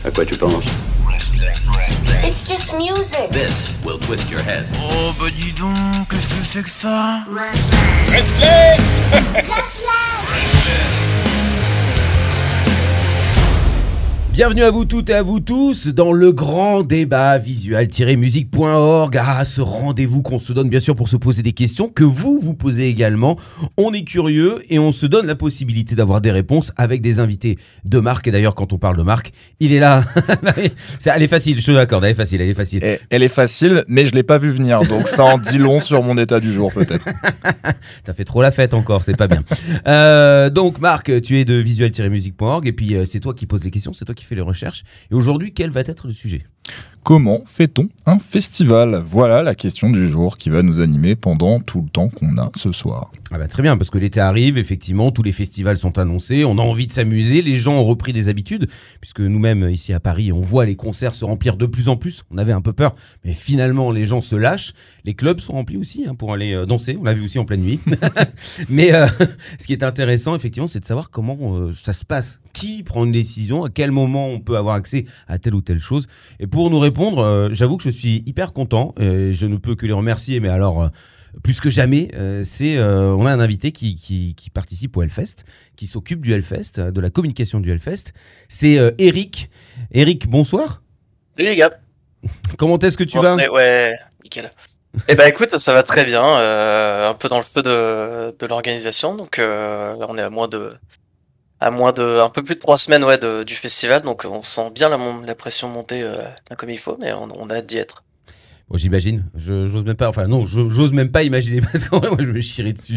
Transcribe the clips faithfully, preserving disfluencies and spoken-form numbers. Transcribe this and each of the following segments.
À quoi tu penses? It's just music. This will twist your head. Oh bah dis donc, qu'est-ce que c'est que ça? Restless. Bienvenue à vous toutes et à vous tous dans le grand débat visual-musique point org. Ah, ce rendez-vous qu'on se donne bien sûr pour se poser des questions, que vous vous posez également. On est curieux et on se donne la possibilité d'avoir des réponses avec des invités de marque. Et d'ailleurs, quand on parle de marque, il est là. C'est, elle est facile, je te l'accorde, elle est facile, elle est facile. Et elle est facile, mais je l'ai pas vu venir, donc ça en dit long sur mon état du jour peut-être. T'as fait trop la fête encore, c'est pas bien. euh, donc Marc, tu es de visual-musique point org et puis euh, c'est toi qui poses les questions, c'est toi qui fait les recherches. Et aujourd'hui, quel va être le sujet ? Comment fait-on un festival ? Voilà la question du jour qui va nous animer pendant tout le temps qu'on a ce soir. Ah bah très bien, parce que l'été arrive, effectivement, tous les festivals sont annoncés, on a envie de s'amuser, les gens ont repris des habitudes, puisque nous-mêmes, ici à Paris, on voit les concerts se remplir de plus en plus. On avait un peu peur, mais finalement, les gens se lâchent. Les clubs sont remplis aussi hein, pour aller euh, danser, on l'a vu aussi en pleine nuit. Mais euh, ce qui est intéressant, effectivement, c'est de savoir comment euh, ça se passe. Qui prend une décision, à quel moment on peut avoir accès à telle ou telle chose. Et pour nous répondre, euh, j'avoue que je suis hyper content, euh, je ne peux que les remercier, mais alors... Euh, plus que jamais, euh, c'est, euh, on a un invité qui, qui, qui participe au Hellfest, qui s'occupe du Hellfest, de la communication du Hellfest. C'est euh, Eric. Eric, bonsoir. Salut les gars. Comment est-ce que tu bon, vas ? Ouais, ouais, nickel. Eh ben écoute, ça va très bien, euh, un peu dans le feu de, de l'organisation, donc euh, là on est à moins de, à moins de, un peu plus de trois semaines ouais, de, du festival, donc on sent bien la, la pression monter euh, comme il faut, mais on, on a hâte d'y être. Bon, j'imagine, je, j'ose même pas, enfin non, je, j'ose même pas imaginer parce qu'en vrai, moi je me chierais dessus.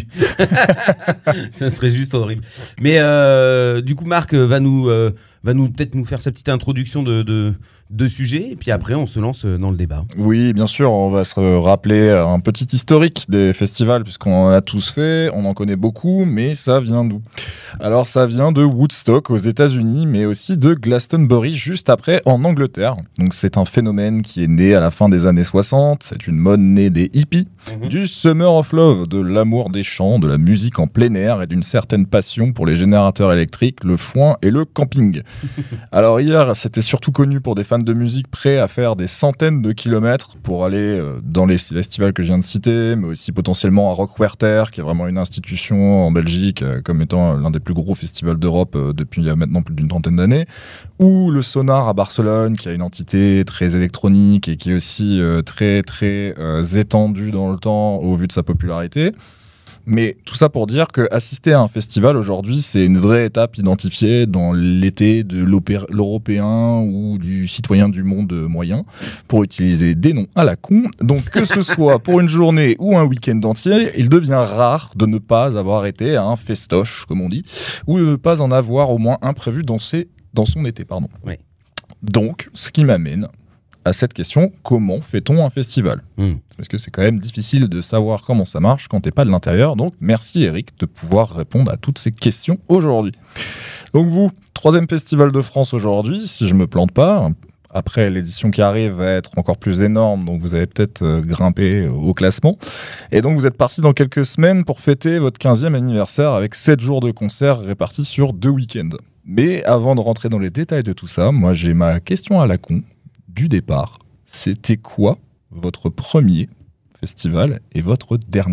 Ça serait juste horrible. Mais euh, du coup, Marc va nous, euh, va nous peut-être nous faire sa petite introduction de, de, de sujet et puis après on se lance dans le débat. Oui, bien sûr, on va se rappeler un petit historique des festivals puisqu'on en a tous fait, on en connaît beaucoup, mais ça vient d'où ? Alors ça vient de Woodstock aux États-Unis, mais aussi de Glastonbury juste après en Angleterre. Donc c'est un phénomène qui est né à la fin des années soixante, c'est une mode née des hippies, mmh. du Summer of Love, de l'amour des chants, de la musique en plein air et d'une certaine passion pour les générateurs électriques, le foin et le camping. Alors hier, c'était surtout connu pour des fans de musique prêts à faire des centaines de kilomètres pour aller dans les festivals que je viens de citer, mais aussi potentiellement à Rockwerter, qui est vraiment une institution en Belgique, comme étant l'un des plus gros festivals d'Europe depuis maintenant plus d'une trentaine d'années, ou le Sonar à Barcelone, qui a une entité très électronique et qui est aussi euh, très très euh, étendue dans le temps au vu de sa popularité. Mais tout ça pour dire qu'assister à un festival aujourd'hui, c'est une vraie étape identifiée dans l'été de l'Européen ou du citoyen du monde moyen, pour utiliser des noms à la con. Donc que ce soit pour une journée ou un week-end entier, il devient rare de ne pas avoir été à un festoche, comme on dit, ou de ne pas en avoir au moins un prévu dans, ses, dans son été. Pardon. Oui. Donc, ce qui m'amène à cette question, comment fait-on un festival ? mmh. Parce que c'est quand même difficile de savoir comment ça marche quand t'es pas de l'intérieur. Donc merci Eric de pouvoir répondre à toutes ces questions aujourd'hui. Donc vous, troisième festival de France aujourd'hui, si je me plante pas. Après, l'édition qui arrive va être encore plus énorme, donc vous allez peut-être euh, grimper au classement. Et donc vous êtes parti dans quelques semaines pour fêter votre quinzième anniversaire avec sept jours de concerts répartis sur deux week-ends. Mais avant de rentrer dans les détails de tout ça, moi j'ai ma question à la con du départ. C'était quoi votre premier festival et votre dernier ?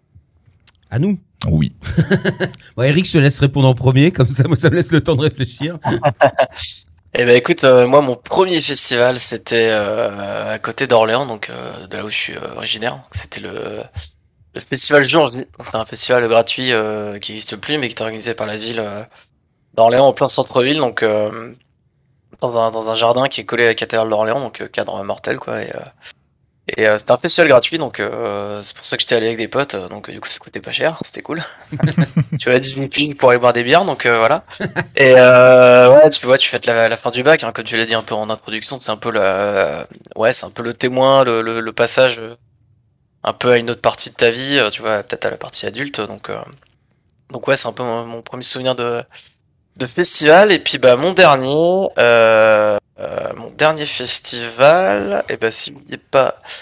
À nous ? Oui. Bon, Eric, je te laisse répondre en premier, comme ça, moi, ça me laisse le temps de réfléchir. Eh ben écoute, euh, moi mon premier festival c'était euh, à côté d'Orléans, donc euh, de là où je suis euh, originaire. Donc, c'était le, le festival Jour J. C'est un festival gratuit euh, qui n'existe plus, mais qui est organisé par la ville euh, d'Orléans en plein centre-ville, donc euh, dans un dans un jardin qui est collé à la cathédrale d'Orléans, donc euh, cadre mortel quoi. Et, euh, et euh, c'était un festival gratuit, donc euh, c'est pour ça que j'étais allé avec des potes, euh, donc euh, du coup ça coûtait pas cher, c'était cool. Tu vois, dix-huit piges pour aller boire des bières, donc euh, voilà. Et euh, ouais, tu vois, tu fêtes la, la fin du bac, hein, comme tu l'as dit un peu en introduction, c'est un peu le, ouais, c'est un peu le témoin, le, le, le passage euh, un peu à une autre partie de ta vie, euh, tu vois, peut-être à la partie adulte, donc euh, donc ouais, c'est un peu mon, mon premier souvenir de de festival. Et puis bah mon dernier, euh, euh, mon dernier festival, et bah si vous n'êtes pas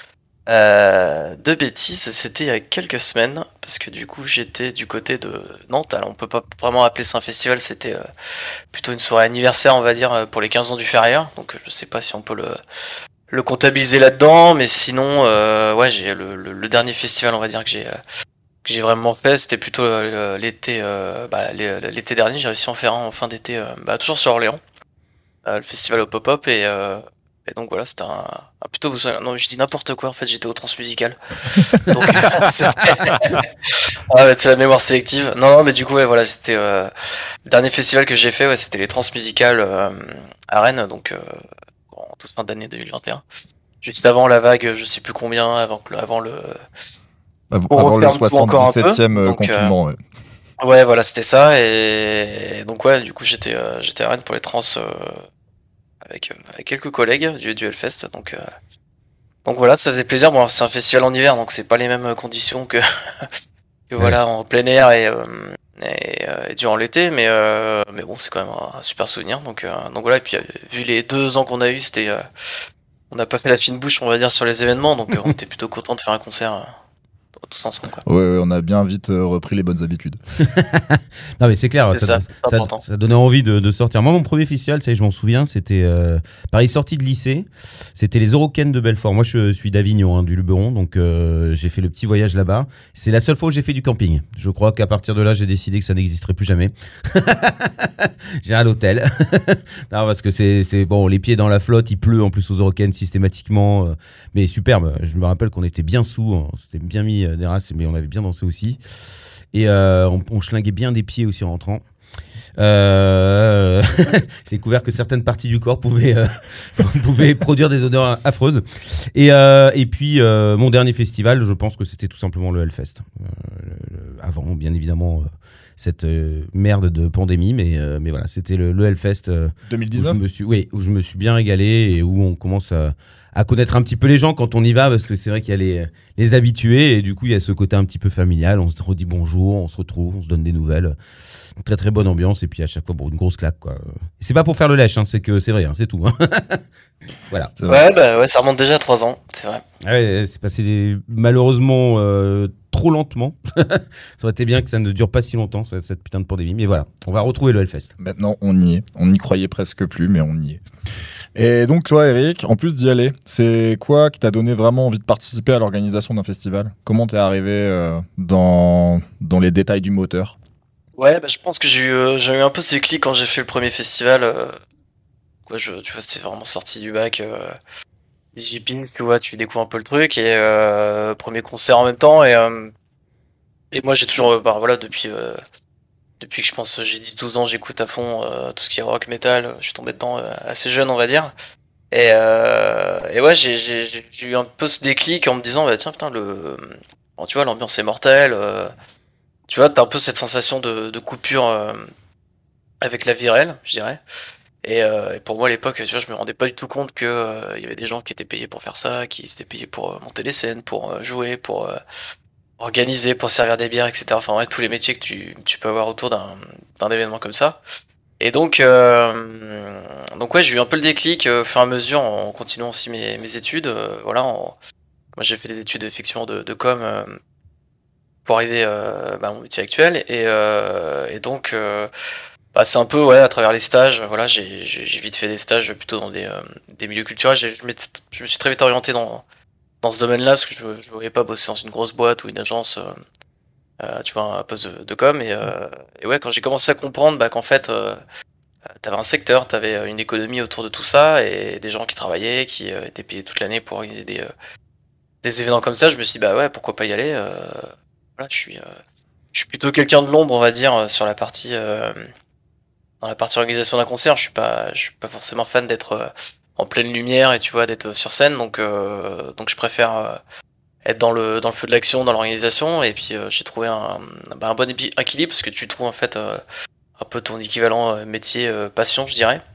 Euh, de bêtises, c'était il y a quelques semaines, parce que du coup j'étais du côté de Nantes. Alors on peut pas vraiment appeler ça un festival, c'était euh, plutôt une soirée anniversaire, on va dire, euh, pour les quinze ans du Ferrailleur. Donc euh, je sais pas si on peut le, le comptabiliser là-dedans, mais sinon, euh, ouais, j'ai le, le, le dernier festival, on va dire, que j'ai euh, que j'ai vraiment fait, c'était plutôt euh, l'été euh, bah, l'été dernier. J'ai réussi à en faire un en fin d'été, euh, bah, toujours sur Orléans, euh, le festival au pop-up, et euh, Et donc voilà, c'était un, un plutôt beau souvenir. Non, je dis n'importe quoi, en fait, j'étais au Transmusical. Donc, c'était... ah, ouais, c'est la mémoire sélective. Non, non, mais du coup, ouais, voilà, c'était euh, le dernier festival que j'ai fait, ouais, c'était les Transmusicales euh, à Rennes, donc euh, en toute fin d'année deux mille vingt et un. Juste avant la vague, je sais plus combien, avant, que, avant le. Av- On Avant le referme tout encore un peu, soixante-dix-septième donc, confinement, ouais. Ouais, voilà, c'était ça. Et, et donc, ouais, du coup, j'étais euh, j'étais à Rennes pour les trans. Euh... Avec, euh, avec quelques collègues du, du Hellfest, donc, euh, donc voilà, ça faisait plaisir. Bon, c'est un festival en hiver, donc c'est pas les mêmes conditions que, que Ouais. voilà, en plein air et, euh, et, euh, et durant l'été, mais, euh, mais bon, c'est quand même un, un super souvenir. Donc, euh, donc voilà, et puis euh, vu les deux ans qu'on a eu, c'était, euh, on n'a pas fait la fine bouche, on va dire, sur les événements, donc euh, on était plutôt content de faire un concert euh, tous ensemble, quoi. Ouais, ouais, on a bien vite euh, repris les bonnes habitudes. Non mais c'est clair, C'est ça, c'est ça, important. ça donnait envie de, de sortir. Moi mon premier festival, ça y est, je m'en souviens, c'était euh, pareil, sortie de lycée, c'était les Eurocaines de Belfort. Moi je suis d'Avignon, hein, du Luberon, donc euh, j'ai fait le petit voyage là-bas. C'est la seule fois où j'ai fait du camping. Je crois qu'à partir de là j'ai décidé que ça n'existerait plus jamais. J'ai à l'hôtel. Non, parce que c'est, c'est bon, les pieds dans la flotte, il pleut en plus aux Eurocaines systématiquement, euh, mais superbe. Je me rappelle qu'on était bien sous, on s'était bien mis euh, des races, mais on avait bien dansé aussi. Et euh, on, on schlinguait bien des pieds aussi en rentrant. Euh, j'ai découvert que certaines parties du corps pouvaient, euh, pouvaient produire des odeurs affreuses. Et, euh, et puis, euh, mon dernier festival, je pense que c'était tout simplement le Hellfest. Euh, le, le, avant, bien évidemment, euh, cette euh, merde de pandémie, mais, euh, mais voilà, c'était le, le Hellfest. Euh, deux mille dix-neuf où je me suis, oui, où je me suis bien régalé et où on commence à, à connaître un petit peu les gens quand on y va, parce que c'est vrai qu'il y a les, les habitués et du coup, il y a ce côté un petit peu familial. On se redit bonjour, on se retrouve, on se donne des nouvelles. Très très bonne ambiance et puis à chaque fois bon, une grosse claque quoi. Et c'est pas pour faire le lèche, hein, c'est que c'est vrai, hein, c'est tout. Hein. Voilà. C'est vrai. Ouais, bah ouais, ça remonte déjà à trois ans, c'est vrai. Ouais, c'est passé des- malheureusement euh, trop lentement. Ça aurait été bien que ça ne dure pas si longtemps cette, cette putain de pandémie, mais voilà, on va retrouver le Hellfest. Maintenant, on y est. On n'y croyait presque plus, mais on y est. Et donc, toi, Eric, en plus d'y aller, c'est quoi qui t'a donné vraiment envie de participer à l'organisation d'un festival ? Comment t'es arrivé euh, dans, dans les détails du moteur ? Ouais, bah, je pense que j'ai eu, euh, j'ai eu un peu ces clics quand j'ai fait le premier festival. Euh, quoi, je, tu vois, c'est vraiment sorti du bac. Euh, dix-huit piges, tu vois, tu découvres un peu le truc. Et euh, premier concert en même temps. Et, euh, et moi, j'ai toujours, euh, bah, voilà, depuis, euh, depuis que je pense j'ai dix douze ans, j'écoute à fond euh, tout ce qui est rock, metal. Je suis tombé dedans euh, assez jeune, on va dire. Et, euh, et ouais, j'ai, j'ai, j'ai j'ai eu un peu ce déclic en me disant, bah tiens, putain, le, bon, tu vois, l'ambiance est mortelle. Euh, tu vois, t'as un peu cette sensation de, de coupure euh, avec la vie réelle, je dirais. Et, euh, et pour moi, à l'époque, tu vois, je me rendais pas du tout compte que euh, il y avait des gens qui étaient payés pour faire ça, qui étaient payés pour euh, monter les scènes, pour euh, jouer, pour euh, organiser, pour servir des bières, et cetera. Enfin, ouais, tous les métiers que tu, tu peux avoir autour d'un, d'un événement comme ça. Et donc, euh, donc ouais, j'ai eu un peu le déclic euh, au fur et à mesure en continuant aussi mes, mes études. Euh, voilà, en- moi j'ai fait des études effectivement de, de com euh, pour arriver euh, bah, à mon métier actuel. Et, euh, et donc, euh, bah, c'est un peu ouais, à travers les stages. Voilà, j'ai, j'ai, j'ai vite fait des stages plutôt dans des, euh, des milieux culturels. J'ai- je, m'étais- je me suis très vite orienté dans, dans ce domaine-là parce que je ne voulais pas bosser dans une grosse boîte ou une agence. Euh, euh, tu vois, un poste de, de com. Et, euh, et ouais, quand j'ai commencé à comprendre bah, qu'en fait. Euh, T'avais un secteur, t'avais euh, une économie autour de tout ça et des gens qui travaillaient, qui euh, étaient payés toute l'année pour organiser des, euh, des événements comme ça. Je me suis dit, bah ouais, pourquoi pas y aller. euh, Voilà, je suis, euh, je suis plutôt quelqu'un de l'ombre, on va dire, euh, sur la partie, euh, dans la partie organisation d'un concert. Je suis pas, je suis pas forcément fan d'être euh, en pleine lumière et tu vois, d'être sur scène. Donc, euh, donc je préfère euh, être dans le, dans le feu de l'action, dans l'organisation. Et puis euh, j'ai trouvé un, bah, un bon épi- équilibre parce que tu trouves en fait. Euh, un peu ton équivalent euh, métier euh, passion, je dirais.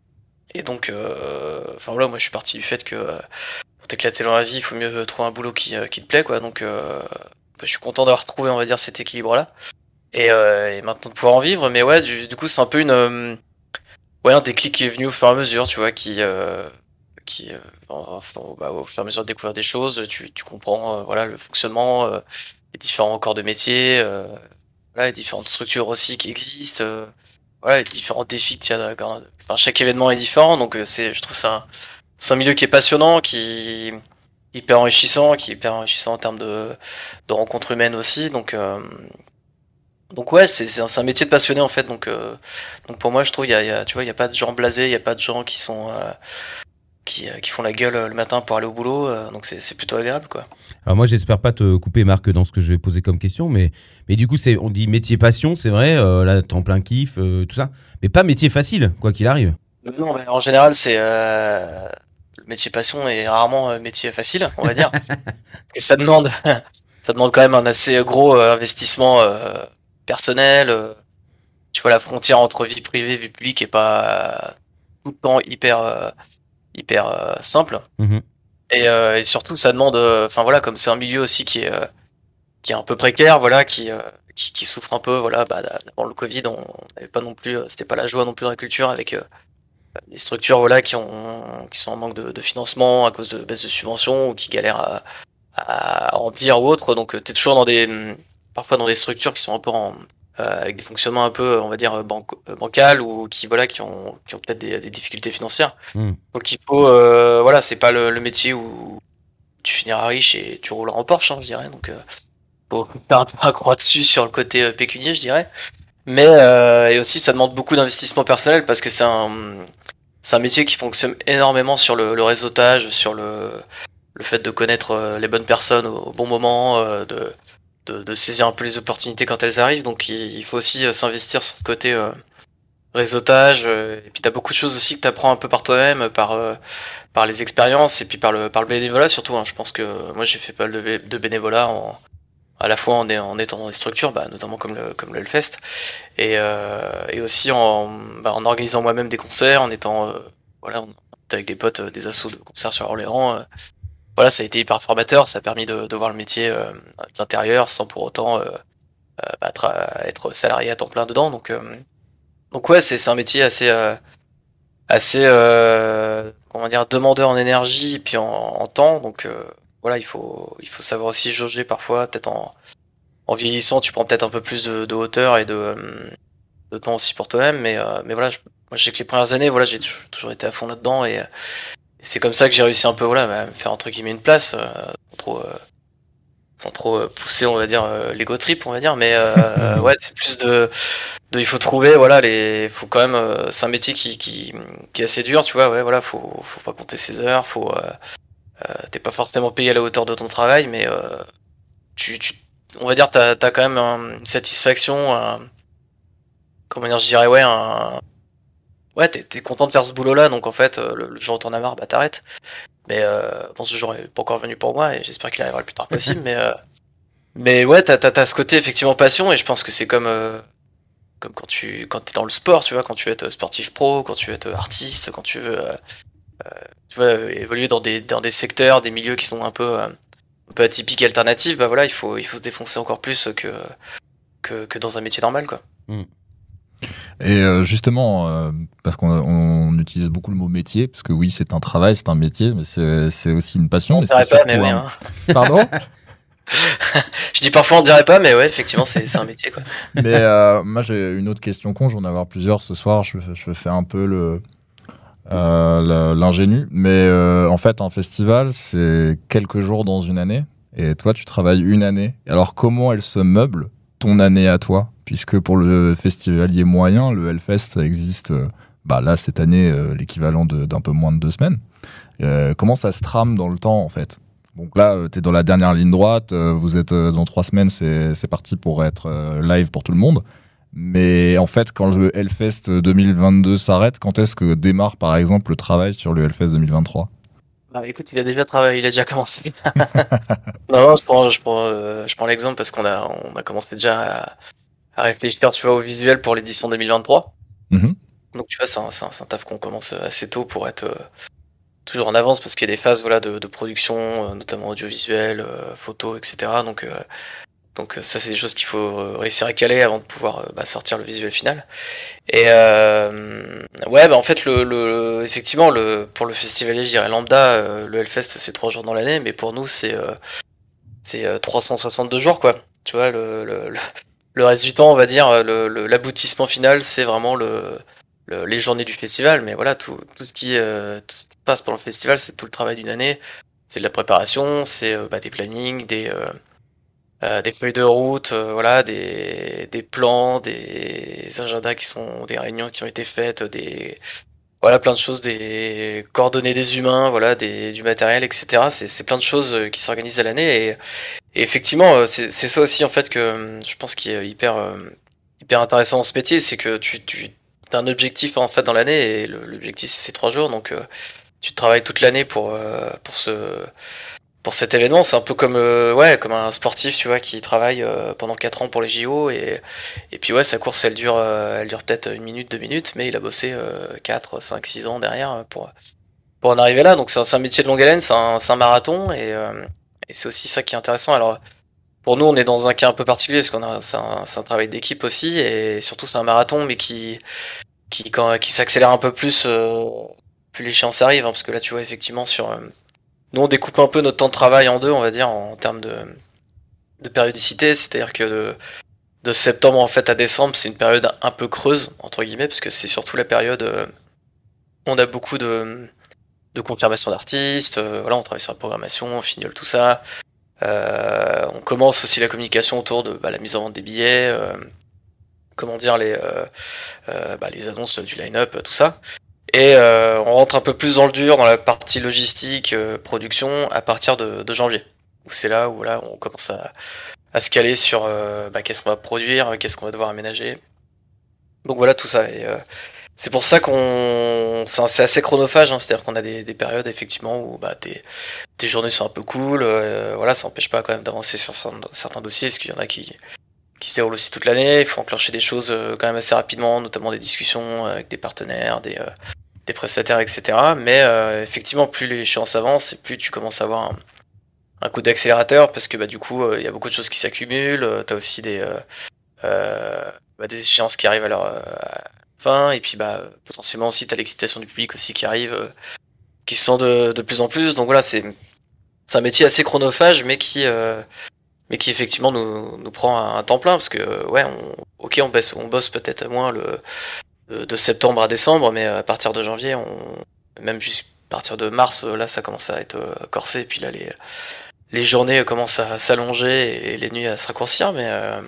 Et donc, euh, enfin voilà, moi je suis parti du fait que euh, pour t'éclater dans la vie, il faut mieux euh, trouver un boulot qui, euh, qui te plaît, quoi. Donc, euh, bah, je suis content d'avoir trouvé, on va dire, cet équilibre-là. Et, euh, et maintenant de pouvoir en vivre. Mais ouais, du, du coup, c'est un peu une, euh, ouais, un déclic qui est venu au fur et à mesure, tu vois, qui, euh, qui euh, enfin, bah, au fur et à mesure de découvrir des choses, tu, tu comprends euh, voilà, le fonctionnement, euh, les différents corps de métier, euh, voilà, les différentes structures aussi qui existent, euh, voilà, les différents défis qu'il y a. Dans- Enfin, chaque événement est différent, donc euh, c'est, je trouve ça un, c'est un milieu qui est passionnant, qui hyper enrichissant, qui est hyper enrichissant en termes de, de rencontres humaines aussi. Donc, euh, donc ouais, c'est c'est un, c'est un métier de passionné en fait. Donc, euh, donc pour moi, je trouve il y a, il y a- tu vois, il y a pas de gens blasés, il y a pas de gens qui sont euh, qui, euh, qui font la gueule euh, le matin pour aller au boulot. euh, donc c'est c'est plutôt agréable quoi. Alors moi, j'espère pas te couper, Marc, dans ce que je vais poser comme question, mais, mais du coup, c'est, on dit métier passion, c'est vrai, euh, là, temps plein kiff, euh, tout ça, mais pas métier facile, quoi qu'il arrive. Non, mais en général, c'est euh, le métier passion est rarement euh, métier facile, on va dire. Parce que ça demande ça demande quand même un assez gros euh, investissement euh, personnel. euh, tu vois, la frontière entre vie privée et vie publique est pas tout le temps hyper, euh, hyper euh, simple. Mhm. Et, euh, et surtout, ça demande, euh, enfin voilà, comme c'est un milieu aussi qui est, euh, qui est un peu précaire, voilà, qui, euh, qui, qui souffre un peu, voilà, bah, avant le Covid, on n'avait pas non plus, euh, c'était pas la joie non plus dans la culture avec euh, des structures, voilà, qui ont, qui sont en manque de, de financement à cause de baisse de subventions ou qui galèrent à, à remplir ou autre. Donc, tu es toujours dans des, parfois dans des structures qui sont un peu en, euh, avec des fonctionnements un peu, on va dire, banco- euh, bancals ou qui, voilà, qui ont, qui ont peut-être des, des difficultés financières. Mm. Donc, il faut, euh, voilà, c'est pas le, le métier où tu finiras riche et tu rouleras en Porsche, hein, je dirais. Donc, euh, faut faire un peu un croix dessus sur le côté euh, pécunier, je dirais. Mais, euh, et aussi, ça demande beaucoup d'investissement personnel parce que c'est un, c'est un métier qui fonctionne énormément sur le, le réseautage, sur le, le fait de connaître euh, les bonnes personnes au, au bon moment, euh, de, de, de saisir un peu les opportunités quand elles arrivent. Donc il, il faut aussi euh, s'investir sur ce côté euh, réseautage. euh, et puis tu as beaucoup de choses aussi que tu apprends un peu par toi-même, par, euh, par les expériences et puis par le, par le bénévolat surtout. hein. Je pense que moi j'ai fait pas mal de, vé- de bénévolat en, à la fois en, est- en étant dans des structures, bah, notamment comme le, comme le Hellfest, et, euh, et aussi en, bah, en organisant moi-même des concerts, en étant euh, voilà, on était avec des potes, euh, des assos de concerts sur Orléans. euh, voilà, ça a été hyper formateur, ça a permis de, de voir le métier euh, de l'intérieur sans pour autant euh, euh, bah, tra- être salarié à temps plein dedans. Donc, euh, donc ouais, c'est c'est un métier assez, euh, assez euh, comment dire, demandeur en énergie et puis en, en temps. Donc euh, voilà, il faut, il faut savoir aussi jauger parfois, peut-être en, en vieillissant, tu prends peut-être un peu plus de, de hauteur et de, euh, de temps aussi pour toi-même. Mais, euh, mais voilà, je, moi je sais que les premières années, voilà, j'ai tou- toujours été à fond là-dedans et, et c'est comme ça que j'ai réussi un peu voilà, à me faire entre guillemets une place, euh, sans trop, euh, sans trop euh, pousser, on va dire, euh, l'ego trip, on va dire. Mais euh, ouais, c'est plus de, de, il faut trouver, voilà, les, faut quand même, euh, c'est un métier qui, qui, qui est assez dur, tu vois. Ouais, voilà, faut, faut pas compter ses heures, faut, euh, euh, t'es pas forcément payé à la hauteur de ton travail, mais euh, tu, tu, on va dire, t'as, t'as quand même un- une satisfaction, un- comment dire, je dirais, ouais, un, ouais, t'es, t'es content de faire ce boulot-là, donc en fait, euh, le, le jour où t'en as marre, bah t'arrêtes. Mais euh, bon, ce jour est pas encore venu pour moi et j'espère qu'il arrivera le plus tard possible. mais, euh, mais ouais, t'as, t'as, t'as ce côté effectivement passion et je pense que c'est comme, euh, comme quand tu quand t'es dans le sport, tu vois, quand tu veux être sportif pro, quand tu veux être artiste, quand tu veux, euh, tu vois, évoluer dans des, dans des secteurs, des milieux qui sont un peu, euh, un peu atypiques et alternatifs, bah voilà, il faut, il faut se défoncer encore plus que, que, que dans un métier normal, quoi. Et euh, justement, euh, parce qu'on on utilise beaucoup le mot métier, parce que oui, c'est un travail, c'est un métier, mais c'est c'est aussi une passion. On mais dirait c'est pas, surtout mais oui. un- Hein. Pardon. Je dis parfois on dirait pas, mais ouais, effectivement, c'est, c'est un métier, quoi. Mais euh, moi, j'ai une autre question con. Je vais en avoir plusieurs ce soir. Je, je fais un peu le euh, le- l'ingénu. Mais euh, en fait, un festival, c'est quelques jours dans une année. Et toi, tu travailles une année. Alors, comment elle se meuble ton année à toi? Puisque pour le festivalier moyen, le Hellfest, ça existe, euh, bah là, cette année, euh, l'équivalent de- d'un peu moins de deux semaines. Euh, comment ça se trame dans le temps, en fait? Donc là, tu es dans la dernière ligne droite, euh, vous êtes euh, dans trois semaines, c'est c'est parti pour être euh, live pour tout le monde. Mais en fait, quand le Hellfest deux mille vingt-deux s'arrête, quand est-ce que démarre, par exemple, le travail sur le Hellfest deux mille vingt-trois? Bah écoute, il a déjà travaillé, il a déjà commencé. Non, non, je prends, je prends, euh, je prends l'exemple parce qu'on a, on a commencé déjà à, à réfléchir, tu vois, au visuel pour l'édition deux mille vingt-trois. Mhm. Donc tu vois, c'est un, c'est un, c'est un taf qu'on commence assez tôt pour être euh, toujours en avance parce qu'il y a des phases voilà, de, de production, euh, notamment audiovisuelle, euh, photo, et cetera. Donc, euh, Donc ça, c'est des choses qu'il faut réussir à caler avant de pouvoir bah, sortir le visuel final. Et euh, ouais, bah en fait, le, le, effectivement, le, pour le festivalier, je dirais lambda, euh, le Hellfest, c'est trois jours dans l'année, mais pour nous, c'est euh, c'est euh, trois cent soixante-deux jours, quoi. Tu vois, le, le, le, le reste du temps, on va dire, le, le, l'aboutissement final, c'est vraiment le, le, les journées du festival. Mais voilà, tout, tout, ce qui, euh, tout ce qui passe pendant le festival, c'est tout le travail d'une année. C'est de la préparation, c'est euh, bah, des plannings, des... Euh, Euh, des feuilles de route, euh, voilà, des, des plans, des agendas qui sont, des réunions qui ont été faites, des, voilà, plein de choses, des coordonnées des humains, voilà, des, du matériel, et cetera. C'est, c'est plein de choses qui s'organisent à l'année et, et effectivement, c'est, c'est ça aussi en fait que je pense qui est hyper, euh, hyper intéressant dans ce métier, c'est que tu, tu as un objectif en fait dans l'année et le, l'objectif c'est ces trois jours, donc euh, tu travailles toute l'année pour, euh, pour ce Pour cet événement. C'est un peu comme euh, ouais comme un sportif, tu vois, qui travaille euh, pendant quatre ans pour les J O et et puis ouais, sa course elle dure euh, elle dure peut-être une minute, deux minutes, mais il a bossé euh, quatre, cinq, six ans derrière pour pour en arriver là. Donc c'est un, c'est un métier de longue haleine, c'est un, c'est un marathon et euh, et c'est aussi ça qui est intéressant. Alors pour nous, on est dans un cas un peu particulier parce qu'on a c'est un, c'est un travail d'équipe aussi et surtout c'est un marathon mais qui qui quand qui s'accélère un peu plus euh, plus l'échéance arrive, hein, parce que là tu vois effectivement sur euh, nous, on découpe un peu notre temps de travail en deux, on va dire, en termes de, de périodicité. C'est-à-dire que de, de septembre en fait à décembre, c'est une période un peu creuse, entre guillemets, parce que c'est surtout la période où on a beaucoup de, de confirmation d'artistes. Euh, voilà, on travaille sur la programmation, on fignole tout ça. Euh, on commence aussi la communication autour de bah, la mise en vente des billets, euh, comment dire, les, euh, euh, bah, les annonces du line-up, tout ça. Et euh, on rentre un peu plus dans le dur, dans la partie logistique, euh, production, à partir de, de janvier. Où c'est là où là, on commence à, à se caler sur euh, bah, qu'est-ce qu'on va produire, qu'est-ce qu'on va devoir aménager. Donc voilà tout ça. Et euh, c'est pour ça qu'on c'est, c'est assez chronophage, hein, c'est-à-dire qu'on a des, des périodes effectivement où bah, tes, tes journées sont un peu cool. Euh, voilà, ça n'empêche pas quand même d'avancer sur certains, certains dossiers, parce qu'il y en a qui, qui se déroulent aussi toute l'année. Il faut enclencher des choses euh, quand même assez rapidement, notamment des discussions avec des partenaires, des euh, des prestataires, et cetera. Mais euh, effectivement, plus l'échéance avance, et plus tu commences à avoir un, un coup d'accélérateur, parce que bah, du coup, il euh, y a beaucoup de choses qui s'accumulent. Euh, tu as aussi des, euh, euh, bah, des échéances qui arrivent à leur euh, à la fin, et puis bah, potentiellement aussi, tu as l'excitation du public aussi qui arrive, euh, qui se sent de, de plus en plus. Donc voilà, c'est, c'est un métier assez chronophage, mais qui, euh, mais qui effectivement nous, nous prend un, un temps plein, parce que, ouais, on, ok, on bosse, on bosse peut-être moins le... de septembre à décembre, mais à partir de janvier, on... même jusqu'à partir de mars, là, ça commence à être corsé, et puis là, les, les journées commencent à s'allonger et les nuits à se raccourcir, mais, euh...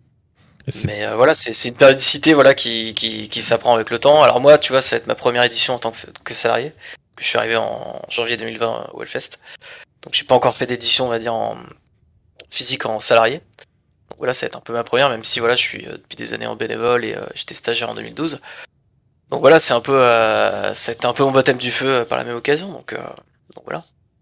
mais euh, voilà, c'est, c'est une périodicité voilà, qui, qui, qui s'apprend avec le temps. Alors moi, tu vois, ça va être ma première édition en tant que, que salarié, que je suis arrivé en janvier deux mille vingt au Hellfest, donc j'ai pas encore fait d'édition, on va dire, en physique en salarié. Donc voilà, ça va être un peu ma première, même si voilà, je suis euh, depuis des années en bénévole et euh, j'étais stagiaire en deux mille douze. Donc voilà, c'est un peu, euh, ça a été un peu mon baptême du feu euh, par la même occasion. Donc, euh, donc voilà.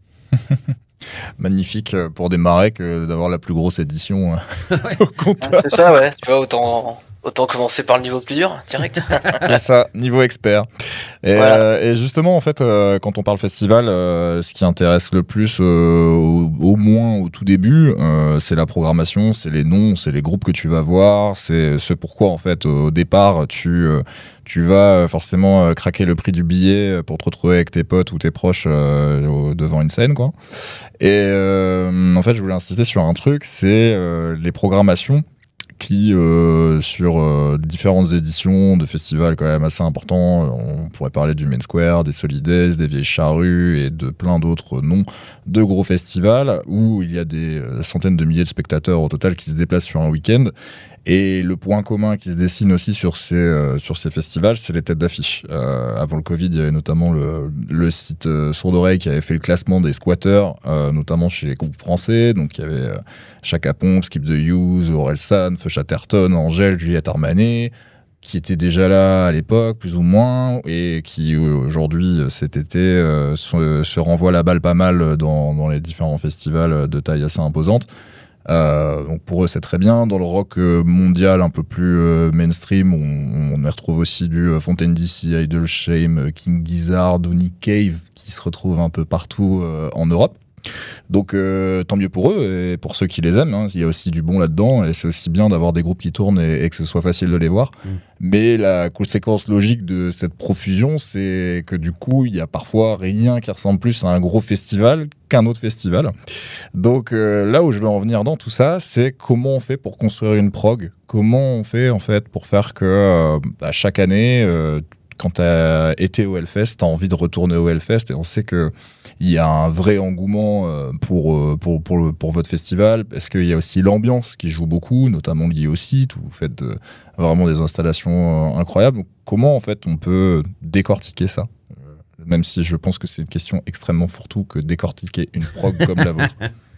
Magnifique pour démarrer que d'avoir la plus grosse édition euh, au compteur. Ah, c'est ça, ouais. Tu vois, autant, autant commencer par le niveau le plus dur, direct. C'est ça, niveau expert. Et, voilà. euh, et justement, en fait, euh, quand on parle festival, euh, ce qui intéresse le plus, euh, au, au moins au tout début, euh, c'est la programmation, c'est les noms, c'est les groupes que tu vas voir, c'est ce pourquoi, en fait, au départ, tu, euh, tu vas forcément euh, craquer le prix du billet pour te retrouver avec tes potes ou tes proches euh, au, devant une scène, quoi. Et euh, en fait, je voulais insister sur un truc, c'est euh, les programmations qui, euh, sur euh, différentes éditions de festivals quand même assez importants, on pourrait parler du Main Square, des Solidays, des Vieilles Charrues et de plein d'autres noms de gros festivals où il y a des centaines de milliers de spectateurs au total qui se déplacent sur un week-end. Et le point commun qui se dessine aussi sur ces, euh, sur ces festivals, c'est les têtes d'affiche. Euh, avant le Covid, il y avait notamment le, le site euh, Sourd Oreille qui avait fait le classement des squatteurs, euh, notamment chez les groupes français. Donc il y avait euh, Chaka Pomp, Skip the Use, Orelsan, Feu Chatterton, Angèle, Juliette Armanet, qui étaient déjà là à l'époque, plus ou moins, et qui aujourd'hui, cet été, euh, se, se renvoient la balle pas mal dans, dans les différents festivals de taille assez imposante. Euh, donc pour eux c'est très bien. Dans le rock euh, mondial un peu plus euh, mainstream, on, on y retrouve aussi du euh, Fontaine D C, Idle Shame, King Gizzard ou Nick Cave qui se retrouvent un peu partout euh, en Europe. Donc euh, tant mieux pour eux et pour ceux qui les aiment, hein. Il y a aussi du bon là-dedans et c'est aussi bien d'avoir des groupes qui tournent et, et que ce soit facile de les voir. Mmh. Mais la conséquence logique de cette profusion, c'est que du coup, il y a parfois rien qui ressemble plus à un gros festival qu'un autre festival. Donc euh, là où je veux en venir dans tout ça, c'est comment on fait pour construire une prog, comment on fait en fait pour faire que euh, à chaque année, euh, quand tu as été au Hellfest, tu as envie de retourner au Hellfest et on sait qu'il y a un vrai engouement euh, pour, euh, pour, pour, le, pour votre festival. Est-ce qu'il y a aussi l'ambiance qui joue beaucoup, notamment liée au site, où vous faites euh, vraiment des installations euh, incroyables. Donc, comment en fait on peut décortiquer ça, euh, même si je pense que c'est une question extrêmement fourre-tout que décortiquer une prog comme la vôtre.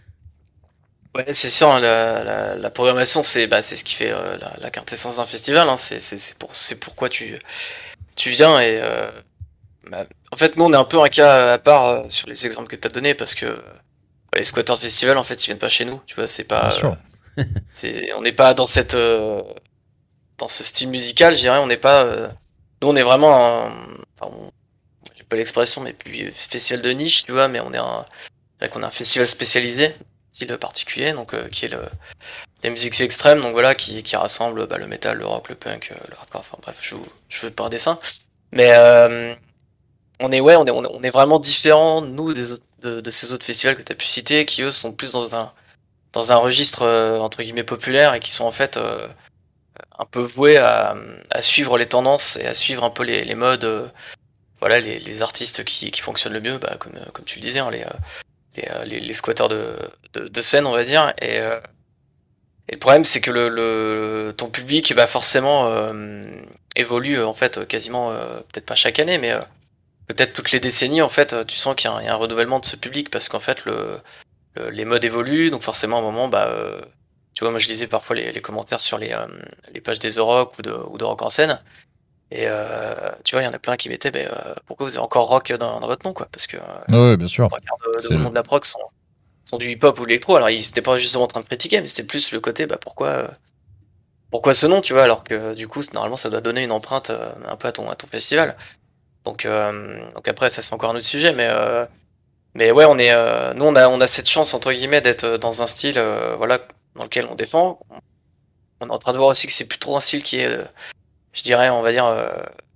Ouais, c'est sûr, hein, la, la, la programmation, c'est bah, c'est ce qui fait euh, la, la quintessence d'un festival. Hein, c'est c'est c'est pour, c'est pourquoi tu, tu viens. Et euh, bah, en fait, nous, on est un peu un cas à part euh, sur les exemples que tu as donnés parce que bah, les squatters de festival, en fait, ils viennent pas chez nous. Tu vois, c'est pas. Bien sûr. Euh, c'est, on n'est pas dans cette euh, dans ce style musical, je dirais. On n'est pas. Euh, nous, on est vraiment. Un, enfin, on, j'ai pas l'expression, mais plus festival de niche, tu vois. Mais on est un. C'est vrai qu'on est un festival spécialisé. Style particulier, donc euh, qui est le les musiques extrêmes, donc voilà, qui qui rassemble bah, le metal, le rock, le punk, euh, le hardcore, enfin bref, je je veux pas un dessin, mais euh, on est ouais, on est on est vraiment différents nous des autres, de, de ces autres festivals que tu as pu citer, qui eux sont plus dans un dans un registre euh, entre guillemets populaire et qui sont en fait euh, un peu voués à à suivre les tendances et à suivre un peu les les modes, euh, voilà, les les artistes qui qui fonctionnent le mieux, bah comme comme tu le disais, hein, les euh, Les, les, les squatteurs de, de, de scène, on va dire. Et, euh, et le problème, c'est que le, le, ton public, bah, forcément, euh, évolue en fait quasiment, euh, peut-être pas chaque année, mais euh, peut-être toutes les décennies. En fait, tu sens qu'il y a un, il y a un renouvellement de ce public parce qu'en fait, le, le, les modes évoluent. Donc forcément, à un moment, bah, euh, tu vois, moi je lisais parfois les, les commentaires sur les, euh, les pages des The Rock ou de, ou de Rock en scène. Et euh, tu vois, il y en a plein qui mettaient, bah, euh, pourquoi vous avez encore rock dans, dans votre nom, quoi? Parce que euh, oui, bien sûr. de, de, le monde de la prog sont, sont du hip-hop ou de l'électro. Alors, ils n'étaient pas justement en train de critiquer, mais c'était plus le côté, bah, pourquoi, euh, pourquoi ce nom, tu vois, alors que du coup, normalement, ça doit donner une empreinte euh, un peu à ton, à ton festival. Donc, euh, donc après, ça, c'est encore un autre sujet, mais, euh, mais ouais, on est, euh, nous, on a, on a cette chance, entre guillemets, d'être dans un style, euh, voilà, dans lequel on défend. On est en train de voir aussi que c'est plus trop un style qui est, euh, je dirais, on va dire, euh,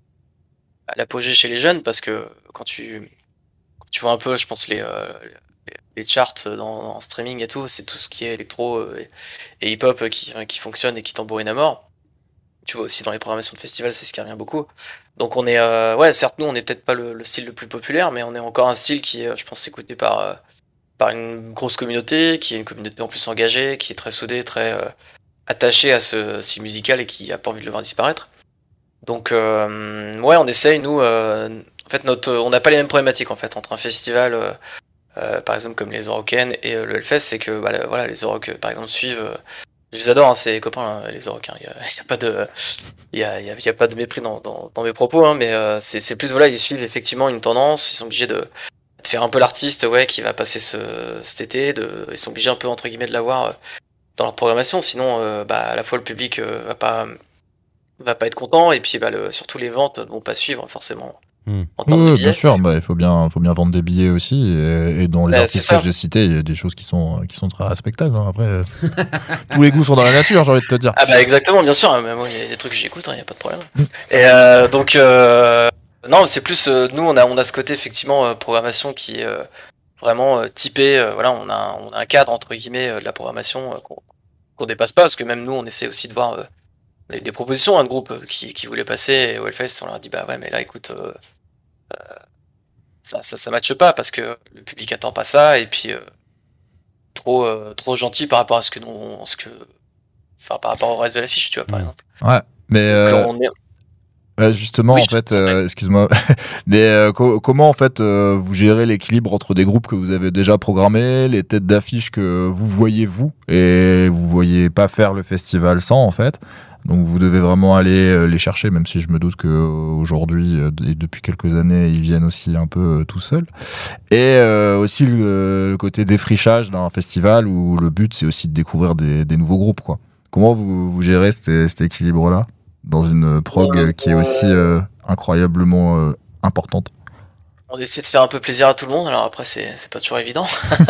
à l'apogée chez les jeunes, parce que quand tu, quand tu vois un peu, je pense, les, euh, les, les charts dans, en streaming et tout, c'est tout ce qui est électro euh, et, et hip-hop qui, qui fonctionne et qui tambourine à mort. Tu vois aussi dans les programmations de festivals, c'est ce qui revient beaucoup. Donc on est, euh, ouais, certes, nous, on n'est peut-être pas le, le style le plus populaire, mais on est encore un style qui est, je pense, écouté par, euh, par une grosse communauté, qui est une communauté en plus engagée, qui est très soudée, très euh, attachée à ce style musical et qui a pas envie de le voir disparaître. Donc euh, ouais, on essaye, nous, euh, en fait, notre, on n'a pas les mêmes problématiques en fait entre un festival, euh, euh, par exemple comme les Oroken et euh, le Hellfest, c'est que bah, voilà, les Orok, par exemple, suivent. Euh, je les adore, hein, c'est les copains, hein, les Orok. Il hein, y, y a pas de, il y a, y a, y a pas de mépris dans, dans, dans mes propos, hein, mais euh, c'est, c'est plus voilà, ils suivent effectivement une tendance, ils sont obligés de, de faire un peu l'artiste, ouais, qui va passer ce, cet été, de, ils sont obligés un peu entre guillemets de l'avoir euh, dans leur programmation, sinon, euh, bah à la fois le public euh, va pas va pas être content et puis bah, le, surtout les ventes vont pas suivre forcément mmh. en termes oui, de billets. Bien sûr, bah, il faut bien, faut bien vendre des billets aussi et, et dans les bah, artistes que j'ai cités, il y a des choses qui sont, qui sont très respectables. Hein. Après, euh, tous les goûts sont dans la nature, j'ai envie de te dire. Ah bah exactement, bien sûr. Moi, il y a des trucs que j'écoute, il hein, y a pas de problème. Et euh, donc euh, non, c'est plus euh, nous, on a, on a ce côté effectivement euh, programmation qui est euh, vraiment euh, typé. Euh, voilà, on a, on a un cadre entre guillemets euh, de la programmation euh, qu'on, qu'on dépasse pas parce que même nous, on essaie aussi de voir. Euh, On a eu des propositions à un groupe qui, qui voulait passer au Hellfest, on leur a dit bah ouais mais là écoute euh, euh, ça, ça ça matche pas parce que le public attend pas ça et puis euh, trop euh, trop gentil par rapport à ce que nous ce que enfin par rapport au reste de l'affiche, tu vois, par exemple. Ouais, mais euh... on est... Ouais, justement, oui, en fait, euh, excuse-moi, mais euh, co- comment en fait euh, vous gérez l'équilibre entre des groupes que vous avez déjà programmés, les têtes d'affiche que vous voyez vous et vous voyez pas faire le festival sans en fait. Donc vous devez vraiment aller euh, les chercher, même si je me doute qu'aujourd'hui euh, et depuis quelques années ils viennent aussi un peu euh, tout seuls. Et euh, aussi le, le côté défrichage d'un festival où le but c'est aussi de découvrir des, des nouveaux groupes, quoi. Comment vous, vous gérez cet, cet équilibre-là dans une prog ouais, qui est aussi euh, incroyablement euh, importante? on essaie de faire un peu plaisir à tout le monde. Alors après, c'est c'est pas toujours évident.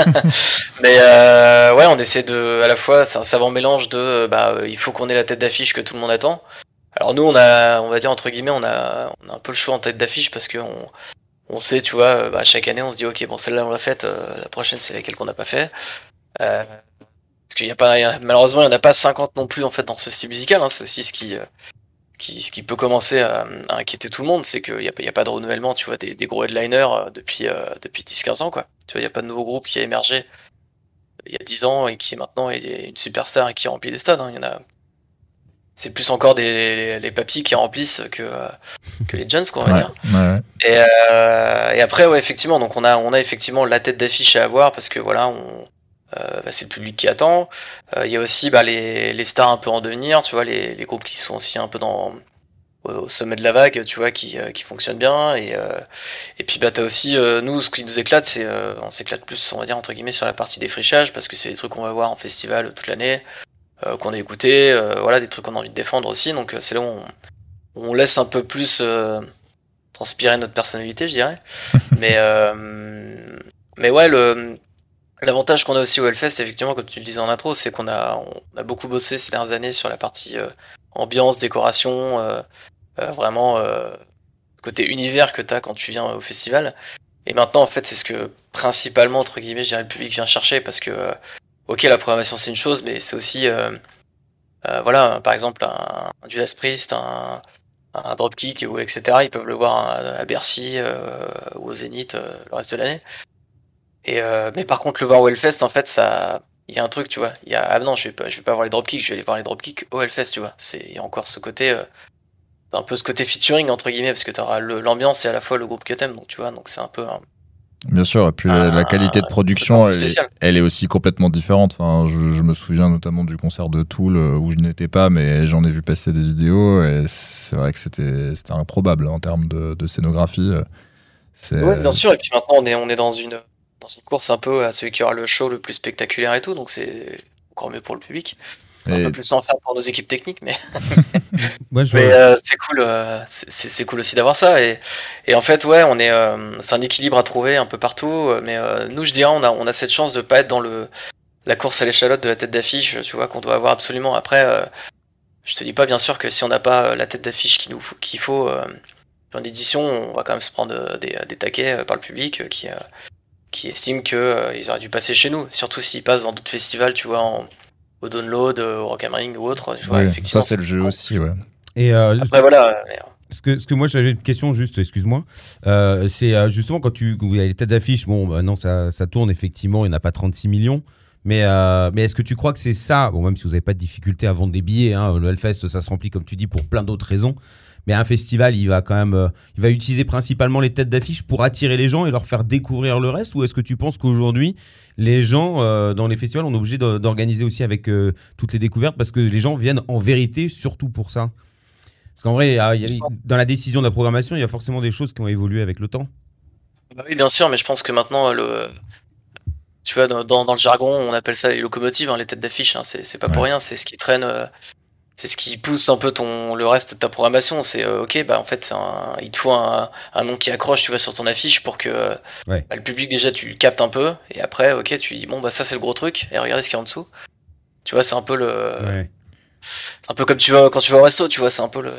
Mais euh, ouais, on essaie de, à la fois, c'est un savant mélange de, bah, il faut qu'on ait la tête d'affiche que tout le monde attend. Alors nous, on a, on va dire entre guillemets, on a, on a un peu le choix en tête d'affiche parce que on, on sait, tu vois, bah, chaque année, on se dit, ok, bon, celle-là on l'a faite, euh, la prochaine c'est laquelle qu'on n'a pas fait. Euh, parce qu'il y a pas, il y a- malheureusement, il n'y en a pas cinquante non plus en fait dans ce style musical. Hein, c'est aussi ce qui, euh, qui, ce qui peut commencer à, à inquiéter tout le monde, c'est qu'il n'y a, pas- il y a pas de renouvellement, tu vois, des, des gros headliners euh, depuis, euh, depuis dix quinze ans, quoi. Tu vois, il n'y a pas de nouveau groupe qui a émergé il y a dix ans et qui est maintenant est une superstar et qui remplit des stades. Hein. Il y en a, c'est plus encore des les papis qui remplissent que euh, que les Jones, quoi, on va Ouais, dire. ouais. Et, euh, et après, ouais, effectivement, donc on a on a effectivement la tête d'affiche à avoir parce que voilà, on euh, bah, c'est le public qui attend. Euh, Il y a aussi bah, les les stars un peu en devenir, tu vois, les les groupes qui sont aussi un peu dans au au sommet de la vague, tu vois, qui euh, qui fonctionnent bien. Et euh, et puis bah t'as aussi euh, nous, ce qui nous éclate, c'est euh, on s'éclate plus, on va dire entre guillemets, sur la partie défrichage parce que c'est des trucs qu'on va voir en festival toute l'année, euh, qu'on a écouté, euh, voilà, des trucs qu'on a envie de défendre aussi. Donc euh, c'est là où on, on laisse un peu plus euh, transpirer notre personnalité, je dirais. Mais euh, mais ouais, le l'avantage qu'on a aussi au Hellfest, effectivement, comme tu le disais en intro, c'est qu'on a on a beaucoup bossé ces dernières années sur la partie euh, ambiance, décoration, euh, euh, vraiment euh, côté univers que t'as quand tu viens au festival. Et maintenant, en fait, c'est ce que principalement, entre guillemets, je dirais, le public vient chercher parce que, euh, ok, la programmation c'est une chose, mais c'est aussi, euh, euh, voilà, par exemple, un, un Judas Priest, un, un Dropkick, ou et cetera. Ils peuvent le voir à, à Bercy euh, ou au Zénith euh, le reste de l'année. Et euh, mais par contre, le voir au Hellfest, en fait, ça, il y a un truc, tu vois. Il y a, ah non, je vais pas, je vais pas voir les Dropkick, je vais aller voir les Dropkick au Hellfest, tu vois. C'est, il y a encore ce côté. Euh, un peu ce côté featuring entre guillemets parce que t'auras le- l'ambiance et à la fois le groupe que t'aimes, donc tu vois, donc c'est un peu un, Bien sûr, et puis la, la un- qualité de un production, peu elle est, spécial. elle est aussi complètement différente. Enfin, je, je me souviens notamment du concert de Tool euh, où je n'étais pas, mais j'en ai vu passer des vidéos et c'est vrai que c'était c'était improbable en termes de, de scénographie. euh, C'est Ouais, bien sûr, et puis maintenant on est on est dans une dans une course un peu à celui qui aura le show le plus spectaculaire et tout, donc c'est encore mieux pour le public. C'est un et- peu plus sans faire pour nos équipes techniques, mais Moi, je mais euh, c'est cool, euh, c'est c'est- c'est cool aussi d'avoir ça. Et, et en fait, ouais, on est, euh, c'est un équilibre à trouver un peu partout. euh, Mais euh, nous, je dirais, on a, on a cette chance de pas être dans le la course à l'échalote de la tête d'affiche, tu vois, qu'on doit avoir absolument. Après, euh, je te dis pas bien sûr que si on n'a pas euh, la tête d'affiche qu'il nous faut, qu'il faut euh, en édition, on va quand même se prendre euh, des, des taquets euh, par le public euh, qui euh, qui estime que euh, ils auraient dû passer chez nous. Surtout s'ils passent dans d'autres festivals, tu vois, en, au Download, euh, au Rock am Ring ou autre. Tu vois, ouais, effectivement, ça c'est le jeu con. aussi, ouais. Et euh, Après voilà. mais, euh, ce que, ce que moi j'avais une question juste, excuse-moi, euh, c'est euh, justement quand tu vous avez les têtes d'affiche, bon bah non ça, ça tourne effectivement, il n'y en a pas trente-six millions, mais, euh, mais est-ce que tu crois que c'est ça, bon même si vous n'avez pas de difficulté à vendre des billets, hein, le Hellfest ça se remplit comme tu dis pour plein d'autres raisons, mais un festival il va quand même, euh, il va utiliser principalement les têtes d'affiche pour attirer les gens et leur faire découvrir le reste, ou est-ce que tu penses qu'aujourd'hui les gens euh, dans les festivals on est obligé de- d'organiser aussi avec euh, toutes les découvertes parce que les gens viennent en vérité surtout pour ça? Parce qu'en vrai, il y a- il y a- dans la décision de la programmation, il y a forcément des choses qui ont évolué avec le temps. Bah oui, bien sûr, mais je pense que maintenant, le, tu vois, dans, dans dans le jargon, on appelle ça les locomotives, hein, les têtes d'affiche. Hein, c'est c'est pas pour Ouais. rien, c'est ce qui traîne, euh, c'est ce qui pousse un peu ton le reste de ta programmation. C'est euh, ok, bah en fait, c'est un- il te faut un, un nom qui accroche, tu vois, sur ton affiche pour que euh, Ouais. bah, le public déjà tu le captes un peu, et après, ok, tu dis bon bah ça c'est le gros truc, et regardez ce qu'il y a en dessous. Tu vois, c'est un peu le, Ouais. un peu comme tu vas quand tu vas au resto, tu vois, c'est un peu le,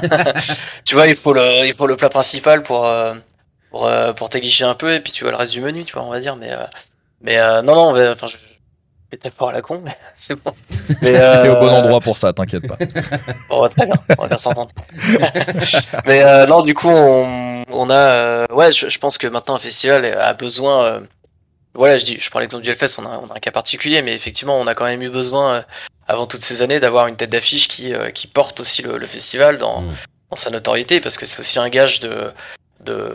tu vois, il faut le, il faut le plat principal pour euh, pour, euh, pour t'aiguicher un peu et puis tu vois le reste du menu, tu vois, on va dire. Mais, euh, mais euh, non, non, mais, enfin, je je vais pas à la con, mais c'est bon. Mais, euh, T'es au bon endroit pour ça, t'inquiète pas. bon, très bien, on va bien s'entendre. Mais euh, non, du coup, on, on a. euh, ouais, je, je pense que maintenant un festival a besoin. euh, voilà, je dis, je prends l'exemple du Hellfest, on a, on a un cas particulier, mais effectivement, on a quand même eu besoin, euh, avant toutes ces années, d'avoir une tête d'affiche qui, euh, qui porte aussi le, le festival dans, Mm. dans sa notoriété, parce que c'est aussi un gage de, de,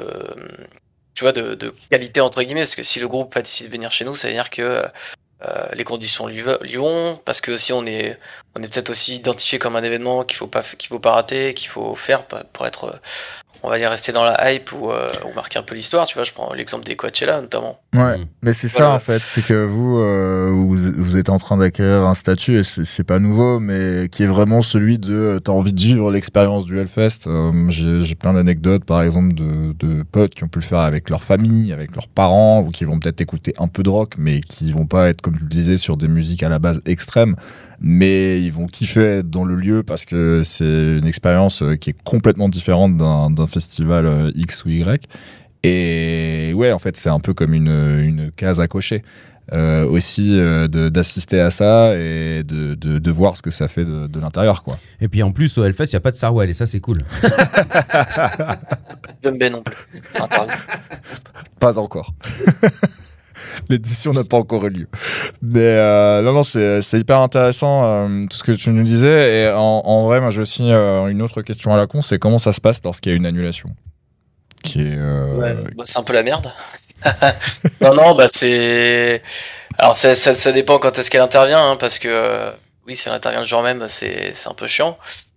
tu vois, de, de qualité entre guillemets, parce que si le groupe a décidé de venir chez nous, ça veut dire que euh, les conditions lui, va- lui vont, parce que si on est, on est peut-être aussi identifié comme un événement qu'il faut pas, qu'il faut pas rater, qu'il faut faire pa- pour être, on va dire rester dans la hype ou, euh, ou marquer un peu l'histoire. Tu vois, je prends l'exemple des Coachella notamment. Ouais, Mm. mais c'est Voilà. ça en fait, c'est que vous, euh, vous, vous êtes en train d'acquérir un statut, et c'est, c'est pas nouveau, mais qui est vraiment celui de euh, t'as envie de vivre l'expérience du Hellfest. Euh, j'ai, j'ai plein d'anecdotes, par exemple, de, de potes qui ont pu le faire avec leur famille, avec leurs parents, ou qui vont peut-être écouter un peu de rock, mais qui vont pas être, comme tu le disais, sur des musiques à la base extrêmes, mais ils vont kiffer être dans le lieu parce que c'est une expérience euh, qui est complètement différente d'un, d'un festival euh, X ou Y. Et ouais, en fait, c'est un peu comme une, une case à cocher. Euh, aussi euh, de, d'assister à ça et de, de, de voir ce que ça fait de, de l'intérieur, quoi. Et puis en plus, au Hellfest, il n'y a pas de Sarwell et ça, c'est cool. Jumbe non plus. C'est interdit. Pas encore. L'édition n'a pas encore eu lieu. Mais euh, non, non, c'est, c'est hyper intéressant euh, tout ce que tu nous disais. Et en, en vrai, moi, j'ai aussi euh, une autre question à la con, c'est comment ça se passe lorsqu'il y a une annulation qui est, euh, Ouais, bah, c'est un peu la merde. non, non, bah c'est. Alors ça, ça, ça dépend quand est-ce qu'elle intervient, hein, parce que euh, oui, si elle intervient le jour même, c'est, c'est un peu chiant.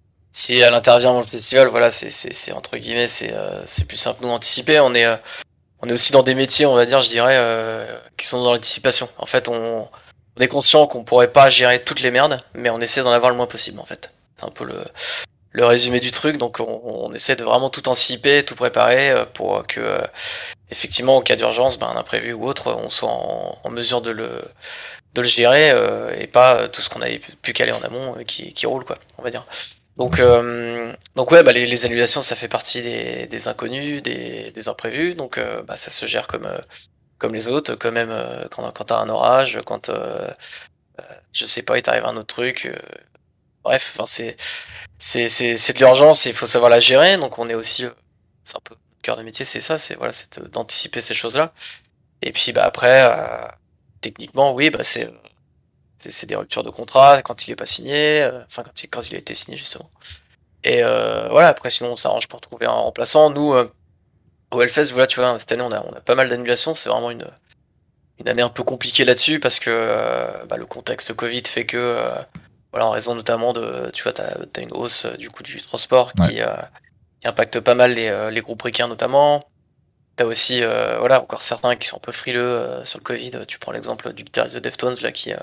Si elle intervient dans le festival, voilà, c'est, c'est, c'est entre guillemets, c'est, euh, c'est plus simple nous d'anticiper. On est, euh, on est aussi dans des métiers, on va dire, je dirais, euh, qui sont dans l'anticipation. En fait, on, on est conscient qu'on pourrait pas gérer toutes les merdes, mais on essaie d'en avoir le moins possible, en fait. C'est un peu le, le résumé du truc. Donc, on, on essaie de vraiment tout anticiper, tout préparer euh, pour que, euh, effectivement, en cas d'urgence, ben, un imprévu ou autre, on soit en, en mesure de le, de le gérer euh, et pas euh, tout ce qu'on avait pu, pu caler en amont euh, qui, qui roule, quoi, on va dire. Donc, euh, donc ouais, bah, les, les annulations, ça fait partie des, des inconnus, des, des imprévus. Donc, euh, bah, ça se gère comme, euh, comme les autres, quand même, euh, quand, quand t'as un orage, quand, euh, euh, je sais pas, il t'arrive un autre truc. Euh, bref, enfin, c'est, c'est, c'est, c'est de l'urgence, il faut savoir la gérer. Donc, on est aussi, euh, c'est un peu le cœur de métier, c'est ça, c'est voilà, c'est de- d'anticiper ces choses-là. Et puis, bah, après, euh, techniquement, oui, bah, c'est, c'est, c'est des ruptures de contrat quand il est pas signé, euh, enfin, quand il, quand il a été signé, justement. Et euh, voilà, après, sinon, on s'arrange pour trouver un remplaçant. Nous, euh, au Hellfest, voilà, tu vois, cette année, on a, on a pas mal d'annulations. C'est vraiment une, une année un peu compliquée là-dessus parce que euh, bah, le contexte Covid fait que, euh, voilà, en raison notamment de, tu vois, t'as, t'as une hausse euh, du coût du transport qui, euh, qui impacte pas mal les, euh, les groupes précaires notamment. T'as aussi, euh, voilà, encore certains qui sont un peu frileux euh, sur le Covid. Tu prends l'exemple du guitariste de Deftones, là, qui, euh,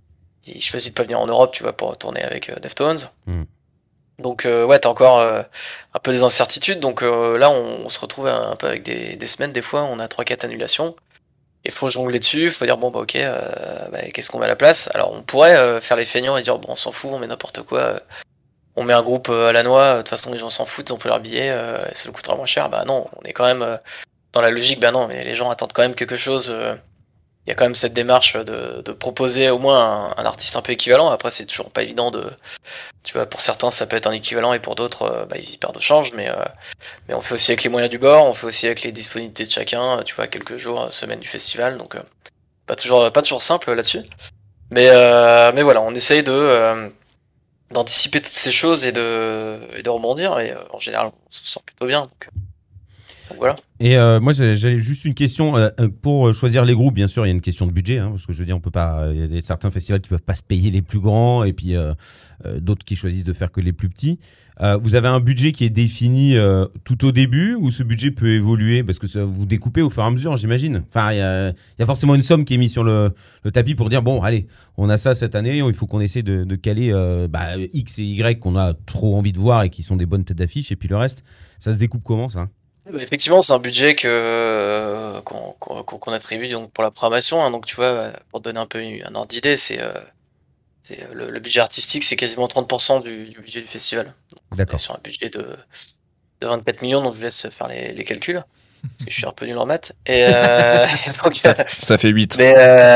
qui choisit de pas venir en Europe, tu vois, pour tourner avec euh, Deftones. Mm. Donc euh, ouais, t'as encore euh, un peu des incertitudes. Donc euh, là, on, on se retrouve un, un peu avec des, des semaines, des fois, on a trois quatre annulations. Il faut jongler dessus, faut dire bon bah ok, euh, bah, qu'est-ce qu'on met à la place? Alors on pourrait euh, faire les feignants et dire bon on s'en fout, on met n'importe quoi, euh, on met un groupe euh, à la noix, euh, de toute façon les gens s'en foutent, on peut leur billet, euh, ça nous coûtera moins cher. Bah non, on est quand même euh, dans la logique, bah non, mais les gens attendent quand même quelque chose. euh, Il y a quand même cette démarche de, de proposer au moins un, un artiste un peu équivalent. Après c'est toujours pas évident de, tu vois, pour certains ça peut être un équivalent et pour d'autres euh, bah, ils y perdent au change, mais, euh, mais on fait aussi avec les moyens du bord, on fait aussi avec les disponibilités de chacun, euh, tu vois, quelques jours, euh, semaine du festival, donc euh, pas toujours pas toujours simple euh, là-dessus. Mais, euh, mais voilà, on essaye de euh, d'anticiper toutes ces choses et de, et de rebondir, et euh, en général on se sent plutôt bien. Donc, donc voilà. Et euh, moi, j'avais j'avais juste une question. euh, euh, pour choisir les groupes, bien sûr, il y a une question de budget. Hein, parce que je veux dire, on peut pas. Il y a des- certains festivals qui peuvent pas se payer les plus grands et puis euh, euh, d'autres qui choisissent de faire que les plus petits. Euh, vous avez un budget qui est défini euh, tout au début ou ce budget peut évoluer? Parce que ça, vous découpez au fur et à mesure, j'imagine. Enfin, il y a, il y a forcément une somme qui est mise sur le, le tapis pour dire bon, allez, on a ça cette année, il faut qu'on essaie de, de caler euh, bah, X et Y qu'on a trop envie de voir et qui sont des bonnes têtes d'affiche. Et puis le reste, ça se découpe comment ça? Bah, effectivement, c'est un budget que euh, qu'on qu'on- qu'on attribue donc pour la programmation. Hein. Donc tu vois, euh, pour te donner un peu un ordre d'idée, c'est euh, c'est, euh, le, le budget artistique, c'est quasiment trente pour cent du, du budget du festival. Donc on est D'accord. sur un budget de, de vingt-quatre millions, donc je vous laisse faire les, les calculs parce que je suis un peu nul en maths. Et euh, donc, Ça, ça fait huit. mais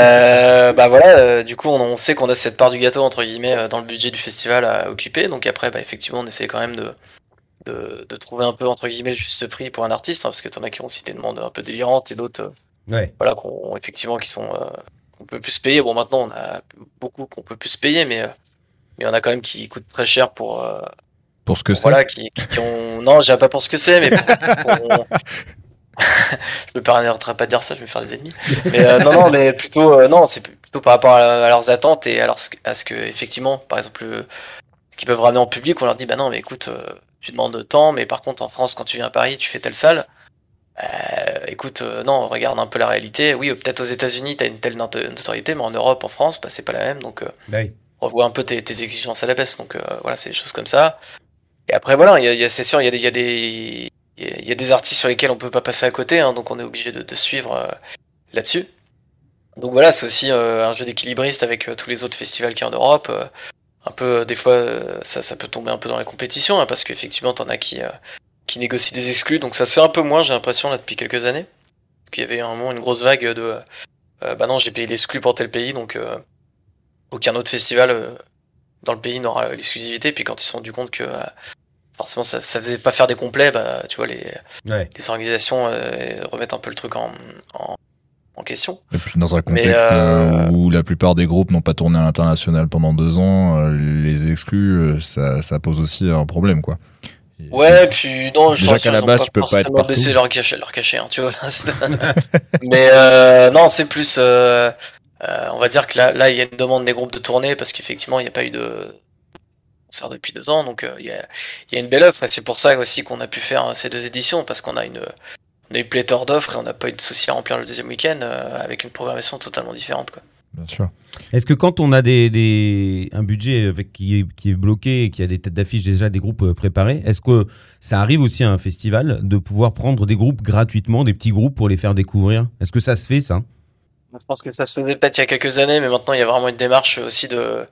euh, bah voilà, euh, du coup, on, on sait qu'on a cette part du gâteau entre guillemets euh, dans le budget du festival à occuper. Donc après, bah effectivement, on essaie quand même de de, de trouver un peu entre guillemets le juste prix pour un artiste, hein, parce que t'en as qui ont aussi des demandes un peu délirantes et d'autres, euh, Ouais. voilà, qu'on effectivement qui sont euh, qu'on peut plus se payer. Bon, maintenant, on a beaucoup qu'on peut plus se payer, mais euh, mais on a quand même qui coûtent très cher pour euh, Pour ce que pour, c'est. voilà, qui, qui ont non, j'ai pas pour ce que c'est, mais pour- parce qu'on- je me permettrai pas de dire ça, je vais me faire des ennemis. Mais euh, non, non, mais plutôt, euh, non, c'est plutôt par rapport à, à leurs attentes et à, leur, à ce que, effectivement, par exemple, le- ce qu'ils peuvent ramener en public, on leur dit, bah non, mais écoute, euh, tu demandes tant, mais par contre en France, quand tu viens à Paris, tu fais telle salle. Euh, écoute, euh, non, regarde un peu la réalité. Oui, euh, peut-être aux États-Unis, t'as une telle not- notoriété, mais en Europe, en France, bah, c'est pas la même. Donc, euh, Ouais. revois un peu tes, tes exigences à la baisse. Donc, euh, voilà, c'est des choses comme ça. Et après, voilà, il y a, il y a- c'est sûr, il y a des, il y a des, il y a- il y a des artistes sur lesquels on peut pas passer à côté, hein, donc on est obligé de, de suivre euh, là-dessus. Donc voilà, c'est aussi euh, un jeu d'équilibriste avec euh, tous les autres festivals qu'il y a en Europe. euh, un peu, euh, des fois, euh, ça, ça peut tomber un peu dans la compétition, hein, parce qu'effectivement, t'en as qui, euh, qui négocient des exclus, donc ça se fait un peu moins, j'ai l'impression, là, depuis quelques années. Puis il y avait un moment une grosse vague de euh, bah non, j'ai payé l'exclu pour tel pays, donc euh, aucun autre festival euh, dans le pays n'aura l'exclusivité. Puis quand ils se sont rendu compte que euh, forcément ça, ça faisait pas faire des complets, bah tu vois, les, Ouais. les organisations euh, remettent un peu le truc en, en, en question. Et puis dans un Mais, contexte euh, euh, où la plupart des groupes n'ont pas tourné à l'international pendant deux ans, euh, les exclus, euh, ça, ça pose aussi un problème, quoi. Et- Ouais, puis non, je Déjà rassure, qu'à la ils ont base, pas tu peux pas être forcément partout. baissé leur cachet, leur cachet, hein, tu vois. Mais euh, non, c'est plus, euh, euh, on va dire que là, là, il y a une demande des groupes de tournée parce qu'effectivement, il n'y a pas eu de concert depuis deux ans, donc euh, il y a, il y a une belle offre. Et c'est pour ça aussi qu'on a pu faire euh, ces deux éditions, parce qu'on a une, on a eu pléthore d'offres et on n'a pas eu de souci à remplir le deuxième week-end euh, avec une programmation totalement différente, quoi. Bien sûr. Est-ce que quand on a des, des, un budget avec, qui, est, qui est bloqué et qu'il y a des têtes d'affiche déjà, des groupes euh, préparés, est-ce que ça arrive aussi à un festival de pouvoir prendre des groupes gratuitement, des petits groupes pour les faire découvrir? Est-ce que ça se fait, ça? Je pense que ça se faisait peut-être il y a quelques années, mais maintenant il y a vraiment une démarche aussi de. euh,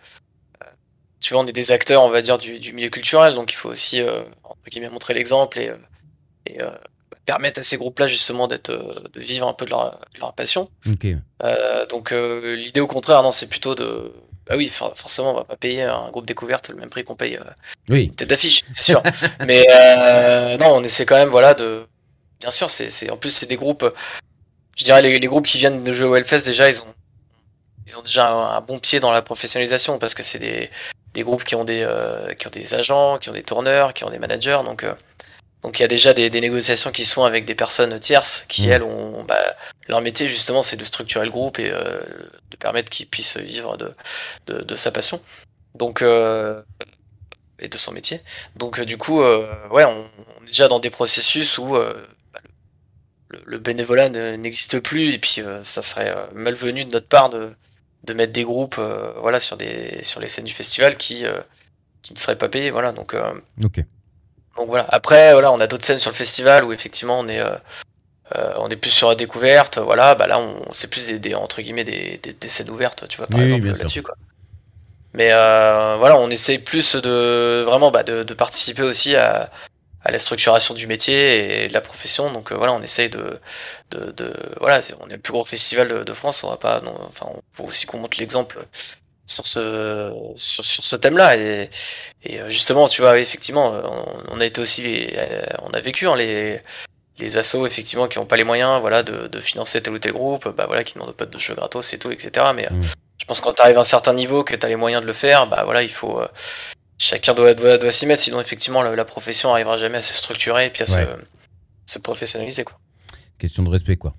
Tu vois, on est des acteurs, on va dire, du, du milieu culturel, donc il faut aussi, euh, entre guillemets, montrer l'exemple et, euh, et euh, permettre à ces groupes-là justement d'être, euh, de vivre un peu de leur, de leur passion. Ok. Euh, donc euh, l'idée au contraire, non, c'est plutôt de. Bah oui, for- forcément, on va pas payer un groupe découverte le même prix qu'on paye euh, Oui. une tête d'affiche, c'est sûr. Mais euh, non, on essaie quand même, voilà, de. Bien sûr, c'est, c'est... en plus, c'est des groupes. Je dirais, les, les groupes qui viennent de jouer au Hellfest, déjà, ils ont, ils ont déjà un, un bon pied dans la professionnalisation parce que c'est des, des groupes qui ont des, euh, qui ont des agents, qui ont des tourneurs, qui ont des managers. Donc, euh, donc il y a déjà des, des négociations qui se font avec des personnes tierces qui, Mmh. elles, ont. Bah, leur métier, justement, c'est de structurer le groupe et euh, de permettre qu'ils puissent vivre de, de, de sa passion. Donc. Euh, et de son métier. Donc euh, du coup, euh, ouais, on, on est déjà dans des processus où euh, bah, le, le bénévolat ne- n'existe plus et puis euh, ça serait euh, malvenu de notre part de, de mettre des groupes, euh, voilà, sur des sur les scènes du festival qui euh, qui ne seraient pas payés, voilà. Donc euh, Ok. donc voilà. Après, voilà, on a d'autres scènes sur le festival où effectivement on est euh, euh, on est plus sur la découverte, voilà. Bah là, on c'est plus des, des- entre guillemets des, des, des scènes ouvertes, tu vois, par Oui, oui, exemple bien sûr. là-dessus, quoi. Mais euh, voilà, on essaye plus de vraiment bah, de, de participer aussi à, à la structuration du métier et de la profession. Donc euh, voilà, on essaye de, de, de voilà, c'est- on est le plus gros festival de, de France. On va pas, non, enfin, on faut aussi qu'on montre l'exemple sur ce sur, sur ce thème-là. Et, et euh, justement, tu vois, oui, effectivement, euh, on, on a été aussi, les- euh, on a vécu hein, les les assos effectivement qui n'ont pas les moyens, voilà, de, de financer tel ou tel groupe, bah voilà, qui demandent pas de jeux gratos et tout, et cetera. Mais euh, Mm. je pense que quand tu arrives à un certain niveau, que tu as les moyens de le faire, bah voilà, il faut euh, chacun doit, doit, doit s'y mettre, sinon effectivement la, la profession arrivera jamais à se structurer et puis à Ouais. se, se professionnaliser, quoi. Question de respect, quoi.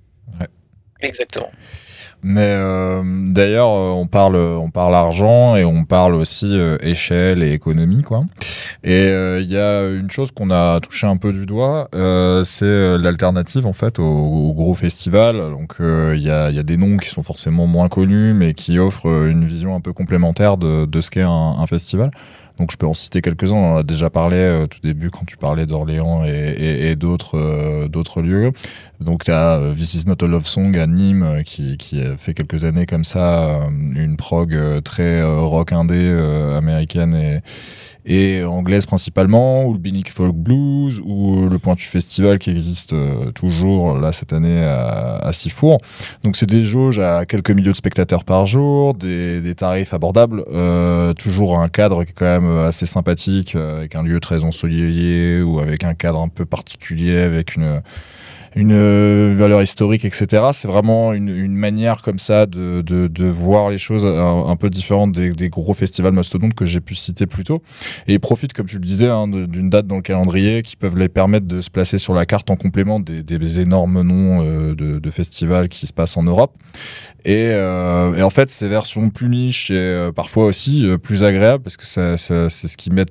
Exactement. Mais euh, d'ailleurs, euh, on parle, on parle argent et on parle aussi euh, échelle et économie, quoi. Et euh, il y a une chose qu'on a touché un peu du doigt, euh, c'est euh, l'alternative en fait au, au gros festival. Donc euh, il y, a, il y a des noms qui sont forcément moins connus, mais qui offrent euh, une vision un peu complémentaire de, de ce qu'est un, un festival. Donc je peux en citer quelques-uns, on en a déjà parlé euh, au tout début quand tu parlais d'Orléans et, et, et d'autres, euh, d'autres lieux. Donc tu as euh, This Is Not a Love Song à Nîmes euh, qui, qui a fait quelques années comme ça, euh, une prog euh, très euh, rock indé euh, américaine et, et anglaise principalement, ou le Binic Folk Blues, ou le Pointu Festival qui existe euh, toujours là cette année à, à Sifour. Donc c'est des jauges à quelques milliers de spectateurs par jour, des, des tarifs abordables, euh, toujours un cadre qui est quand même assez sympathique, euh, avec un lieu très ensoleillé, ou avec un cadre un peu particulier, avec une... une euh, valeur historique, et cetera. C'est vraiment une, une manière comme ça de, de, de voir les choses un, un peu différentes des, des gros festivals mastodontes que j'ai pu citer plus tôt. Et ils profitent, comme tu le disais, hein, de, d'une date dans le calendrier qui peuvent les permettre de se placer sur la carte en complément des, des énormes noms euh, de, de festivals qui se passent en Europe. Et, euh, et en fait, ces versions plus niches et euh, parfois aussi euh, plus agréables, parce que ça, ça, c'est ce qui met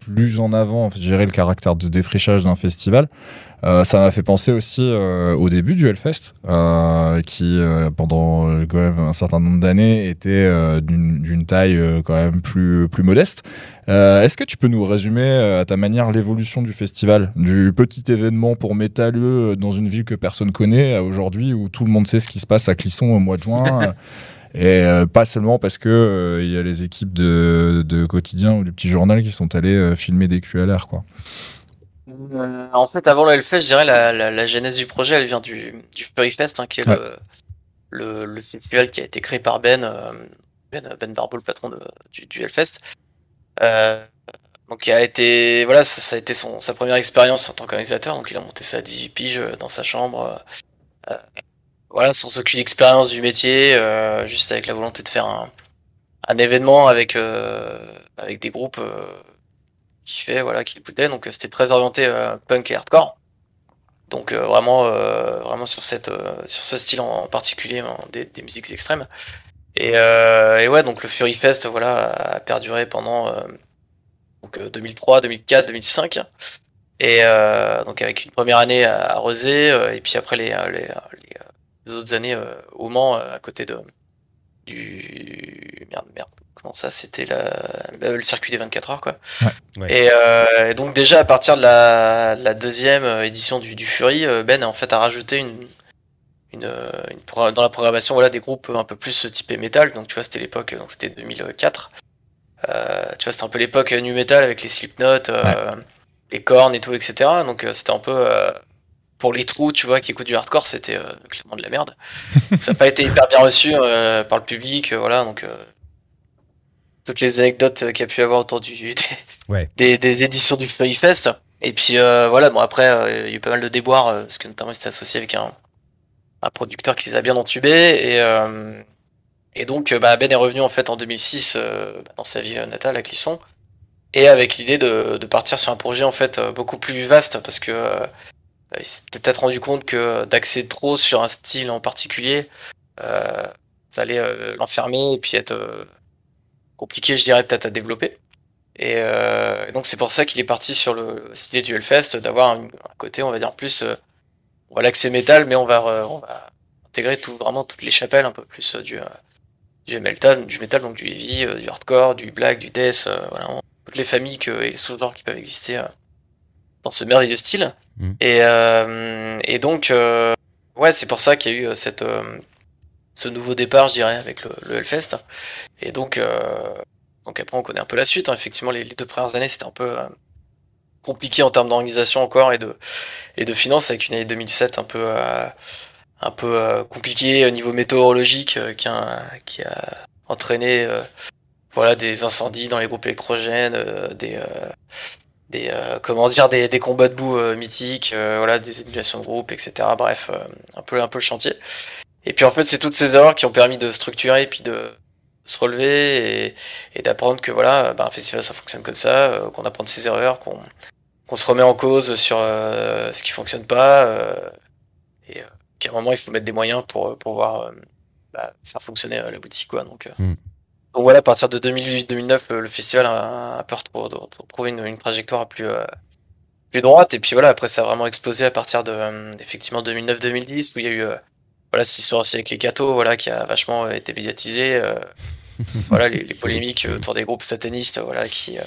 plus en avant, en fait, gérer le caractère de défrichage d'un festival. Euh, ça m'a fait penser aussi euh, au début du Hellfest, euh, qui euh, pendant euh, quand même un certain nombre d'années était euh, d'une, d'une taille euh, quand même plus, plus modeste. Euh, est-ce que tu peux nous résumer euh, à ta manière l'évolution du festival, du petit événement pour métalleux dans une ville que personne connaît à aujourd'hui où tout le monde sait ce qui se passe à Clisson au mois de juin et euh, pas seulement parce que euh, il y a les équipes de, de quotidien ou du petit journal qui sont allées euh, filmer des Q L R, quoi. Euh, en fait, avant le Hellfest, je dirais la, la, la genèse du projet, elle vient du, du Furryfest, hein, qui est Ouais. le, le, le festival qui a été créé par Ben, euh, Ben, Ben Barbeau, le patron de, du, du Hellfest. Euh, donc, il a été, voilà, ça, ça a été son, sa première expérience en tant qu'organisateur. Donc, il a monté ça à dix-huit piges euh, dans sa chambre, euh, voilà, sans aucune expérience du métier, euh, juste avec la volonté de faire un, un événement avec, euh, avec des groupes. Euh, qui fait voilà qui écoutait, donc euh, c'était très orienté euh, punk et hardcore, donc euh, vraiment euh, vraiment sur cette euh, sur ce style en, en particulier, hein, des, des musiques extrêmes, et, euh, et ouais, donc le Furryfest voilà a perduré pendant euh, donc euh, deux mille trois, deux mille quatre, deux mille cinq, et euh, donc avec une première année à, à Rezé, euh, et puis après les les, les, les deux autres années euh, au Mans, euh, à côté de du merde merde comment ça, c'était la... le circuit des vingt-quatre heures, quoi. Ouais. Et, euh, et donc déjà à partir de la, la deuxième édition du, du Fury, Ben en fait a rajouté une, une, une pro... dans la programmation voilà des groupes un peu plus typés métal. Donc tu vois, c'était l'époque, donc c'était deux mille quatre. Euh, tu vois, c'était un peu l'époque nu metal avec les Slipknot, euh, ouais. les Korn et tout, et cetera. Donc c'était un peu euh, pour les trous, tu vois, qui écoutent du hardcore, c'était euh, clairement de la merde. Ça n'a pas été hyper bien reçu euh, par le public, euh, voilà, donc. Euh, toutes les anecdotes qu'il y a pu avoir autour du, des, ouais. des, des éditions du Furryfest. Et puis euh, voilà, bon après, euh, il y a eu pas mal de déboires, euh, parce que notamment il s'était associé avec un, un producteur qui les a bien entubés. Et, euh, et donc bah, Ben est revenu en fait en deux mille six euh, dans sa ville natale à Clisson, et avec l'idée de, de partir sur un projet en fait beaucoup plus vaste, parce que euh, il s'est peut-être rendu compte que d'axer trop sur un style en particulier, euh, ça allait euh, l'enfermer et puis être... Euh, compliqué, je dirais, peut-être à développer. Et euh, donc c'est pour ça qu'il est parti sur le style du Hellfest, d'avoir un, un côté, on va dire, plus, euh, on va l'axer métal, mais on va, euh, on va intégrer tout, vraiment toutes les chapelles, un peu plus euh, du, euh, du metal, du metal, donc du heavy, euh, du hardcore, du black, du death, euh, voilà, on, toutes les familles que, et les sous-genres qui peuvent exister euh, dans ce merveilleux style. Mmh. Et, euh, et donc, euh, ouais, c'est pour ça qu'il y a eu cette... Euh, ce nouveau départ, je dirais, avec le, le Hellfest. Et donc, euh, donc après, on connaît un peu la suite, hein. Effectivement, les, les deux premières années, c'était un peu euh, compliqué en termes d'organisation encore et de, et de finances, avec une année deux mille sept un peu, euh, un peu euh, compliquée au niveau météorologique, euh, qui, a, qui a entraîné euh, voilà, des incendies dans les groupes électrogènes, euh, des, euh, des, euh, comment dire, des, des combats debout euh, mythiques, euh, voilà, des annulations de groupes, et cetera. Bref, euh, un, peu, un peu le chantier. Et puis en fait, c'est toutes ces erreurs qui ont permis de structurer et puis de se relever et, et d'apprendre que voilà, bah, un festival ça fonctionne comme ça, euh, qu'on apprend de ses erreurs, qu'on, qu'on se remet en cause sur euh, ce qui fonctionne pas, euh, et euh, qu'à un moment il faut mettre des moyens pour pouvoir euh, bah, faire fonctionner euh, la boutique, quoi. Donc, euh, mm. donc voilà, à partir de deux mille huit deux mille neuf, euh, le festival a, a peur de, de, de trouver une, une trajectoire plus euh, plus droite. Et puis voilà, après ça a vraiment explosé à partir de euh, effectivement deux mille neuf deux mille dix, où il y a eu euh, voilà, cette histoire aussi avec les cathos, voilà, qui a vachement été médiatisée. Euh, voilà, les, les polémiques autour des groupes satanistes, voilà, qui, euh,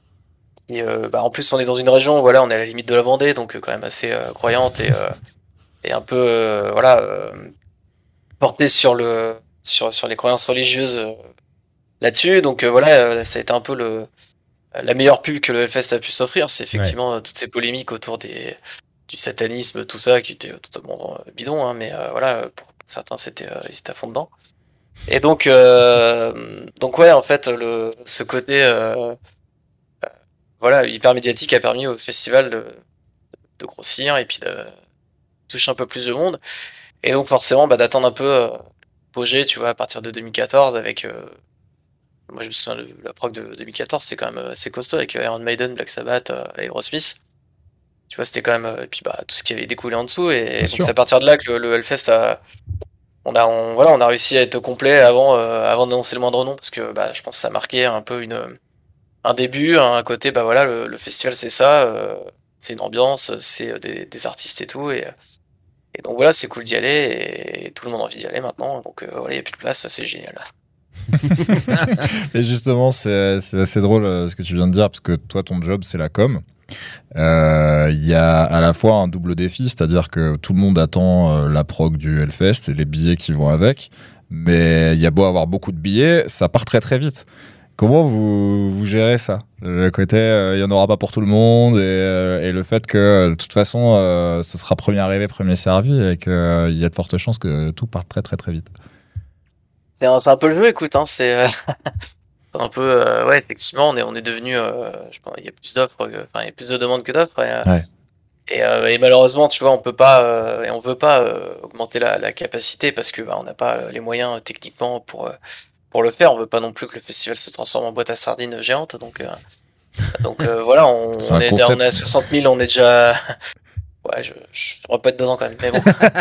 qui euh, bah, en plus on est dans une région, voilà, on est à la limite de la Vendée, donc euh, quand même assez euh, croyante et, euh, et un peu, euh, voilà, euh, portée sur le, sur sur les croyances religieuses euh, là-dessus. Donc euh, voilà, euh, ça a été un peu le la meilleure pub que le Hellfest a pu s'offrir, c'est effectivement ouais. toutes ces polémiques autour des du satanisme, tout ça, qui était totalement bidon, hein, mais euh, voilà, pour certains, c'était, euh, ils étaient à fond dedans. Et donc, euh, donc ouais, en fait, le, ce côté, euh, euh, voilà, hyper médiatique a permis au festival de, de grossir et puis de toucher un peu plus de monde. Et donc, forcément, bah, d'attendre un peu euh, Pogé, tu vois, à partir de deux mille quatorze, avec, euh, moi je me souviens, de la prog de deux mille quatorze, c'était quand même assez costaud, avec Iron Maiden, Black Sabbath, euh, Aerosmith. Tu vois, c'était quand même, et puis bah tout ce qui avait découlé en dessous, et Bien donc sûr. C'est à partir de là que le, le Hellfest a, on a, on, voilà, on a réussi à être complet avant, euh, avant d'annoncer le moindre nom, parce que bah je pense que ça a marqué un peu une, un début, un côté, bah voilà, le, le festival c'est ça, euh, c'est une ambiance, c'est des, des artistes et tout, et, et donc voilà, c'est cool d'y aller, et, et tout le monde a envie d'y aller maintenant, donc euh, voilà, il n'y a plus de place, c'est génial. Et justement, c'est c'est assez drôle euh, ce que tu viens de dire, parce que toi, ton job, c'est la com. Euh, Il y a à la fois un double défi, c'est-à-dire que tout le monde attend euh, la prog du Hellfest et les billets qui vont avec, mais il y a beau avoir beaucoup de billets, ça part très très vite. Comment vous, vous gérez ça? Le côté, euh, il n'y en aura pas pour tout le monde, et, euh, et le fait que, de toute façon, euh, ce sera premier arrivé, premier servi, et qu'il y a de fortes chances que tout parte très très très vite. C'est un, c'est un peu le jeu, écoute, hein, c'est euh, un peu, euh, ouais, effectivement, on est, on est devenu, euh, je pense, il y a plus d'offres, que- enfin, il y a plus de demandes que d'offres, et, euh, Ouais. et, euh, et malheureusement, tu vois, on peut pas, euh, et on veut pas euh, augmenter la, la capacité parce que bah, on n'a pas euh, les moyens euh, techniquement pour, euh, pour le faire. On veut pas non plus que le festival se transforme en boîte à sardines géante, donc, euh, donc euh, voilà, on, C'est on un est, concept. on est à soixante mille, on est déjà. Ouais, je, je devrais pas être dedans quand même, mais bon.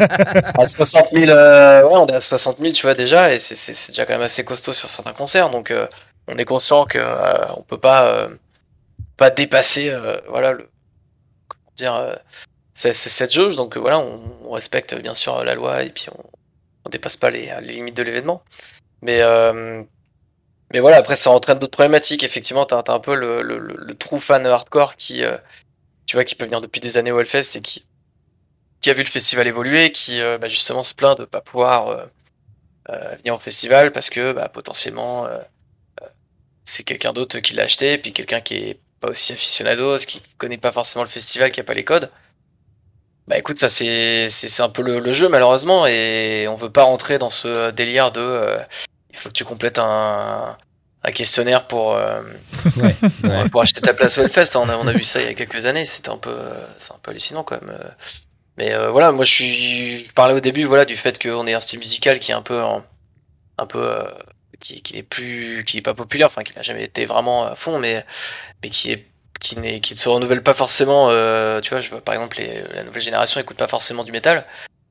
À soixante mille, euh, ouais, on est à soixante mille, tu vois, déjà, et c'est c'est- c'est déjà quand même assez costaud sur certains concerts, donc euh, on est conscient que euh, on peut pas, euh, pas dépasser, euh, voilà, le, comment dire, euh, c'est c'est cette jauge, donc euh, voilà, on, on respecte bien sûr la loi, et puis on, on dépasse pas les, les limites de l'événement. Mais, euh, mais voilà, après, ça entraîne d'autres problématiques, effectivement, t'as, t'as un peu le, le, le, le true fan hardcore qui, euh, tu vois, qui peut venir depuis des années au Hellfest et qui, qui a vu le festival évoluer, qui euh, bah, justement se plaint de pas pouvoir euh, euh, venir au festival parce que bah, potentiellement euh, c'est quelqu'un d'autre qui l'a acheté, puis quelqu'un qui est pas aussi aficionados, qui connaît pas forcément le festival, qui a pas les codes. Bah écoute, ça c'est c'est c'est un peu le, le jeu malheureusement, et on veut pas rentrer dans ce délire de euh, il faut que tu complètes un, un questionnaire pour, euh, Ouais, pour, ouais. pour acheter ta place au Hellfest. On a, on a vu ça il y a quelques années, c'était un peu euh, c'est un peu hallucinant quand même. euh. Mais euh, voilà, moi je suis je parlais au début voilà du fait qu'on ait un style musical qui est un peu en- un peu euh, qui, qui est plus qui est pas populaire, enfin qui n'a jamais été vraiment à fond, mais mais qui est qui n'est qui ne se renouvelle pas forcément. euh, tu vois, je vois par exemple les- la nouvelle génération écoute pas forcément du métal.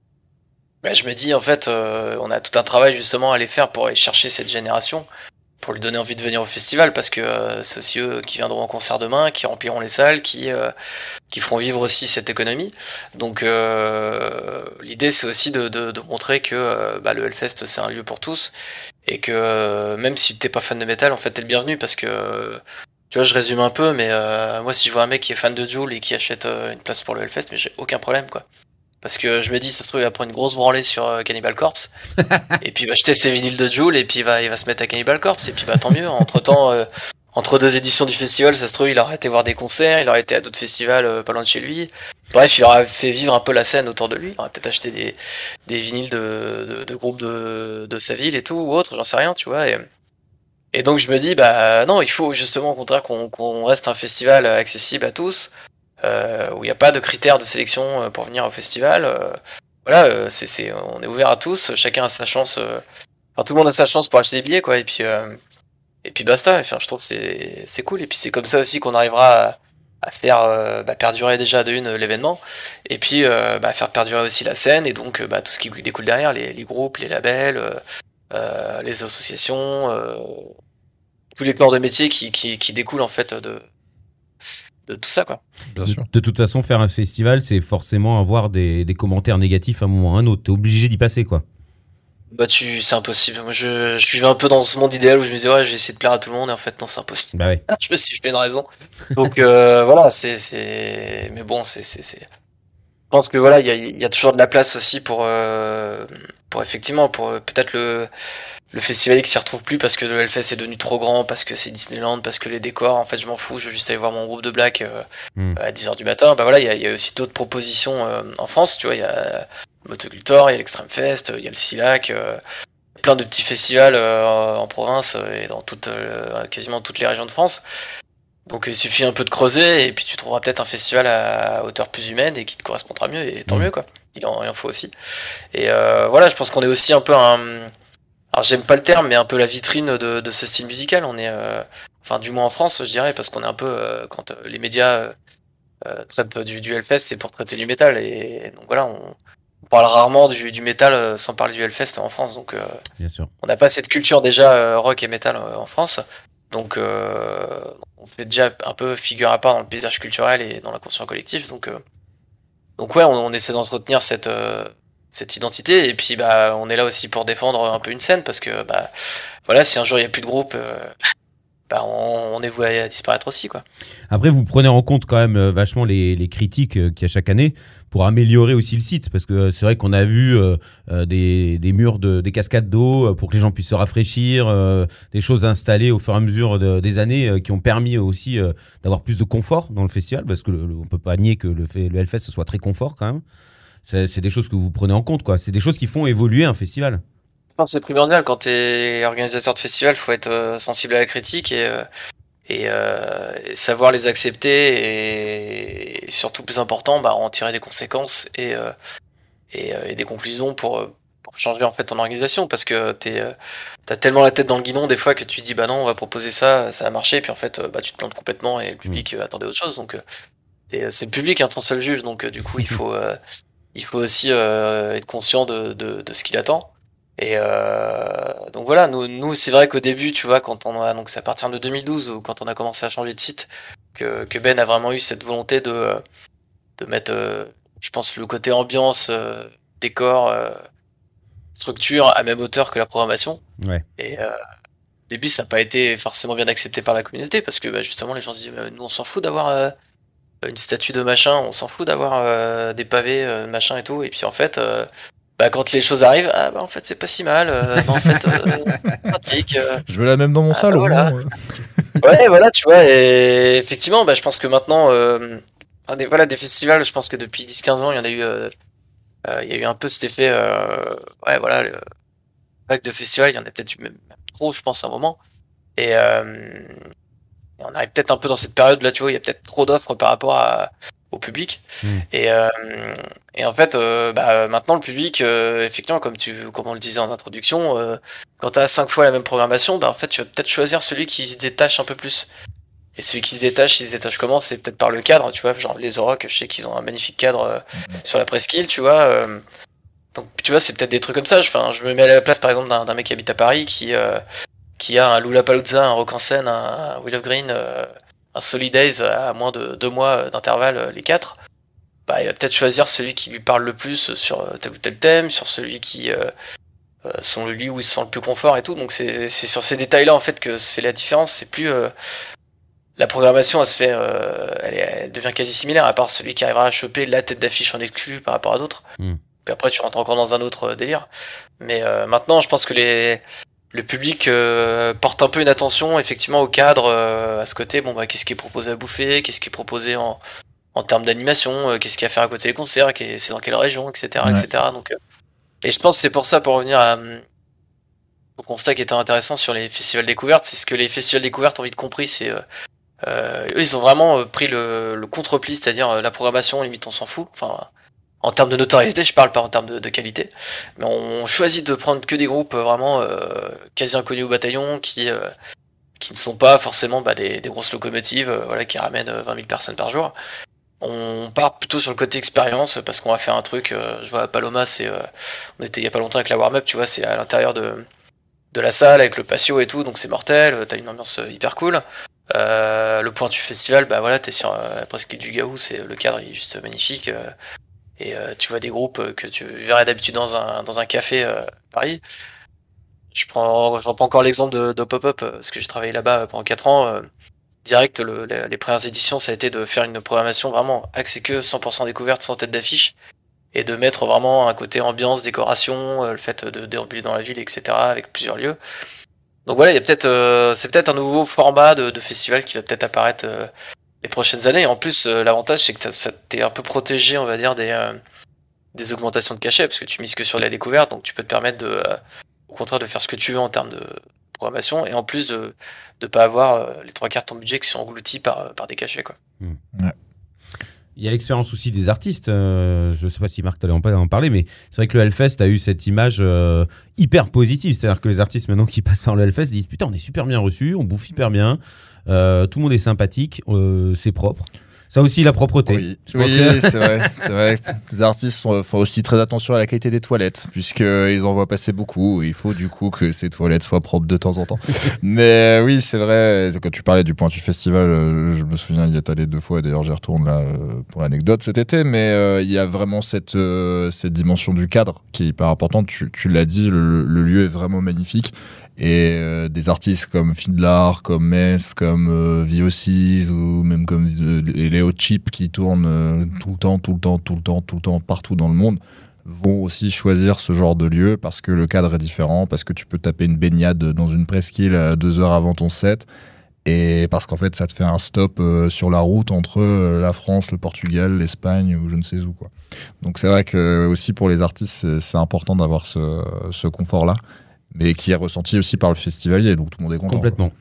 Bah, je me dis en fait euh, on a tout un travail justement à aller faire pour aller chercher cette génération, pour lui donner envie de venir au festival, parce que euh, c'est aussi eux qui viendront en concert demain, qui rempliront les salles, qui euh, qui feront vivre aussi cette économie. Donc euh, l'idée c'est aussi de, de, de montrer que euh, bah, le Hellfest c'est un lieu pour tous, et que euh, même si t'es pas fan de métal, en fait t'es le bienvenu, parce que euh, tu vois, je résume un peu, mais euh, moi si je vois un mec qui est fan de Jul et qui achète euh, une place pour le Hellfest, mais j'ai aucun problème quoi. Parce que je me dis, ça se trouve, il va prendre une grosse branlée sur euh, Cannibal Corpse, et puis il va acheter ses vinyles de Jul, et puis il va, il va se mettre à Cannibal Corpse, et puis bah tant mieux. Entre temps, euh, entre deux éditions du festival, ça se trouve, il aurait été voir des concerts, il aurait été à d'autres festivals euh, pas loin de chez lui. Bref, il aurait fait vivre un peu la scène autour de lui, il aurait peut-être acheté des, des vinyles de, de, de groupes de, de sa ville et tout, ou autre, j'en sais rien, tu vois. Et, et donc je me dis, bah non, il faut justement au contraire qu'on qu'on reste un festival accessible à tous, euh, où il n'y a pas de critères de sélection euh, pour venir au festival. euh, voilà, euh, c'est, c'est, on est ouvert à tous, chacun a sa chance, euh, enfin tout le monde a sa chance pour acheter des billets, quoi, et puis, euh, et puis basta. Enfin, je trouve que c'est, c'est cool, et puis c'est comme ça aussi qu'on arrivera à, à faire euh, bah, perdurer déjà de une l'événement, et puis euh, bah, faire perdurer aussi la scène, et donc euh, bah, tout ce qui découle derrière, les, les groupes, les labels, euh, euh, les associations, euh, tous les corps de métier qui, qui, qui découlent en fait de, de tout ça, quoi. Bien De, sûr. de toute façon, faire un festival, c'est forcément avoir des, des commentaires négatifs à un moment ou à un autre. T'es obligé d'y passer, quoi. Bah tu, c'est impossible. Moi je, je vivais un peu dans ce monde idéal où je me disais ouais je vais essayer de plaire à tout le monde, et en fait non, c'est impossible. Bah ouais. Je me suis fait une raison. Donc euh, voilà, c'est, c'est, mais bon, c'est, c'est, c'est. Je pense que voilà, il y a, il y a toujours de la place aussi pour, euh, pour effectivement, pour euh, peut-être le, le festival qui s'y retrouve plus parce que le Hellfest est devenu trop grand, parce que c'est Disneyland, parce que les décors, en fait, je m'en fous, je veux juste aller voir mon groupe de black euh, Mm. à dix heures du matin. Bah voilà, il y a, il y a aussi d'autres propositions euh, en France, tu vois, il y a Motocultor, il y a l'Extreme Fest, il y a le Silac, euh, plein de petits festivals euh, en province euh, et dans toutes, euh, quasiment toutes les régions de France. Donc il suffit un peu de creuser, et puis tu trouveras peut-être un festival à hauteur plus humaine et qui te correspondra mieux, et tant Mm. mieux quoi. Il en, il en faut aussi. Et euh, voilà, je pense qu'on est aussi un peu un. Alors j'aime pas le terme, mais un peu la vitrine de, de ce style musical. On est, euh, enfin du moins en France, je dirais, parce qu'on est un peu euh, quand euh, les médias euh, traitent du, du Hellfest, c'est pour traiter du métal, et donc voilà, on, on parle rarement du, du métal euh, sans parler du Hellfest en France. Donc euh, Bien sûr. on n'a pas cette culture déjà euh, rock et métal euh, en France. Donc euh, on fait déjà un peu figure à part dans le paysage culturel et dans la conscience collective. Donc, euh, donc ouais, on, on essaie d'entretenir cette, euh, cette identité. Et puis bah, on est là aussi pour défendre un peu une scène parce que bah, voilà, si un jour il n'y a plus de groupe, euh, bah, on, on est voué à disparaître aussi, quoi. Après, vous prenez en compte quand même euh, vachement les, les critiques euh, qu'il y a chaque année pour améliorer aussi le site. Parce que euh, c'est vrai qu'on a vu euh, euh, des, des murs, de, des cascades d'eau euh, pour que les gens puissent se rafraîchir, euh, des choses installées au fur et à mesure de, des années euh, qui ont permis aussi euh, d'avoir plus de confort dans le festival. Parce qu'on ne peut pas nier que le, fait, le Hellfest ce soit très confort quand même. C'est, c'est des choses que vous prenez en compte, quoi. C'est des choses qui font évoluer un festival. Je pense que c'est primordial quand tu es organisateur de festival, il faut être euh, sensible à la critique et, euh, et, euh, et savoir les accepter et, et surtout plus important, bah, en tirer des conséquences et, euh, et, euh, et des conclusions pour, pour changer en fait ton organisation parce que tu euh, as tellement la tête dans le guidon des fois que tu dis bah non on va proposer ça, ça va marcher et puis en fait euh, bah, tu te plantes complètement et le public euh, attendait autre chose donc euh, c'est, c'est le public hein, ton seul juge donc euh, du coup il faut, euh, il faut aussi euh, être conscient de, de, de ce qu'il attend. Et euh, donc voilà, nous, nous c'est vrai qu'au début, tu vois, quand on a, donc c'est à partir de deux mille douze, ou quand on a commencé à changer de site, que, que Ben a vraiment eu cette volonté de, de mettre, euh, je pense, le côté ambiance, euh, décor, euh, structure à même hauteur que la programmation. Ouais. Et euh, au début, ça n'a pas été forcément bien accepté par la communauté, parce que bah, justement, les gens se disent, nous on s'en fout d'avoir euh, une statue de machin, on s'en fout d'avoir euh, des pavés, euh, machin et tout, et puis en fait... Euh, Bah, quand les choses arrivent, ah bah en fait c'est pas si mal, euh, bah, en fait euh, pratique. Euh, Je veux la même dans mon ah, salon. voilà. Bon, ouais voilà tu vois et effectivement bah je pense que maintenant euh, des, voilà des festivals je pense que depuis dix quinze ans il y en a eu euh, euh, il y a eu un peu cet effet euh, ouais voilà le vague de festivals il y en a peut-être eu même, même trop je pense à un moment et, euh, et on arrive peut-être un peu dans cette période là tu vois il y a peut-être trop d'offres par rapport à au public mmh. et, euh, et en fait euh, bah, maintenant le public euh, effectivement comme tu comme on le disait en introduction euh, quand t'as cinq fois la même programmation bah en fait tu vas peut-être choisir celui qui se détache un peu plus et celui qui se détache il se détache comment c'est peut-être par le cadre tu vois genre les Aurochs je sais qu'ils ont un magnifique cadre euh, mmh. sur la presqu'île tu vois euh, donc tu vois c'est peut-être des trucs comme ça enfin je me mets à la place par exemple d'un, d'un mec qui habite à Paris qui euh, qui a un Lollapalooza un Rock en scène un, un Wheel of Green euh, un Solidays à moins de deux mois d'intervalle, les quatre, bah, il va peut-être choisir celui qui lui parle le plus sur tel ou tel thème, sur celui qui euh, sont le lieu où il se sent le plus confort et tout. Donc c'est, c'est sur ces détails-là en fait que se fait la différence. C'est plus euh, la programmation, elle se fait, euh, elle, est, elle devient quasi similaire à part celui qui arrivera à choper la tête d'affiche en exclu par rapport à d'autres. Mm. Puis après tu rentres encore dans un autre délire. Mais euh, maintenant, je pense que les Le public euh, porte un peu une attention effectivement au cadre, euh, à ce côté, bon bah qu'est-ce qui est proposé à bouffer, qu'est-ce qui est proposé en, en termes d'animation, euh, qu'est-ce qu'il y a à faire à côté des concerts, c'est dans quelle région, et cetera ouais. et cetera. Donc, euh, et je pense que c'est pour ça, pour revenir à, au constat qui était intéressant sur les festivals découvertes, c'est ce que les festivals découvertes ont vite compris, c'est euh, euh, eux ils ont vraiment pris le, le contre-pli, c'est-à-dire euh, la programmation, limite on s'en fout, enfin... En termes de notoriété, je parle pas en termes de, de qualité, mais on choisit de prendre que des groupes vraiment euh, quasi inconnus au bataillon, qui euh, qui ne sont pas forcément bah, des, des grosses locomotives, euh, voilà, qui ramènent vingt mille personnes par jour. On part plutôt sur le côté expérience parce qu'on va faire un truc. Euh, je vois à Paloma, c'est euh, on était il y a pas longtemps avec la warm-up, tu vois, c'est à l'intérieur de de la salle avec le patio et tout, donc c'est mortel. T'as une ambiance hyper cool. Euh, le Pointu Festival, bah voilà, t'es sur euh, la presqu'île du Gaou, c'est le cadre il est juste magnifique. Euh, Et euh, tu vois des groupes que tu verrais d'habitude dans un, dans un café euh, à Paris. Je prends, je reprends encore l'exemple de, de Pop-Up, parce que j'ai travaillé là-bas pendant quatre ans. Euh, direct, le, les, les premières éditions, ça a été de faire une programmation vraiment axée que cent pour cent découverte, sans tête d'affiche, et de mettre vraiment un côté ambiance, décoration, euh, le fait de déambuler dans la ville, et cetera, avec plusieurs lieux. Donc voilà, il y a peut-être, euh, c'est peut-être un nouveau format de, de festival qui va peut-être apparaître... Euh, les prochaines années. Et en plus, euh, l'avantage, c'est que ça t'es un peu protégé, on va dire, des, euh, des augmentations de cachet, parce que tu mises que sur la découverte, donc tu peux te permettre, de, euh, au contraire, de faire ce que tu veux en termes de programmation, et en plus de ne pas avoir euh, les trois quarts de ton budget qui sont engloutis par, par des cachets, quoi. Mmh. Ouais. Il y a l'expérience aussi des artistes. Euh, je ne sais pas si Marc t'allais en parler, mais c'est vrai que le Hellfest a eu cette image euh, hyper positive. C'est-à-dire que les artistes maintenant qui passent par le Hellfest disent « Putain, on est super bien reçus, on bouffe hyper bien. » Euh, tout le monde est sympathique, euh, c'est propre. Ça aussi, la propreté. Oui, Je pense oui que- c'est vrai. C'est vrai. Les artistes font, font aussi très attention à la qualité des toilettes, puisqu'ils en voient passer beaucoup. Il faut du coup que ces toilettes soient propres de temps en temps. Mais euh, oui, c'est vrai. Quand tu parlais du Pointu Festival, euh, je me souviens y être allé deux fois. D'ailleurs, j'y retourne là euh, pour l'anecdote cet été. Mais euh, il y a vraiment cette, euh, cette dimension du cadre qui est hyper importante. Tu, tu l'as dit, le, le lieu est vraiment magnifique. Et euh, des artistes comme Fiddler, comme Mess, comme euh, V O Cs ou même comme euh, Léo Chip qui tournent euh, tout le temps, tout le temps, tout le temps, tout le temps, partout dans le monde, vont aussi choisir ce genre de lieu parce que le cadre est différent, parce que tu peux taper une baignade dans une presqu'île à deux heures avant ton set et parce qu'en fait ça te fait un stop euh, sur la route entre euh, la France, le Portugal, l'Espagne ou je ne sais où, quoi. Donc c'est vrai que aussi pour les artistes c'est, c'est important d'avoir ce, ce confort-là, mais qui est ressenti aussi par le festivalier, donc tout le monde est content. Complètement.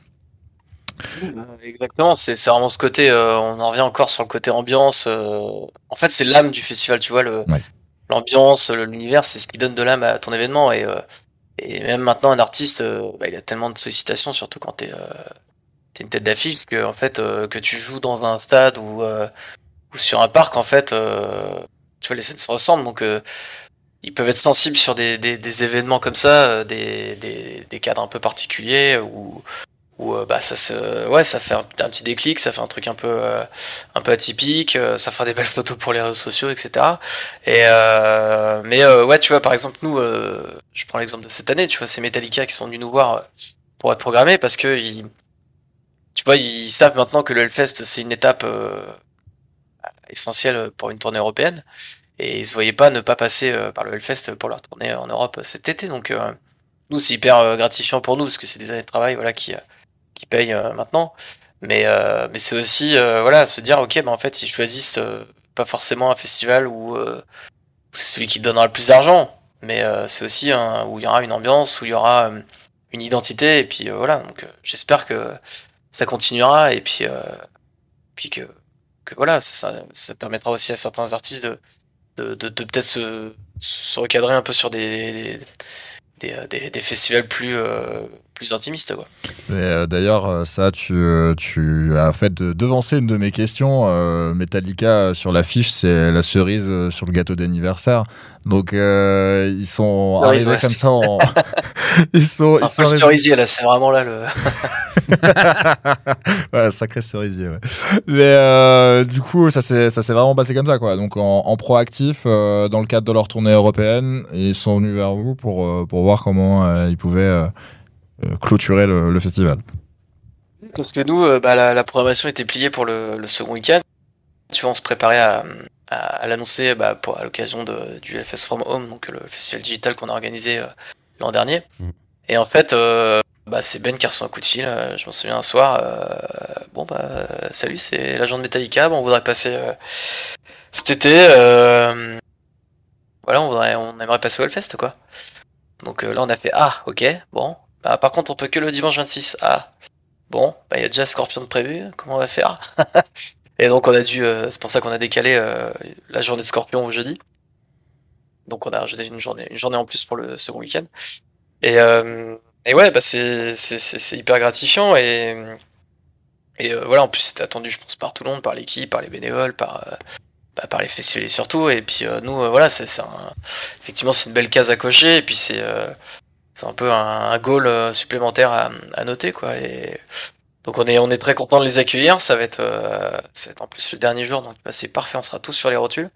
Euh, Exactement, c'est c'est vraiment ce côté, euh, on en revient encore sur le côté ambiance. euh, En fait, c'est l'âme du festival, tu vois, le, Ouais. l'ambiance, le- l'univers, c'est ce qui donne de l'âme à ton événement. Et, euh, et même maintenant, un artiste, euh, bah, il a tellement de sollicitations, surtout quand t'es euh, t'es une tête d'affiche, que, en fait, euh, que tu joues dans un stade ou, euh, ou sur un parc, en fait, euh, tu vois, les scènes se ressemblent. Donc, euh, ils peuvent être sensibles sur des, des, des événements comme ça, euh, des, des, des cadres un peu particuliers, où, où euh, bah, ça, se, ouais, ça fait un, un petit déclic, ça fait un truc un peu, euh, un peu atypique, euh, ça fera des belles photos pour les réseaux sociaux, et cetera. Et, euh, mais euh, ouais, tu vois, par exemple, nous, euh, je prends l'exemple de cette année, tu vois, c'est Metallica qui sont venus nous voir euh, pour être programmés, parce que ils, tu vois, ils savent maintenant que le Hellfest, c'est une étape euh, essentielle pour une tournée européenne. Et ils se voyaient pas ne pas passer euh, par le Hellfest pour leur tournée en Europe euh, cet été. Donc euh, nous, c'est hyper euh, gratifiant pour nous parce que c'est des années de travail, voilà, qui, euh, qui payent euh, maintenant. Mais, euh, mais c'est aussi euh, voilà, se dire, ok, bah, en fait, ils choisissent euh, pas forcément un festival où, euh, où c'est celui qui donnera le plus d'argent, mais euh, c'est aussi un, où il y aura une ambiance, où il y aura euh, une identité. Et puis euh, voilà, donc euh, j'espère que ça continuera et puis, euh, puis que, que voilà, ça, ça permettra aussi à certains artistes de de, de, de peut-être se, se recadrer un peu sur des, des, des, des festivals plus, euh, plus intimistes, quoi. Et, euh, d'ailleurs, euh, ça, tu, euh, tu as fait de- devancer une de mes questions. Euh, Metallica, euh, sur l'affiche, c'est la cerise euh, sur le gâteau d'anniversaire. Donc, euh, ils sont Ouais, arrivés ils ont comme resté. ça. En... ils sont, C'est ils un sont peu le arrivés- cerisier, là, c'est vraiment là le. Ouais, sacré cerisier, ouais. Mais euh, du coup, ça s'est, ça s'est vraiment passé comme ça, quoi. Donc, en, en proactif, euh, dans le cadre de leur tournée européenne, ils sont venus vers vous pour, euh, pour voir comment euh, ils pouvaient euh, euh, clôturer le, le festival. Parce que nous, euh, bah, la, la programmation était pliée pour le, le second week-end. Tu vois, on se préparait à, à, à l'annoncer bah, pour, à l'occasion de, du Hellfest From Home, donc le festival digital qu'on a organisé euh, l'an dernier. Mm. Et en fait, euh, bah, c'est Ben qui a reçu un coup de fil. euh, je m'en souviens un soir. euh, bon, bah, euh, salut, c'est l'agent de Metallica. Bon, on voudrait passer euh, cet été. euh, voilà, on, voudrait, on aimerait passer au Hellfest, quoi. Donc euh, là, on a fait ah, ok, bon. Bah, par contre, on peut que le dimanche vingt-six. Ah, bon, bah, il y a déjà Scorpion de prévu. Comment on va faire? Et donc, on a dû. euh, c'est pour ça qu'on a décalé euh, la journée de Scorpion au jeudi. Donc, on a rajouté une journée, une journée en plus pour le second week-end. Et, euh, et ouais, bah, c'est, c'est, c'est, c'est hyper gratifiant. Et, et euh, voilà, en plus, c'était attendu, je pense, par tout le monde, par l'équipe, par les bénévoles, par, euh, bah, par les festivaliers surtout. Et puis, euh, nous, euh, voilà, c'est, c'est un, effectivement, c'est une belle case à cocher. Et puis, c'est, euh, c'est un peu un, un goal euh, supplémentaire à, à noter, quoi. Et donc, on est, on est très content de les accueillir. Ça va être, euh, ça va être en plus le dernier jour. Donc, bah, c'est parfait, on sera tous sur les rotules.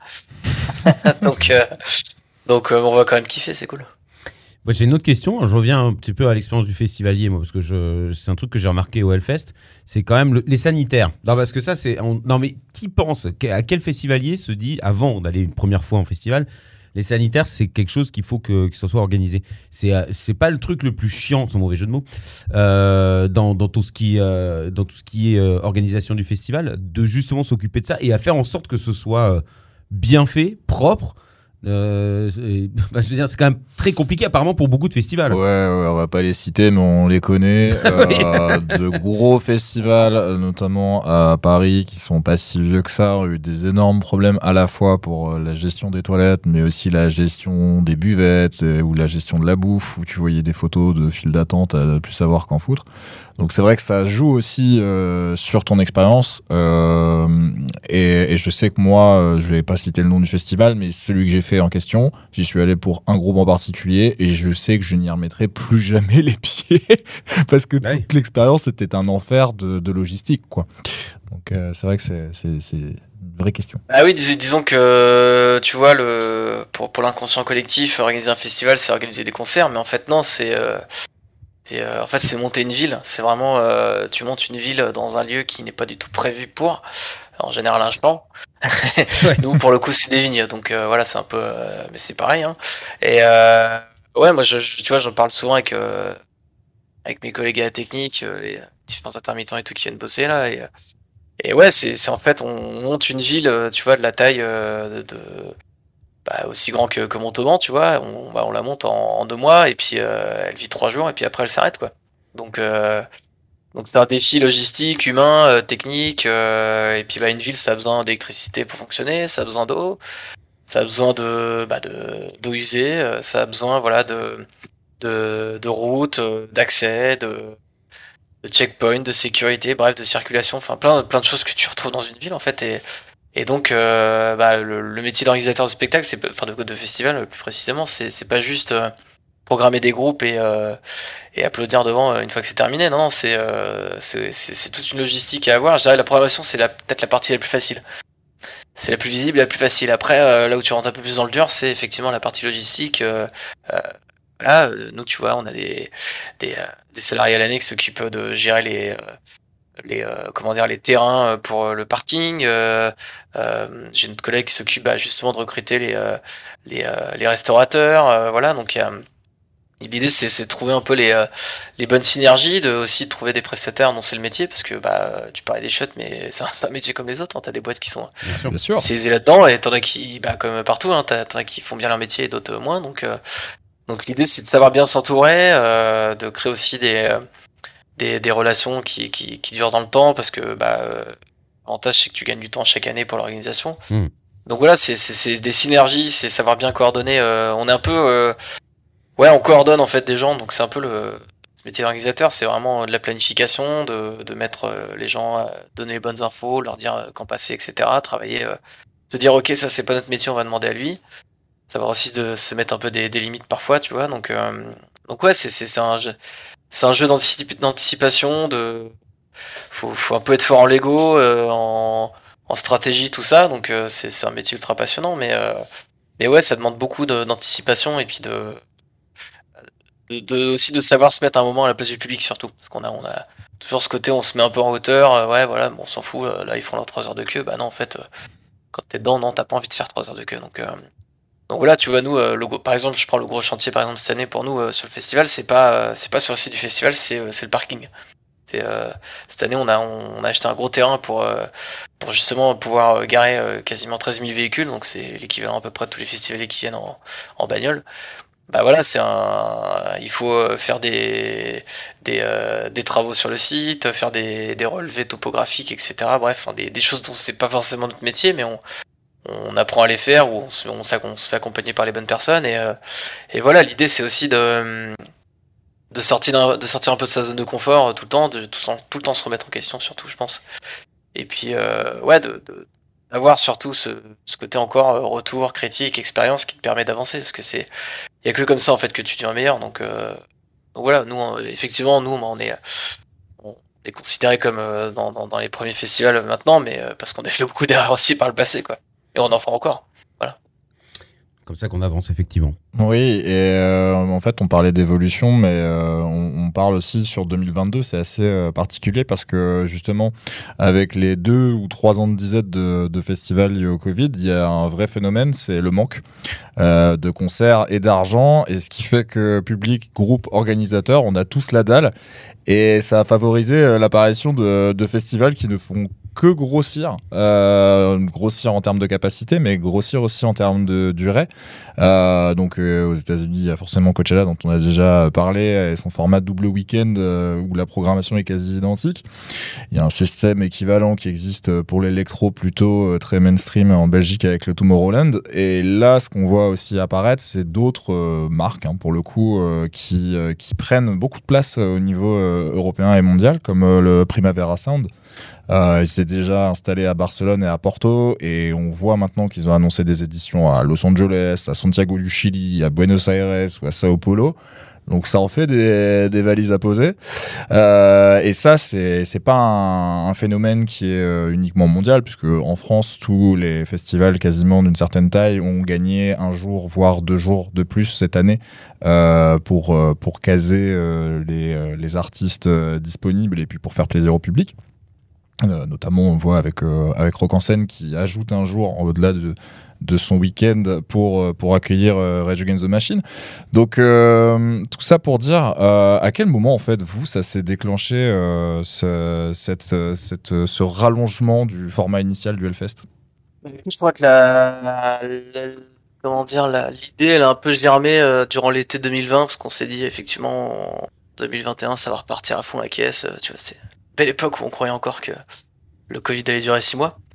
donc, euh, donc euh, on va quand même kiffer, c'est cool. Moi, j'ai une autre question. Je reviens un petit peu à l'expérience du festivalier, moi, parce que je, c'est un truc que j'ai remarqué au Hellfest. C'est quand même le- les sanitaires. Non, parce que ça, c'est. on- non, mais qui pense que- À quel festivalier se dit, avant d'aller une première fois en festival, les sanitaires, c'est quelque chose qu'il faut que, que ça soit organisé. C'est, euh, c'est pas le truc le plus chiant, sans mauvais jeu de mots, euh, dans, dans tout ce qui, euh, dans tout ce qui est euh, organisation du festival, de justement s'occuper de ça et à faire en sorte que ce soit euh, bien fait, propre. Euh, c'est- bah, je veux dire, c'est quand même très compliqué apparemment pour beaucoup de festivals. Ouais, ouais, on va pas les citer, mais on les connaît. Euh, de gros festivals, euh, notamment à Paris, qui sont pas si vieux que ça, ont eu des énormes problèmes à la fois pour euh, la gestion des toilettes, mais aussi la gestion des buvettes euh, ou la gestion de la bouffe, où tu voyais des photos de files d'attente à ne plus savoir qu'en foutre. Donc c'est vrai que ça joue aussi euh, sur ton expérience. Euh, et, et je sais que moi, euh, je vais pas citer le nom du festival, mais celui que j'ai fait en question, j'y suis allé pour un groupe en particulier et je sais que je n'y remettrai plus jamais les pieds parce que Ouais. toute l'expérience était un enfer de, de logistique, quoi. Donc euh, c'est vrai que c'est, c'est, c'est une vraie question. Ah oui, dis- disons que tu vois, le pour, pour l'inconscient collectif, organiser un festival, c'est organiser des concerts, mais en fait non, c'est euh, c'est, euh, en fait c'est monter une ville. C'est vraiment euh, tu montes une ville dans un lieu qui n'est pas du tout prévu pour. En général un champ. Ouais. Nous pour le coup c'est des vignes, donc euh, voilà c'est un peu, euh, mais c'est pareil. Hein. Et euh, ouais, moi je, je- tu vois, j'en parle souvent avec euh, avec mes collègues à la technique, euh, les différents intermittents et tout qui viennent bosser là. Et, euh, et ouais, c'est c'est en fait on monte une ville, euh, tu vois, de la taille euh, de bah, aussi grand que, que Montauban, tu vois. On, bah, on la monte en, en deux mois et puis euh, elle vit trois jours et puis après elle s'arrête quoi. Donc euh, donc c'est un défi logistique, humain, euh, technique. Euh, et puis bah une ville ça a besoin d'électricité pour fonctionner, ça a besoin d'eau, ça a besoin de bah de d'eau usée, euh, ça a besoin voilà de de, de routes, euh, d'accès, de de checkpoints, de sécurité, bref, de circulation, enfin plein, plein de choses que tu retrouves dans une ville en fait. Et, et donc, euh, bah, le, le métier d'organisateur de spectacle, c'est, enfin de, de festival plus précisément, c'est, c'est pas juste euh, programmer des groupes et, euh, et applaudir devant euh, une fois que c'est terminé. Non, non, c'est, euh, c'est, c'est, c'est toute une logistique à avoir. Je dirais la programmation, c'est la, peut-être la partie la plus facile. C'est la plus visible, la plus facile. Après, euh, là où tu rentres un peu plus dans le dur, c'est effectivement la partie logistique. Euh, euh, Là, euh, nous, tu vois, on a des, des, euh, des salariés à l'année qui s'occupent de gérer les, euh, les, euh, comment dire, les terrains euh, pour le parking. Euh, euh, j'ai notre collègue qui s'occupe bah, justement de recruter les, euh, les, euh, les restaurateurs. Euh, voilà, donc il y a- l'idée, c'est, c'est de trouver un peu les, euh, les bonnes synergies, de aussi de trouver des prestataires dont c'est le métier, parce que bah, tu parlais des shots, mais c'est un, c'est un métier comme les autres. Hein, t'as des boîtes qui sont Bien sûr. Bien sûr. spécialisées là-dedans, et t'en as qui, bah, comme partout, hein, t'as, t'en as qui font bien leur métier et d'autres moins. Donc, euh, donc l'idée, c'est de savoir bien s'entourer, euh, de créer aussi des, euh, des, des relations qui, qui, qui durent dans le temps, parce que bah, euh, l'avantage, c'est que tu gagnes du temps chaque année pour l'organisation. Mm. Donc voilà, c'est, c'est, c'est des synergies, c'est savoir bien coordonner. Euh, on est un peu... euh, ouais, on coordonne en fait des gens, donc c'est un peu le métier d'organisateur, c'est vraiment de la planification, de, de mettre euh, les gens, à donner les bonnes infos, leur dire euh, quand passer, et cetera. Travailler, euh, se dire ok, ça c'est pas notre métier, on va demander à lui. Savoir aussi de se mettre un peu des, des limites parfois, tu vois. Donc, euh, donc ouais, c'est, c'est, c'est un jeu, c'est un jeu d'anticip- d'anticipation. De, faut, faut un peu être fort en Lego, euh, en, en stratégie, tout ça. Donc euh, c'est, c'est un métier ultra passionnant, mais, euh, mais ouais, ça demande beaucoup de, d'anticipation et puis de, de, de- aussi de savoir se mettre un moment à la place du public surtout, parce qu'on a, on a toujours ce côté, on se met un peu en hauteur. Euh, ouais, voilà, bon, on s'en fout. euh, Là, ils font leurs trois heures de queue. Bah non, en fait, euh, quand t'es dedans, non, t'as pas envie de faire trois heures de queue. Donc euh, Donc voilà, tu vois, nous, euh, le, gros- par exemple, je prends le gros chantier, par exemple, cette année, pour nous, euh, sur le festival, c'est pas, euh, c'est pas sur le site du festival, c'est, euh, c'est le parking. C'est, euh, cette année, on a, on, on a acheté un gros terrain pour, euh, pour justement pouvoir euh, garer euh, quasiment treize mille véhicules, donc c'est l'équivalent à peu près de tous les festivaliers qui viennent en, en bagnole. Bah voilà, c'est un, il faut euh, faire des, des, euh, des travaux sur le site, faire des, des relevés topographiques, et cetera. Bref, enfin, des, des choses dont c'est pas forcément notre métier, mais on, on apprend à les faire ou on se, on, s'ac- on se fait accompagner par les bonnes personnes et, euh, et voilà, l'idée c'est aussi de, de, sortir d'un- de sortir un peu de sa zone de confort euh, tout le temps, de tout, le- tout le temps se remettre en question surtout je pense. Et puis euh, ouais, de, de- d'avoir surtout ce, ce côté encore euh, retour, critique, expérience qui te permet d'avancer parce que c'est, il y a que comme ça en fait que tu deviens meilleur. Donc, euh, donc voilà, nous on- effectivement nous on est, on est considéré comme euh, dans, dans, dans les premiers festivals maintenant, mais euh, parce qu'on a fait beaucoup d'erreurs aussi par le passé quoi. Et on en fera encore. Comme ça qu'on avance, effectivement. Oui, et euh, en fait, on parlait d'évolution, mais euh, on, on parle aussi sur deux mille vingt-deux, c'est assez euh, particulier parce que justement, avec les deux ou trois ans de disette de, de festivals liés au Covid, il y a un vrai phénomène, c'est le manque euh, de concerts et d'argent, et ce qui fait que public, groupe, organisateur, on a tous la dalle, et ça a favorisé euh, l'apparition de, de festivals qui ne font que grossir, euh, grossir en termes de capacité, mais grossir aussi en termes de durée. Euh, donc euh, aux États-Unis, il y a forcément Coachella dont on a déjà parlé, et son format double week-end euh, où la programmation est quasi identique. Il y a un système équivalent qui existe pour l'électro plutôt euh, très mainstream en Belgique avec le Tomorrowland. Et là, ce qu'on voit aussi apparaître, c'est d'autres euh, marques, hein, pour le coup, euh, qui, euh, qui prennent beaucoup de place euh, au niveau euh, européen et mondial, comme euh, le Primavera Sound. Euh, il s'est déjà installé à Barcelone et à Porto, et on voit maintenant qu'ils ont annoncé des éditions à Los Angeles, à Santiago du Chili, à Buenos Aires ou à Sao Paulo. Donc ça en fait des, des valises à poser. Euh, et ça, c'est, c'est pas un, un phénomène qui est euh, uniquement mondial, puisque en France, tous les festivals quasiment d'une certaine taille ont gagné un jour, voire deux jours de plus cette année euh, pour, euh, pour caser euh, les, euh, les artistes euh, disponibles et puis pour faire plaisir au public. Euh, notamment, on voit avec, euh, avec Rock en Scène qui ajoute un jour au-delà de, de son week-end pour, pour accueillir euh, Rage Against the Machine. Donc, euh, tout ça pour dire euh, à quel moment, en fait, vous, ça s'est déclenché, euh, ce, cette, cette, ce rallongement du format initial du Hellfest ? Je crois que la, la, la- comment dire, la- l'idée, elle a un peu germé euh, durant l'été deux mille vingt, parce qu'on s'est dit, effectivement, en deux mille vingt et un, ça va repartir à fond la caisse. euh, Tu vois, c'est une belle époque où on croyait encore que le Covid allait durer six mois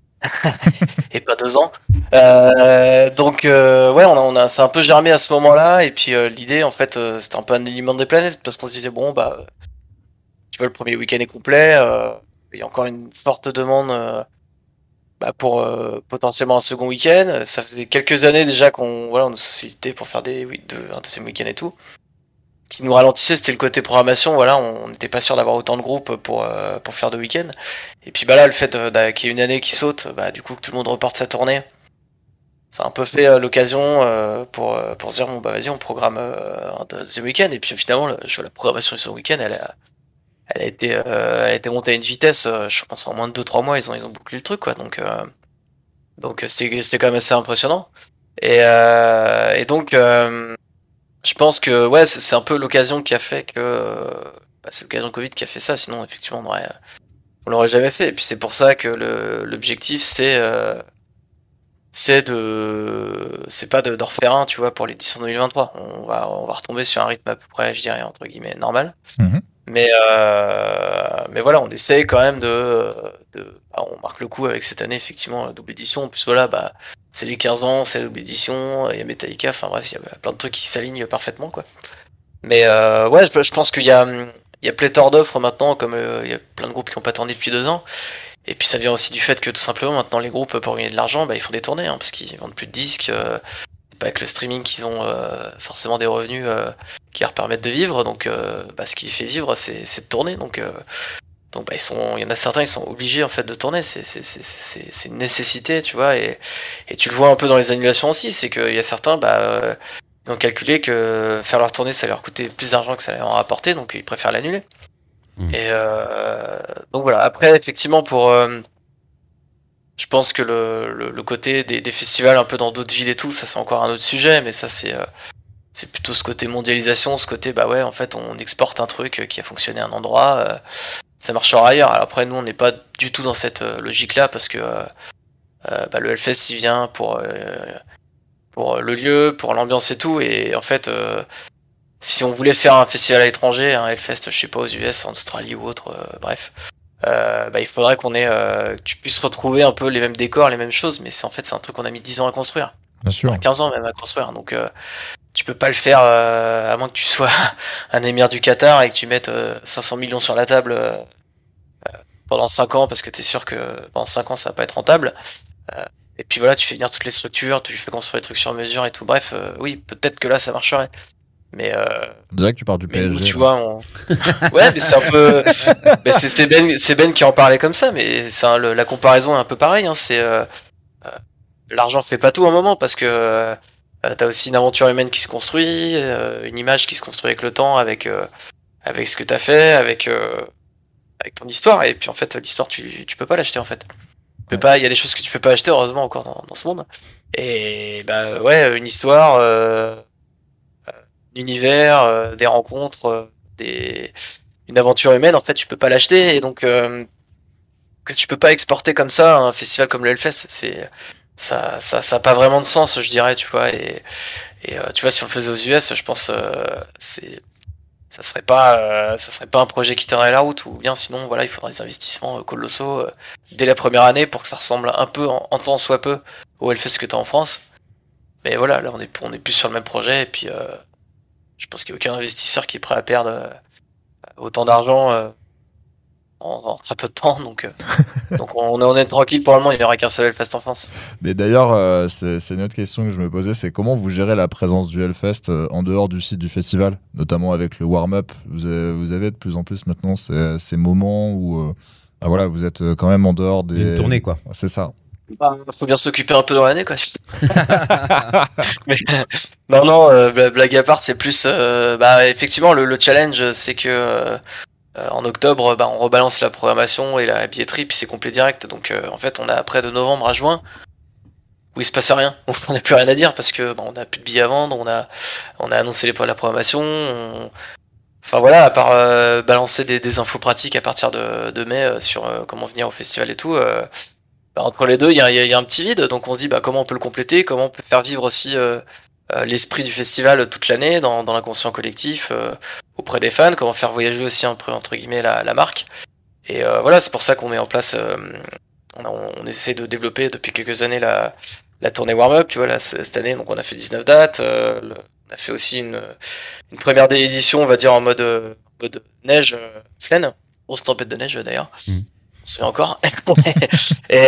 et pas deux ans. Euh, donc, euh, ouais, on a, on a, c'est un peu germé à ce moment-là. Et puis, euh, l'idée, en fait, euh, c'était un peu un alignement des planètes, parce qu'on se disait, bon, bah, tu vois, le premier week-end est complet. euh, Il y a encore une forte demande. euh, bah, pour euh, potentiellement un second week-end. Ça faisait quelques années déjà qu'on voilà, on nous sollicitait pour faire des, oui, de, un deuxième week-end et tout. Ce qui nous ralentissait, c'était le côté programmation. Voilà, on n'était pas sûr d'avoir autant de groupes pour, euh, pour faire deux week-ends. Et puis bah là, le fait euh, d'a- qu'il y ait une année qui saute, bah, du coup que tout le monde reparte sa tournée, ça a un peu fait euh, l'occasion euh, pour, euh, pour se dire bon bah vas-y, on programme euh, un deuxième week-end. Et puis finalement, le, je vois la programmation du second week-end, elle a, elle a été, euh, elle a été montée à une vitesse, euh, je pense en moins de deux trois mois, ils ont, ils ont bouclé le truc, quoi. Donc, euh, donc c'était, c'était quand même assez impressionnant. Et, euh, et donc, euh, je pense que ouais, c'est, c'est un peu l'occasion qui a fait que, euh, bah, c'est l'occasion Covid qui a fait ça. Sinon, effectivement, on aurait, on l'aurait jamais fait. Et puis c'est pour ça que le, l'objectif, c'est, euh, c'est de, c'est pas de, d'en refaire un, tu vois, pour l'édition deux mille vingt-trois. On va, on va retomber sur un rythme à peu près, je dirais entre guillemets normal. Mhm. Mais, euh, mais voilà, on essaye quand même de, de bah, on marque le coup avec cette année, effectivement, la double édition. En plus, voilà, bah, c'est les quinze ans, c'est la double édition, il y a Metallica, enfin bref, il y a plein de trucs qui s'alignent parfaitement, quoi. Mais euh, ouais, je, je pense qu'il y a, il y a pléthore d'offres maintenant, comme euh, il y a plein de groupes qui ont pas tourné depuis deux ans. Et puis ça vient aussi du fait que tout simplement, maintenant, les groupes, pour gagner de l'argent, bah, ils font des tournées, hein, parce qu'ils vendent plus de disques. Euh, c'est pas avec le streaming qu'ils ont euh, forcément des revenus euh, qui leur permettent de vivre. Donc, euh, bah, ce qui les fait vivre, c'est, c'est de tourner. Donc, euh, donc bah, ils sont, il y en a certains, ils sont obligés en fait de tourner. C'est, c'est, c'est, c'est, c'est une nécessité, tu vois. Et, et tu le vois un peu dans les annulations aussi, c'est qu'il y a certains, bah, euh, ils ont calculé que faire leur tournée, ça leur coûtait plus d'argent que ça allait en rapporter, donc ils préfèrent l'annuler. Mmh. Et euh, donc voilà. Après, effectivement, pour euh, je pense que le, le, le côté des, des festivals un peu dans d'autres villes et tout, ça c'est encore un autre sujet, mais ça c'est euh, c'est plutôt ce côté mondialisation, ce côté bah ouais, en fait on exporte un truc qui a fonctionné à un endroit, euh, ça marchera ailleurs. Alors après nous on n'est pas du tout dans cette euh, logique là, parce que euh, euh, bah, le Hellfest il vient pour euh, pour le lieu, pour l'ambiance et tout, et en fait euh, si on voulait faire un festival à l'étranger, un Hellfest, je sais pas, aux U S, en Australie ou autre, euh, bref, euh, bah, il faudrait qu'on ait, euh, que tu puisses retrouver un peu les mêmes décors, les mêmes choses, mais c'est en fait c'est un truc qu'on a mis dix ans à construire, Bien sûr. enfin, quinze ans même à construire, donc euh, tu peux pas le faire euh, à moins que tu sois un émir du Qatar et que tu mettes euh, cinq cents millions sur la table euh, pendant cinq ans, parce que t'es sûr que pendant cinq ans ça va pas être rentable. Euh, et puis voilà, tu fais venir toutes les structures, tu fais construire des trucs sur mesure et tout. Bref, euh, oui, peut-être que là ça marcherait. Mais, euh, On dirait que tu parles du mais P S G. nous, tu là. vois, on... ouais, mais c'est un peu. Mais c'est, c'est, ben, c'est Ben qui en parlait comme ça, mais c'est un- le- la comparaison est un peu pareille. Hein, c'est euh, euh, l'argent fait pas tout à un moment, parce que euh, t'as aussi une aventure humaine qui se construit, euh, une image qui se construit avec le temps, avec euh, avec ce que t'as fait, avec euh, avec ton histoire. Et puis en fait, l'histoire, tu tu peux pas l'acheter en fait. Tu peux Ouais. pas. Il y a des choses que tu peux pas acheter, heureusement encore dans, dans ce monde. Et bah ouais, une histoire. Euh, l'univers, euh, des rencontres, euh, des... une aventure humaine, en fait, tu peux pas l'acheter. Et donc, euh, que tu peux pas exporter comme ça un festival comme le Hellfest. C'est ça, ça, ça a pas vraiment de sens, je dirais, tu vois. Et, et euh, tu vois, si on le faisait aux U S, je pense, euh, c'est, ça serait pas, euh, ça serait pas un projet qui tiendrait la route. Ou bien, sinon, voilà, il faudrait des investissements euh, colossaux euh, dès la première année pour que ça ressemble un peu, en, en tant soit peu, au Hellfest que t'as en France. Mais voilà, là, on est, on est plus sur le même projet. Et puis, euh, je pense qu'il n'y a aucun investisseur qui est prêt à perdre euh, autant d'argent. Euh, En, en très peu de temps, donc, euh, donc on, est, on est tranquille pour le moment, il n'y aura qu'un seul Hellfest en France. Mais d'ailleurs, euh, c'est, c'est une autre question que je me posais, c'est comment vous gérez la présence du Hellfest euh, en dehors du site du festival, notamment avec le warm-up. Vous avez, vous avez de plus en plus maintenant ces, ces moments où euh, ah, voilà, vous êtes quand même en dehors des... Une tournée, quoi. C'est ça. Bah, faut bien s'occuper un peu dans l'année, quoi. Mais, non, non, euh, blague à part, c'est plus... Euh, bah, effectivement, le, le challenge, c'est que... Euh, Euh, en octobre, bah, on rebalance la programmation et la billetterie, puis c'est complet direct. Donc euh, en fait, on a après de novembre à juin où il se passe rien. On n'a plus rien à dire parce que bah, on a plus de billets à vendre, on a, on a annoncé les la programmation. On... Enfin voilà, à part euh, balancer des, des infos pratiques à partir de, de mai euh, sur euh, comment venir au festival et tout. Euh, bah, entre les deux, il y a, y a un petit vide. Donc on se dit bah, comment on peut le compléter, comment on peut faire vivre aussi euh, euh, l'esprit du festival toute l'année dans, dans l'inconscient collectif. Euh, auprès des fans, comment faire voyager aussi un peu entre guillemets la, la marque. Et euh, voilà, c'est pour ça qu'on met en place, euh, on, a, on essaie de développer depuis quelques années la, la tournée warm-up, tu vois, là, cette année, donc on a fait dix-neuf dates, euh, le, on a fait aussi une, une première édition, on va dire, en mode, euh, mode neige, euh, flaine, grosse tempête de neige d'ailleurs, mmh. On se souvient encore. Et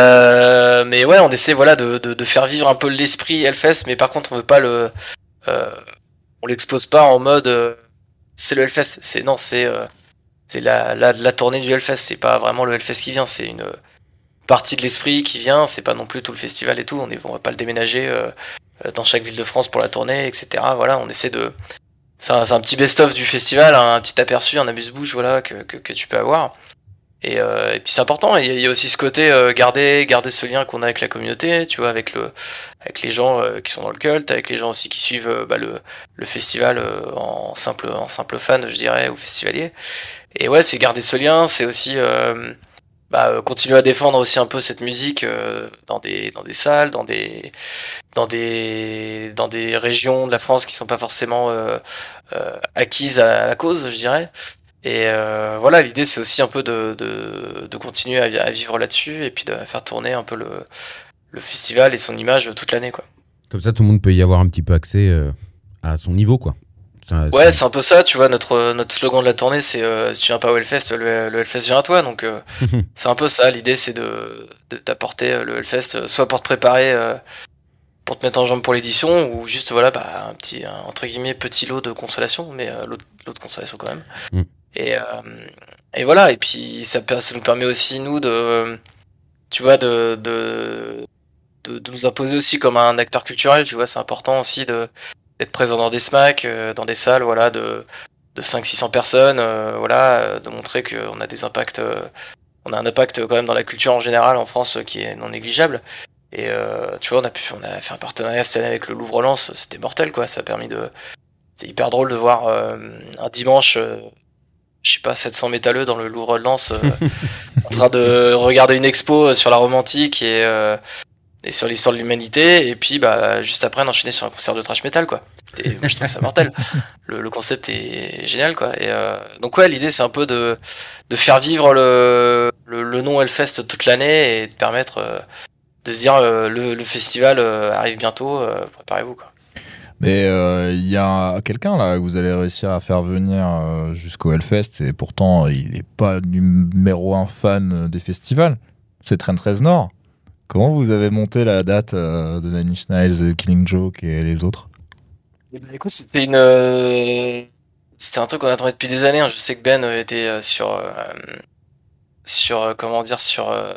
euh, mais ouais, on essaie voilà, de, de, de faire vivre un peu l'esprit Hellfest, mais par contre, on veut pas le... Euh, on l'expose pas en mode... Euh, c'est le Hellfest, c'est non, c'est euh, c'est la, la la tournée du Hellfest, c'est pas vraiment le Hellfest qui vient, c'est une partie de l'esprit qui vient, c'est pas non plus tout le festival et tout, on est on va pas le déménager euh, dans chaque ville de France pour la tournée, et cetera. Voilà, on essaie de c'est un, c'est un petit best-of du festival, un petit aperçu, un amuse-bouche, voilà, que, que que tu peux avoir. Et, euh, et puis c'est important, il y, y a aussi ce côté euh, garder garder ce lien qu'on a avec la communauté, tu vois, avec le avec les gens euh, qui sont dans le cult, avec les gens aussi qui suivent euh, bah, le le festival euh, en simple en simple fan, je dirais, ou festivalier. Et ouais, c'est garder ce lien, c'est aussi euh, bah, continuer à défendre aussi un peu cette musique euh, dans des dans des salles, dans des dans des dans des régions de la France qui sont pas forcément euh, euh, acquises à, à la cause, je dirais. Et euh, voilà, l'idée c'est aussi un peu de, de, de continuer à, à vivre là-dessus et puis de faire tourner un peu le, le festival et son image toute l'année, quoi. Comme ça, tout le monde peut y avoir un petit peu accès euh, à son niveau, quoi. Ça, ouais, c'est... c'est un peu ça, tu vois, notre, notre slogan de la tournée, c'est euh, si tu viens pas au Hellfest, le, le Hellfest vient à toi. Donc euh, c'est un peu ça, l'idée c'est de, de t'apporter le Hellfest, soit pour te préparer, euh, pour te mettre en jambe pour l'édition, ou juste voilà, bah, un petit, un, entre guillemets, petit lot de consolation, mais euh, lot, lot de consolation quand même. Mm. Et, euh, et voilà, et puis ça, ça nous permet aussi, nous, de, tu vois, de, de, de, de nous imposer aussi comme un acteur culturel, tu vois, c'est important aussi de, d'être présent dans des SMAC, euh, dans des salles, voilà, de, de cinq cents à six cents personnes, euh, voilà, euh, de montrer qu'on a des impacts, euh, on a un impact quand même dans la culture en général en France euh, qui est non négligeable. Et euh, tu vois, on a, pu, on a fait un partenariat cette année avec le Louvre-Lens, c'était mortel, quoi, ça a permis de... C'est hyper drôle de voir euh, un dimanche... Euh, je sais pas, sept cents métalleux dans le Louvre-Lens euh, en train de regarder une expo sur la romantique et, euh, et sur l'histoire de l'humanité, et puis bah, juste après on enchaînait sur un concert de thrash metal, quoi. Et moi je trouve ça mortel. Le, le concept est génial, quoi. Et euh, donc ouais, l'idée c'est un peu de, de faire vivre le, le, le nom Hellfest toute l'année et de permettre euh, de se dire euh, le, le festival euh, arrive bientôt, euh, préparez-vous, quoi. Mais il euh, y a quelqu'un là que vous allez réussir à faire venir euh, jusqu'au Hellfest, et pourtant il n'est pas numéro un fan des festivals. C'est Trent Reznor. Comment vous avez monté la date euh, de Nine Inch Nails, Killing Joke et les autres? Et bah, écoute, c'était une, euh, c'était un truc qu'on attendait depuis des années. Hein. Je sais que Ben était euh, sur, euh, sur euh, comment dire, sur euh,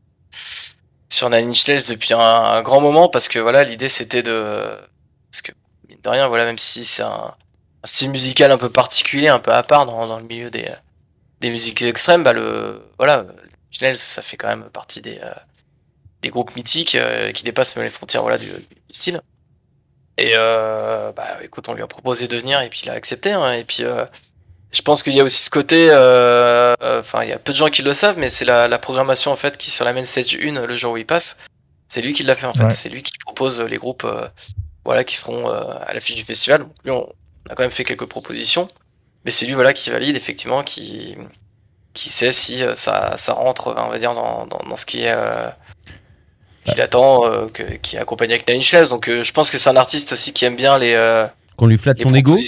sur Nine Inch Nails depuis un, un grand moment, parce que voilà, l'idée c'était de, parce que de rien, voilà, même si c'est un, un style musical un peu particulier, un peu à part dans, dans le milieu des, des musiques extrêmes, bah le, voilà, Nails, ça fait quand même partie des, euh, des groupes mythiques euh, qui dépassent même les frontières, voilà, du, du style. Et euh, bah écoute, on lui a proposé de venir et puis il a accepté, hein, et puis euh, je pense qu'il y a aussi ce côté, enfin euh, euh, il y a peu de gens qui le savent, mais c'est la, la programmation en fait qui sur la main stage un le jour où il passe, c'est lui qui l'a fait en fait, ouais. C'est lui qui propose les groupes euh, voilà, qui seront euh, à l'affiche du festival. Donc, lui on a quand même fait quelques propositions, mais c'est lui voilà, qui valide effectivement, qui, qui sait si euh, ça, ça rentre on va dire dans, dans, dans ce qui est... Euh, qu'il attend, euh, que, qui est accompagné avec Nine Inch Nails. Donc euh, je pense que c'est un artiste aussi qui aime bien les... Euh, Qu'on lui flatte son ego.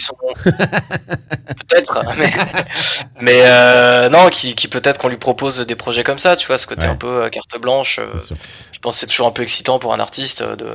Peut-être, mais, mais euh, non, qui, qui peut-être qu'on lui propose des projets comme ça, tu vois, ce côté ouais. un peu euh, carte blanche. Euh, je pense que c'est toujours un peu excitant pour un artiste de,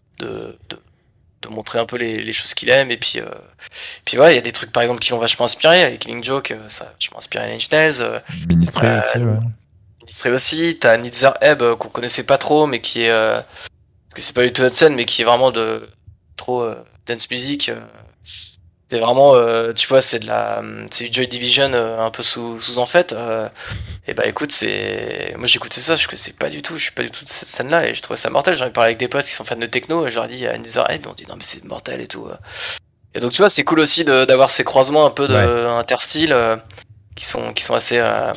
de, de, de montrer un peu les, les choses qu'il aime. Et puis, euh, puis ouais, il y a des trucs par exemple qui l'ont vachement inspiré. Avec Killing Joke, ça a vachement inspiré Nine Inch Nails. Euh, Ministré euh, aussi, ouais. Ministré aussi. T'as Nitzer Ebb euh, qu'on connaissait pas trop, mais qui est. Euh, que c'est pas du tout notre scène, mais qui est vraiment de trop. Euh, dance music, euh, c'est vraiment, euh, tu vois, c'est de la, c'est du Joy Division euh, un peu sous, sous en fait. Euh, et bah écoute, c'est, moi j'écoutais ça, je connaissais pas du tout, je suis pas du tout de cette scène-là et je trouvais ça mortel. J'en ai parlé avec des potes qui sont fans de techno et je leur ai dit à Nitzer Ebb, ils m'ont dit non mais c'est mortel et tout. Et donc tu vois, c'est cool aussi de, d'avoir ces croisements un peu de ouais. interstyles euh, qui sont, qui sont assez. Euh,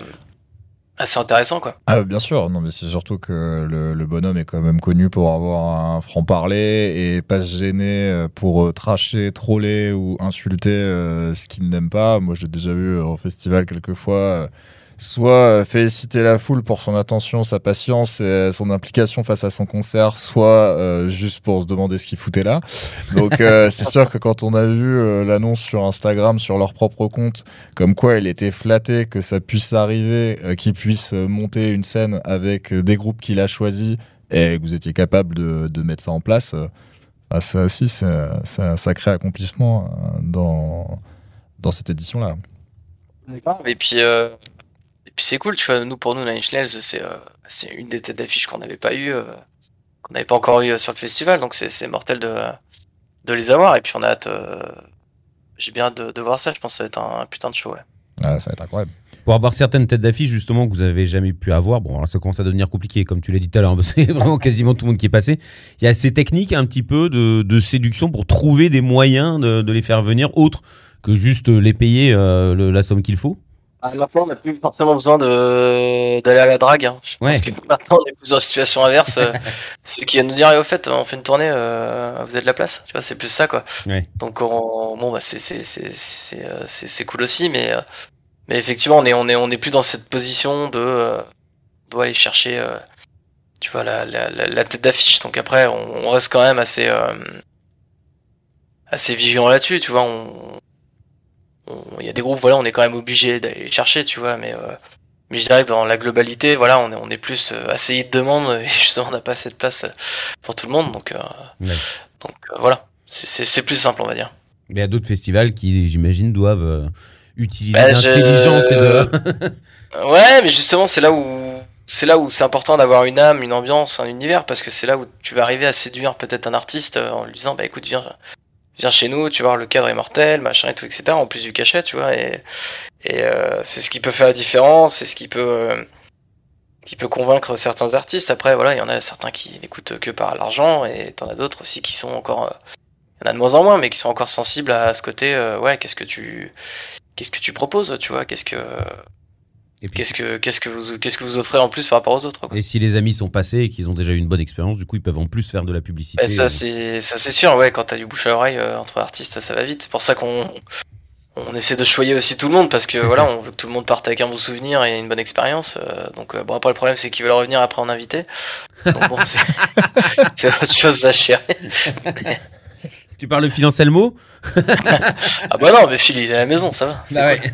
assez intéressant quoi. Ah bien sûr, non mais c'est surtout que le, le bonhomme est quand même connu pour avoir un franc-parler et pas se gêner pour euh, tracher, troller ou insulter euh, ce qu'il n'aime pas. Moi je l'ai déjà vu en festival quelques fois, euh, soit féliciter la foule pour son attention, sa patience et son implication face à son concert, soit euh, juste pour se demander ce qu'il foutait là. Donc euh, c'est sûr que quand on a vu euh, l'annonce sur Instagram, sur leur propre compte, comme quoi il était flatté que ça puisse arriver, euh, qu'il puisse monter une scène avec des groupes qu'il a choisis et que vous étiez capable de, de mettre ça en place, euh, bah, ça aussi c'est, c'est un sacré accomplissement euh, dans, dans cette édition-là. D'accord. Et puis... Euh... Et puis c'est cool, tu vois, nous pour nous, Nine Inch Nails, c'est, euh, c'est une des têtes d'affiche qu'on n'avait pas eu, euh, qu'on n'avait pas encore eu euh, sur le festival, donc c'est, c'est mortel de, de les avoir. Et puis on a hâte, euh, j'ai bien hâte de, de voir ça, je pense que ça va être un, un putain de show. Ouais. Ah, ça va être incroyable. Pour avoir certaines têtes d'affiche justement que vous avez jamais pu avoir, bon alors ça commence à devenir compliqué comme tu l'as dit tout à l'heure, parce que c'est vraiment quasiment tout le monde qui est passé. Il y a ces techniques un petit peu de, de séduction pour trouver des moyens de, de les faire venir autres que juste les payer euh, le, la somme qu'il faut. Ah, maintenant, on n'a plus forcément besoin de d'aller à la drague. Hein. Je ouais. pense que maintenant, on est plus dans la situation inverse. euh, ceux qui viennent nous dire, au fait, on fait une tournée, euh, vous avez de la place. Tu vois, c'est plus ça, quoi. Ouais. Donc, on, bon, bah, c'est c'est c'est c'est c'est, c'est cool aussi, mais euh, mais effectivement, on est on est on est plus dans cette position de euh, on doit aller chercher, euh, tu vois, la, la la la tête d'affiche. Donc après, on, on reste quand même assez euh, assez vigilant là-dessus. Tu vois, on il y a des groupes, voilà, on est quand même obligé d'aller les chercher, tu vois, mais, euh, mais je dirais que dans la globalité, voilà, on est, on est plus euh, assez de demande et justement, on n'a pas assez de place pour tout le monde, donc, euh, ouais. donc euh, voilà, c'est, c'est, c'est plus simple, on va dire. Mais il y a d'autres festivals qui, j'imagine, doivent euh, utiliser bah, l'intelligence je... et de... Ouais, mais justement, c'est là où c'est là où c'est important d'avoir une âme, une ambiance, un univers, parce que c'est là où tu vas arriver à séduire peut-être un artiste en lui disant, bah écoute, viens... viens chez nous, tu vois, le cadre est mortel, machin et tout, et cetera. En plus du cachet, tu vois, et, et euh, c'est ce qui peut faire la différence, c'est ce qui peut, euh, qui peut convaincre certains artistes. Après, voilà, il y en a certains qui n'écoutent que par l'argent, et t'en as d'autres aussi qui sont encore, euh, il y en a de moins en moins, mais qui sont encore sensibles à ce côté, euh, ouais, qu'est-ce que tu, qu'est-ce que tu proposes, tu vois, qu'est-ce que, et puis, qu'est-ce que, qu'est-ce que vous, qu'est-ce que vous offrez en plus par rapport aux autres, quoi. Et si les amis sont passés et qu'ils ont déjà eu une bonne expérience, du coup, ils peuvent en plus faire de la publicité. Et ça, euh... c'est, ça, c'est sûr, ouais, quand t'as du bouche à oreille euh, entre artistes, ça va vite. C'est pour ça qu'on, on essaie de choyer aussi tout le monde, parce que voilà, on veut que tout le monde parte avec un bon souvenir et une bonne expérience. Euh, donc, euh, bon, après, le problème, c'est qu'ils veulent revenir après en invité. Donc, bon, c'est, c'est autre chose à gérer. Tu parles de Phil Anselmo? Ah bah non, mais Phil, il est à la maison, ça va. Bah ouais.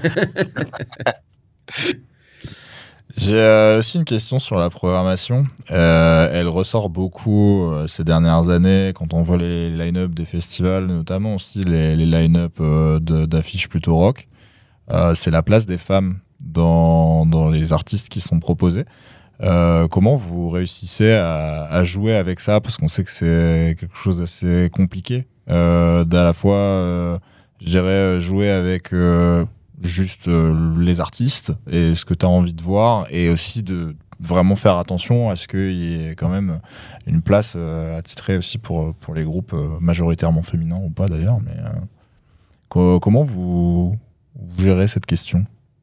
J'ai euh, aussi une question sur la programmation. Euh, elle ressort beaucoup euh, ces dernières années quand on voit les line-up des festivals, notamment aussi les, les line-up euh, de, d'affiches plutôt rock. Euh, c'est la place des femmes dans, dans les artistes qui sont proposés. Euh, comment vous réussissez à, à jouer avec ça? Parce qu'on sait que c'est quelque chose d'assez compliqué. Euh, d'à la fois, euh, je dirais, jouer avec... Euh, juste euh, les artistes et ce que tu as envie de voir, et aussi de vraiment faire attention à ce qu'il y ait quand même une place euh, attitrée aussi pour, pour les groupes euh, majoritairement féminins ou pas d'ailleurs, mais euh, co- comment vous vous gérez cette question?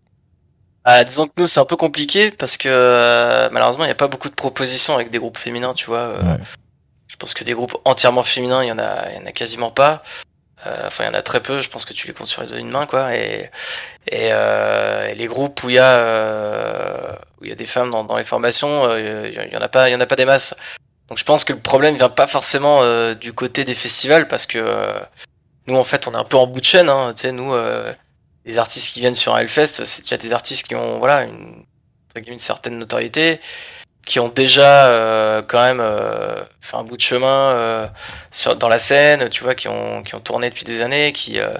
Ah, disons que nous, c'est un peu compliqué parce que euh, malheureusement, il n'y a pas beaucoup de propositions avec des groupes féminins, tu vois. euh, Ouais. Je pense que des groupes entièrement féminins, il y en a, il y en a quasiment pas. Euh, Enfin, il y en a très peu. Je pense que tu les comptes sur les doigts d'une main, quoi. Et et, euh, et les groupes où il y a euh, où il y a des femmes dans, dans les formations, euh, il y en a pas, il y en a pas des masses. Donc, je pense que le problème vient pas forcément euh, du côté des festivals parce que euh, nous, en fait, on est un peu en bout de chaîne. Hein. Tu sais, nous, euh, les artistes qui viennent sur un Hellfest, c'est déjà des artistes qui ont voilà une, entre guillemets, une certaine notoriété, qui ont déjà euh, quand même euh, fait un bout de chemin euh, sur, dans la scène, tu vois, qui ont, qui ont tourné depuis des années, qui, euh,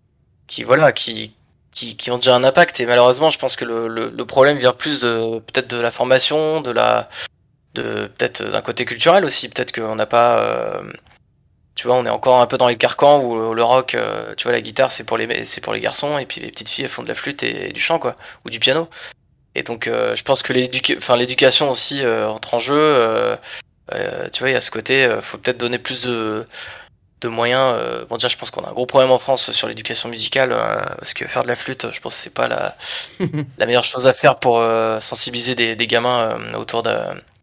qui voilà, qui, qui, qui ont déjà un impact. Et malheureusement, je pense que le, le, le problème vient plus de peut-être de la formation, de la, de peut-être d'un côté culturel aussi. Peut-être qu'on n'a pas, euh, tu vois, on est encore un peu dans les carcans où le rock, euh, tu vois, la guitare c'est pour les, c'est pour les garçons et puis les petites filles elles font de la flûte et, et du chant quoi, ou du piano. Et donc, euh, je pense que l'éduca- enfin, l'éducation aussi euh, entre en jeu. Euh, euh, tu vois, il y a ce côté, euh, faut peut-être donner plus de, de moyens. Euh, bon, déjà, je pense qu'on a un gros problème en France sur l'éducation musicale, euh, parce que faire de la flûte, je pense que c'est pas la, la meilleure chose à faire pour euh, sensibiliser des, des gamins euh, autour de,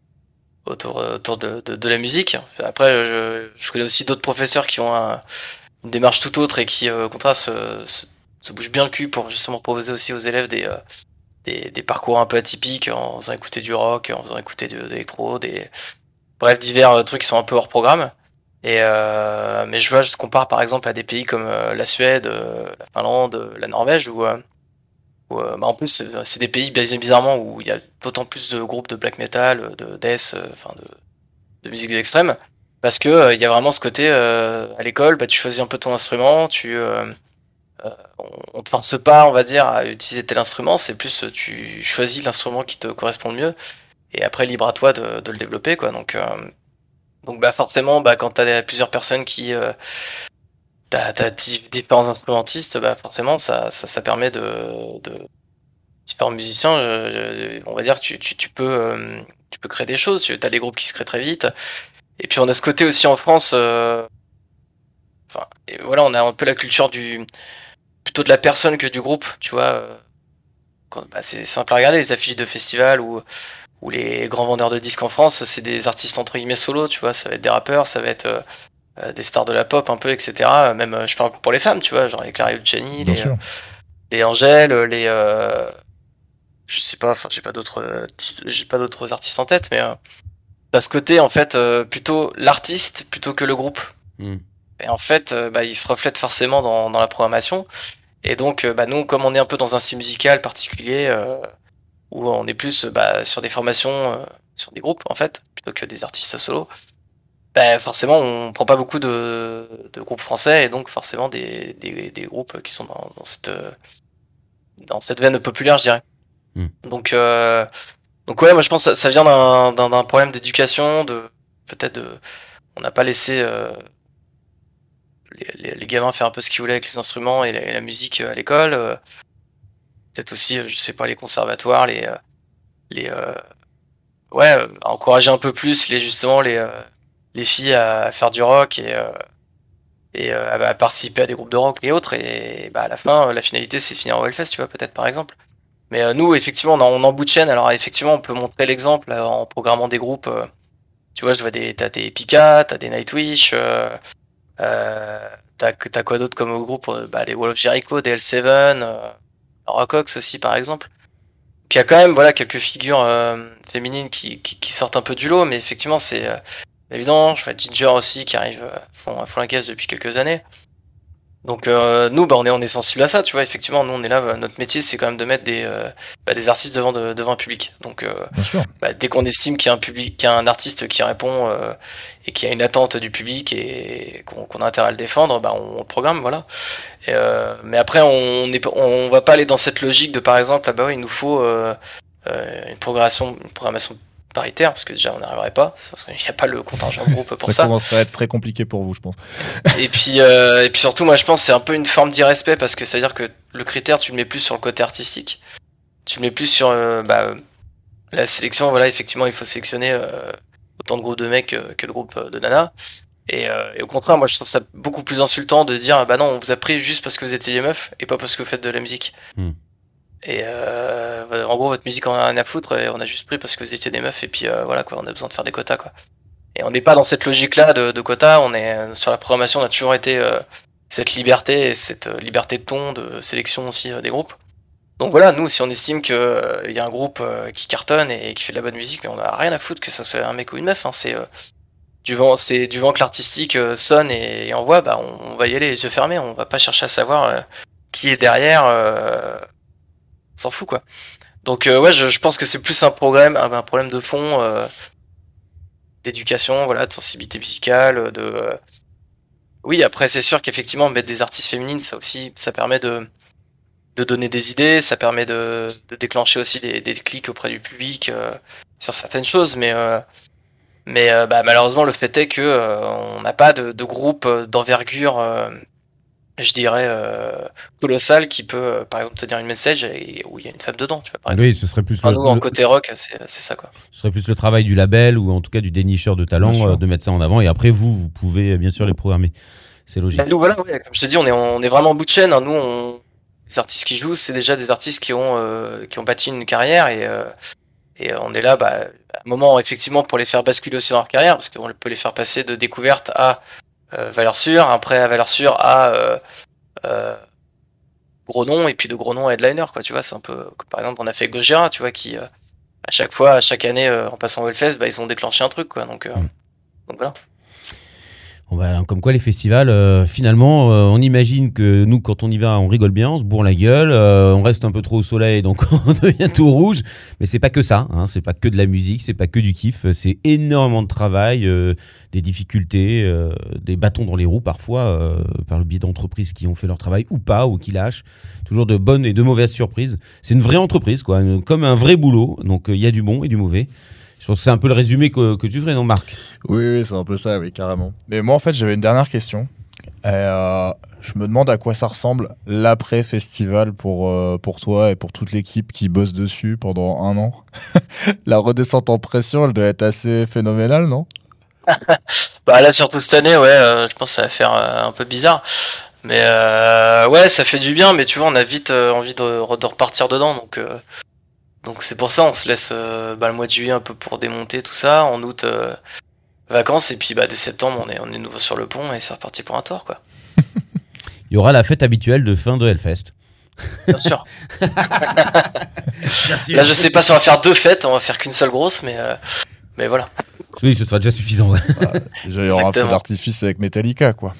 autour, euh, autour de, de, de la musique. Après, je, je connais aussi d'autres professeurs qui ont un- une démarche tout autre et qui, euh, au contraire, se, se, se bougent bien le cul pour justement proposer aussi aux élèves des. Euh, des, des parcours un peu atypiques en faisant écouter du rock, en faisant écouter de, de l'électro, des bref divers euh, trucs qui sont un peu hors programme. Et euh, mais je vois, je compare par exemple à des pays comme euh, la Suède, euh, la Finlande, euh, la Norvège, où, euh, où euh, bah, en plus c'est c'est des pays biz- bizarrement où il y a d'autant plus de groupes de black metal, de death, euh, enfin de, de musique extrême, parce que euh, il y a vraiment ce côté euh, à l'école, bah, tu choisis un peu ton instrument, tu euh, euh, on, on te force pas, on va dire, à utiliser tel instrument, c'est plus euh, tu choisis l'instrument qui te correspond le mieux, et après libre à toi de, de le développer, quoi. Donc, euh, donc bah forcément, bah quand t'as plusieurs personnes qui, euh, t'as, t'as di- différents instrumentistes, bah forcément ça, ça, ça permet de, de différents musiciens, euh, on va dire, tu, tu, tu peux, euh, tu peux créer des choses. Tu as des groupes qui se créent très vite, et puis on a ce côté aussi en France. Euh, enfin, et voilà, on a un peu la culture du plutôt de la personne que du groupe, tu vois. euh, quand- bah, c'est simple à regarder, les affiches de festivals ou, ou les grands vendeurs de disques en France, c'est des artistes entre guillemets solo, tu vois. Ça va être des rappeurs, ça va être euh, euh, des stars de la pop un peu, et cetera. Même, euh, je parle pour les femmes, tu vois, genre les Clara Luciani, Bien les, sûr. euh, les Angèle, les. Euh, je sais pas, enfin, j'ai pas d'autres euh, ti- j'ai pas d'autres artistes en tête, mais euh, t'as ce côté, en fait, euh, plutôt l'artiste plutôt que le groupe. Hmm. Et en fait, euh, bah, il se reflète forcément dans, dans la programmation. Et donc, euh, bah, nous, comme on est un peu dans un style musical particulier, euh, où on est plus euh, bah, sur des formations, euh, sur des groupes, en fait, plutôt que des artistes solo, bah, forcément, on prend pas beaucoup de, de groupes français, et donc forcément des, des, des groupes qui sont dans, dans cette, euh, dans cette veine populaire, je dirais. Hmm. Donc, euh, donc ouais, moi je pense que ça, ça vient d'un, d'un, d'un problème d'éducation, de peut-être de, on n'a pas laissé euh, les, les, les gamins faire un peu ce qu'ils voulaient avec les instruments et la, et la musique euh, à l'école. euh, peut-être aussi, euh, je sais pas, les conservatoires, les, euh, les euh, ouais, euh, à encourager un peu plus les justement les, euh, les filles à faire du rock et, euh, et euh, à, à participer à des groupes de rock et autres. Et bah, à la fin, euh, la finalité c'est finir au Hellfest, tu vois, peut-être par exemple. Mais euh, nous, effectivement, on, en- on en bout de chaîne. Alors effectivement, on peut montrer l'exemple euh, en programmant des groupes. euh, tu vois, je vois des, t'as des Pika, t'as des Nightwish, euh, euh, t'as, t'as quoi d'autre comme groupe? euh, Bah, les Wall of Jericho, des L sept, euh, Rockox aussi par exemple. Donc il y a quand même voilà quelques figures euh, féminines qui, qui, qui sortent un peu du lot, mais effectivement c'est euh, évident. Je vois Ginger aussi qui arrive euh, à fond, à fond la caisse depuis quelques années. Donc euh, nous, bah, on est on est sensible à ça, tu vois. Effectivement, nous on est là, euh, notre métier c'est quand même de mettre des euh, bah, des artistes devant de- devant un public. Donc euh, Bien sûr. bah, dès qu'on estime qu'il y a un public, qu'il y a un artiste qui répond euh, et qui a une attente du public et qu'on qu'on a intérêt à le défendre, bah on, on le programme, voilà. Et, euh, mais après, on est, on va pas aller dans cette logique de par exemple, ah bah oui, il nous faut euh, euh, une programmation, une programmation paritaire, parce que déjà on n'arriverait pas, parce qu'il n'y a pas le contingent de groupe pour ça, ça. commencerait à être très compliqué pour vous, je pense. Et puis, euh, et puis surtout, moi je pense que c'est un peu une forme d'irrespect, parce que ça veut dire que le critère, tu le mets plus sur le côté artistique, tu le mets plus sur euh, bah, la sélection. Voilà, effectivement, il faut sélectionner euh, autant de groupes de mecs euh, que de groupes de nanas. Et, euh, et au contraire, moi je trouve ça beaucoup plus insultant de dire bah non, on vous a pris juste parce que vous étiez des meufs et pas parce que vous faites de la musique. Hmm. Et euh, en gros, votre musique on a rien à foutre et on a juste pris parce que vous étiez des meufs et puis euh, voilà quoi, on a besoin de faire des quotas quoi. Et on n'est pas dans cette logique-là de, de quotas, on est sur la programmation, on a toujours été euh, cette liberté et cette euh, liberté de ton, de sélection aussi euh, des groupes. Donc voilà, nous si on estime qu'il euh, y a un groupe euh, qui cartonne et, et qui fait de la bonne musique, mais on a rien à foutre que ça soit un mec ou une meuf, hein, c'est euh, du vent, c'est du vent que l'artistique euh, sonne et, et envoie, bah on, on va y aller les yeux fermés, on va pas chercher à savoir euh, qui est derrière, euh, on s'en fout quoi. Donc euh, ouais, je, je pense que c'est plus un problème, un, un problème de fond, euh, d'éducation, voilà, de sensibilité musicale, de euh... oui après c'est sûr qu'effectivement mettre des artistes féminines, ça aussi, ça permet de de donner des idées, ça permet de, de déclencher aussi des, des clics auprès du public euh, sur certaines choses, mais euh, mais euh, bah, malheureusement le fait est que euh, on n'a pas de, de groupe d'envergure, euh, je dirais euh, colossal qui peut euh, par exemple tenir une message et où il y a une femme dedans, tu vois, par exemple. Oui, ce serait plus Enfin, le, nous en le- côté rock, c'est c'est ça quoi. ce serait plus le travail du label ou en tout cas du dénicheur de talent Bien sûr. euh, de mettre ça en avant. Et après, vous, vous pouvez euh, bien sûr les programmer. C'est logique. Bah, nous voilà, ouais, comme je te dis, on est on est vraiment en bout de chaîne, hein. Nous on les artistes qui jouent, c'est déjà des artistes qui ont euh, qui ont bâti une carrière et euh, et on est là, bah, à un moment effectivement pour les faire basculer aussi dans leur carrière, parce qu'on peut les faire passer de découverte à euh, valeur sûre, après à valeur sûre à euh, euh, gros nom, et puis de gros noms à headliner, quoi. Tu vois, c'est un peu comme, par exemple on a fait Gojira, tu vois, qui euh, à chaque fois, à chaque année euh, en passant au Hellfest, bah, ils ont déclenché un truc, quoi. Donc, euh, Mm. donc voilà. Bon, bah, comme quoi les festivals, euh, finalement, euh, on imagine que nous, quand on y va, on rigole bien, on se bourre la gueule, euh, on reste un peu trop au soleil, donc on devient tout rouge. Mais c'est pas que ça, hein, c'est pas que de la musique, c'est pas que du kiff, c'est énormément de travail, euh, des difficultés, euh, des bâtons dans les roues parfois, euh, par le biais d'entreprises qui ont fait leur travail ou pas, ou qui lâchent. Toujours de bonnes et de mauvaises surprises. C'est une vraie entreprise, quoi, une- comme un vrai boulot. Donc il y a du bon et du mauvais. Je pense que c'est un peu le résumé que, que tu ferais, non, Marc? Oui, oui, c'est un peu ça, oui, carrément. Mais moi, en fait, j'avais une dernière question. Et, euh, je me demande à quoi ça ressemble l'après-festival pour, euh, pour toi et pour toute l'équipe qui bosse dessus pendant un an. La redescente en pression, elle doit être assez phénoménale, non? Bah là, surtout cette année, ouais, euh, je pense que ça va faire euh, un peu bizarre. Mais euh, ouais, ça fait du bien, mais tu vois, on a vite euh, envie de, re- de repartir dedans. Donc euh, donc c'est pour ça, on se laisse euh, bah, le mois de juillet un peu pour démonter tout ça. En août, euh, vacances, et puis bah, dès septembre, on est, on est nouveau sur le pont et c'est reparti pour un tour, quoi. Il y aura la fête habituelle de fin de Hellfest. Bien sûr. Là, je sais pas si on va faire deux fêtes, on va faire qu'une seule grosse, mais, euh, mais voilà. Oui, ce sera déjà suffisant. ouais. Déjà, il y aura un feu Exactement. d'artifice avec Metallica, quoi.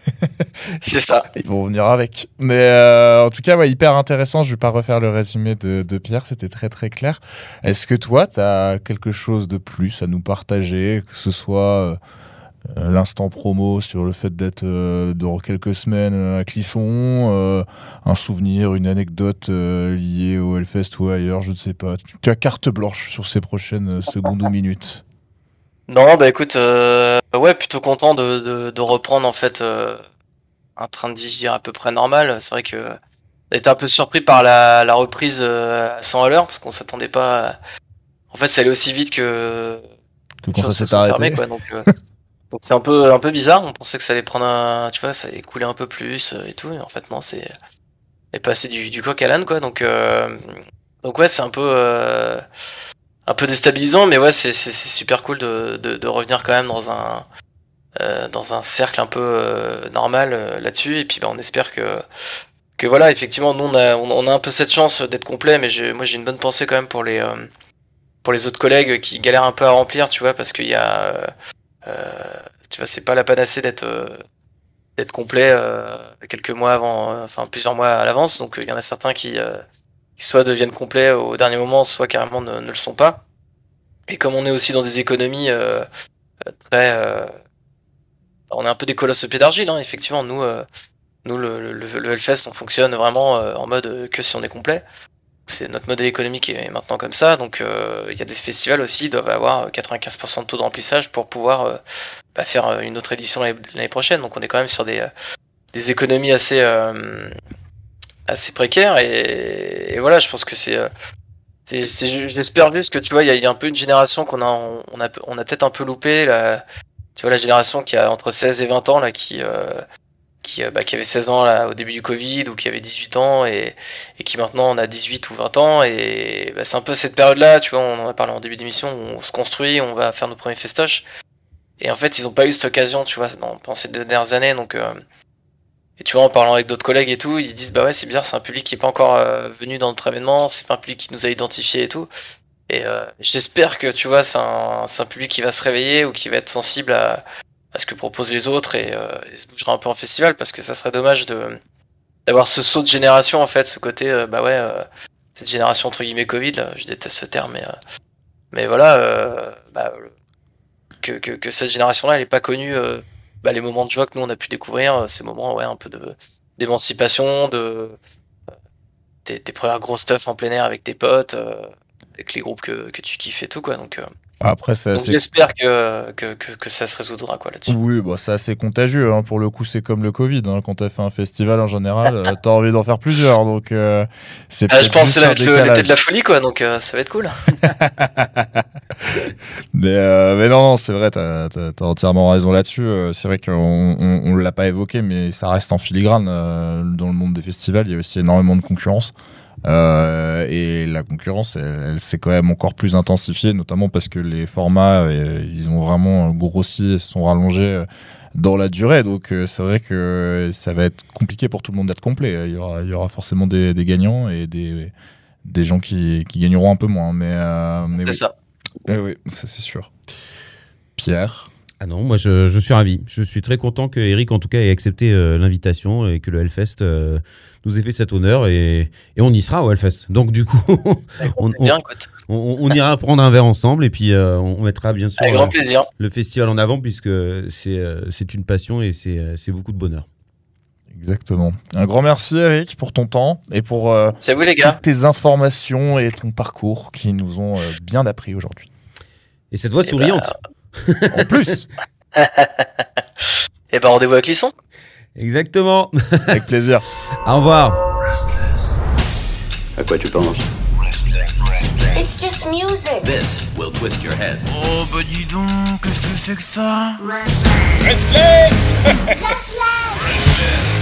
C'est ça. Ils vont venir avec. Mais euh, en tout cas, ouais, hyper intéressant. Je vais pas refaire le résumé de, de Pierre, c'était très très clair. Est-ce que toi, tu as quelque chose de plus à nous partager, que ce soit euh, l'instant promo sur le fait d'être euh, dans quelques semaines à Clisson, euh, un souvenir, une anecdote euh, liée au Hellfest ou ailleurs, je ne sais pas. Tu, tu as carte blanche sur ces prochaines secondes ou minutes. Non, bah écoute, euh, ouais, plutôt content de, de, de reprendre en fait euh, un train de vie, je dirais, à peu près normal. C'est vrai que on a été un peu surpris par la, la reprise euh, à cent à l'heure, parce qu'on s'attendait pas. à- En fait, ça allait aussi vite que Que les quand ça choses se s'est sont arrêté. fermées, quoi. Donc, euh, donc c'est un peu, un peu bizarre. On pensait que ça allait prendre un, tu vois, ça allait couler un peu plus euh, et tout. Et en fait, non, c'est est passé du, du coq à l'âne, quoi. Donc, euh, donc ouais, c'est un peu. euh, un peu déstabilisant, mais ouais, c'est c'est- c'est super cool de, de, de revenir quand même dans un euh, dans un cercle un peu euh, normal euh, là-dessus. Et puis bah, on espère que que voilà, effectivement, nous on a on, on a un peu cette chance d'être complet, mais j'ai moi j'ai une bonne pensée quand même pour les euh, pour les autres collègues qui galèrent un peu à remplir, tu vois, parce qu'il y a euh, euh, tu vois, c'est pas la panacée d'être euh, d'être complet euh, quelques mois avant, euh, enfin plusieurs mois à l'avance. Donc il y en a certains qui euh, qui soit deviennent complets au dernier moment, soit carrément ne, ne le sont pas. Et comme on est aussi dans des économies euh, très... euh, on est un peu des colosses au pied d'argile, hein, effectivement. Nous, euh, nous le, le, le Hellfest, on fonctionne vraiment euh, en mode euh, que si on est complet. C'est notre modèle économique est maintenant comme ça. Donc euh, il y a des festivals aussi, ils doivent avoir quatre-vingt-quinze pour cent de taux de remplissage pour pouvoir euh, bah, faire une autre édition l'année, l'année prochaine. Donc on est quand même sur des, euh, des économies assez... Euh, assez précaires. Et, et voilà, je pense que c'est... euh, C'est, c'est- j'espère juste que tu vois, il y, a- il y a un peu une génération qu'on a, on a, on a peut-être un peu loupé. Là. tu vois la génération qui a entre seize et vingt ans là, qui euh, qui, euh, bah, qui avait seize ans là au début du Covid ou qui avait dix-huit ans et, et qui maintenant en a dix-huit ou vingt ans et bah, c'est un peu cette période là, tu vois, on en a parlé en début d'émission, où on se construit, on va faire nos premiers festoches et en fait ils ont pas eu cette occasion, tu vois, dans, pendant ces deux dernières années, donc euh, et tu vois, en parlant avec d'autres collègues et tout, ils se disent bah ouais c'est bizarre, c'est un public qui est pas encore euh, venu dans notre événement, c'est pas un public qui nous a identifié et tout. Et euh, j'espère que tu vois, c'est un, c'est un public qui va se réveiller ou qui va être sensible à, à ce que proposent les autres et, euh, et se bougera un peu en festival parce que ça serait dommage de d'avoir ce saut de génération en fait, ce côté euh, bah ouais euh, cette génération entre guillemets Covid, là, je déteste ce terme, mais euh, mais voilà euh, bah, que, que que cette génération-là, elle est pas connue euh, bah, les moments de joie que nous on a pu découvrir, ces moments ouais un peu de d'émancipation, de euh, tes, tes premières grosses stuff en plein air avec tes potes. Euh, avec les groupes que, que tu kiffes et tout quoi, donc, euh, Après, c'est donc assez... j'espère que, que, que, que ça se résoudra quoi là-dessus. Oui, bah, c'est assez contagieux, hein. Pour le coup c'est comme le Covid, hein. Quand t'as fait un festival en général, euh, t'as envie d'en faire plusieurs, donc euh, c'est ah, je pense que c'est avec l'été de la folie quoi, donc euh, ça va être cool. mais, euh, mais non, non, c'est vrai, t'as, t'as, t'as entièrement raison là-dessus. Euh, c'est vrai qu'on on, on l'a pas évoqué, mais ça reste en filigrane. Euh, dans le monde des festivals, il y a aussi énormément de concurrence. Euh, et la concurrence, elle, elle s'est quand même encore plus intensifiée, notamment parce que les formats, euh, ils ont vraiment grossi et se sont rallongés euh, dans la durée. Donc euh, c'est vrai que ça va être compliqué pour tout le monde d'être complet. Il y aura, il y aura forcément des, des gagnants et des, des gens qui, qui gagneront un peu moins. Mais, euh, mais c'est oui. ça. Eh oui, ça c'est sûr. Pierre? Ah non, moi je, je suis ravi. Je suis très content que Eric en tout cas ait accepté euh, l'invitation et que le Hellfest euh, nous ait fait cet honneur et, et on y sera au Hellfest. Donc du coup, on, on, Bien, on, on ira prendre un verre ensemble et puis euh, on mettra bien sûr avec grand euh, plaisir. le festival en avant puisque c'est, euh, c'est une passion et c'est, euh, c'est beaucoup de bonheur. Exactement. Un grand merci Eric pour ton temps et pour euh, C'est à vous les gars. toutes tes informations et ton parcours qui nous ont euh, bien appris aujourd'hui. Et cette voix Et souriante. bah... En plus. Et bah rendez-vous avec Lisson. Exactement. Avec plaisir. Au revoir. À quoi tu penses? It's just music. This will twist your head. Oh bah dis donc, qu'est-ce que c'est que ça? Restless. Restless.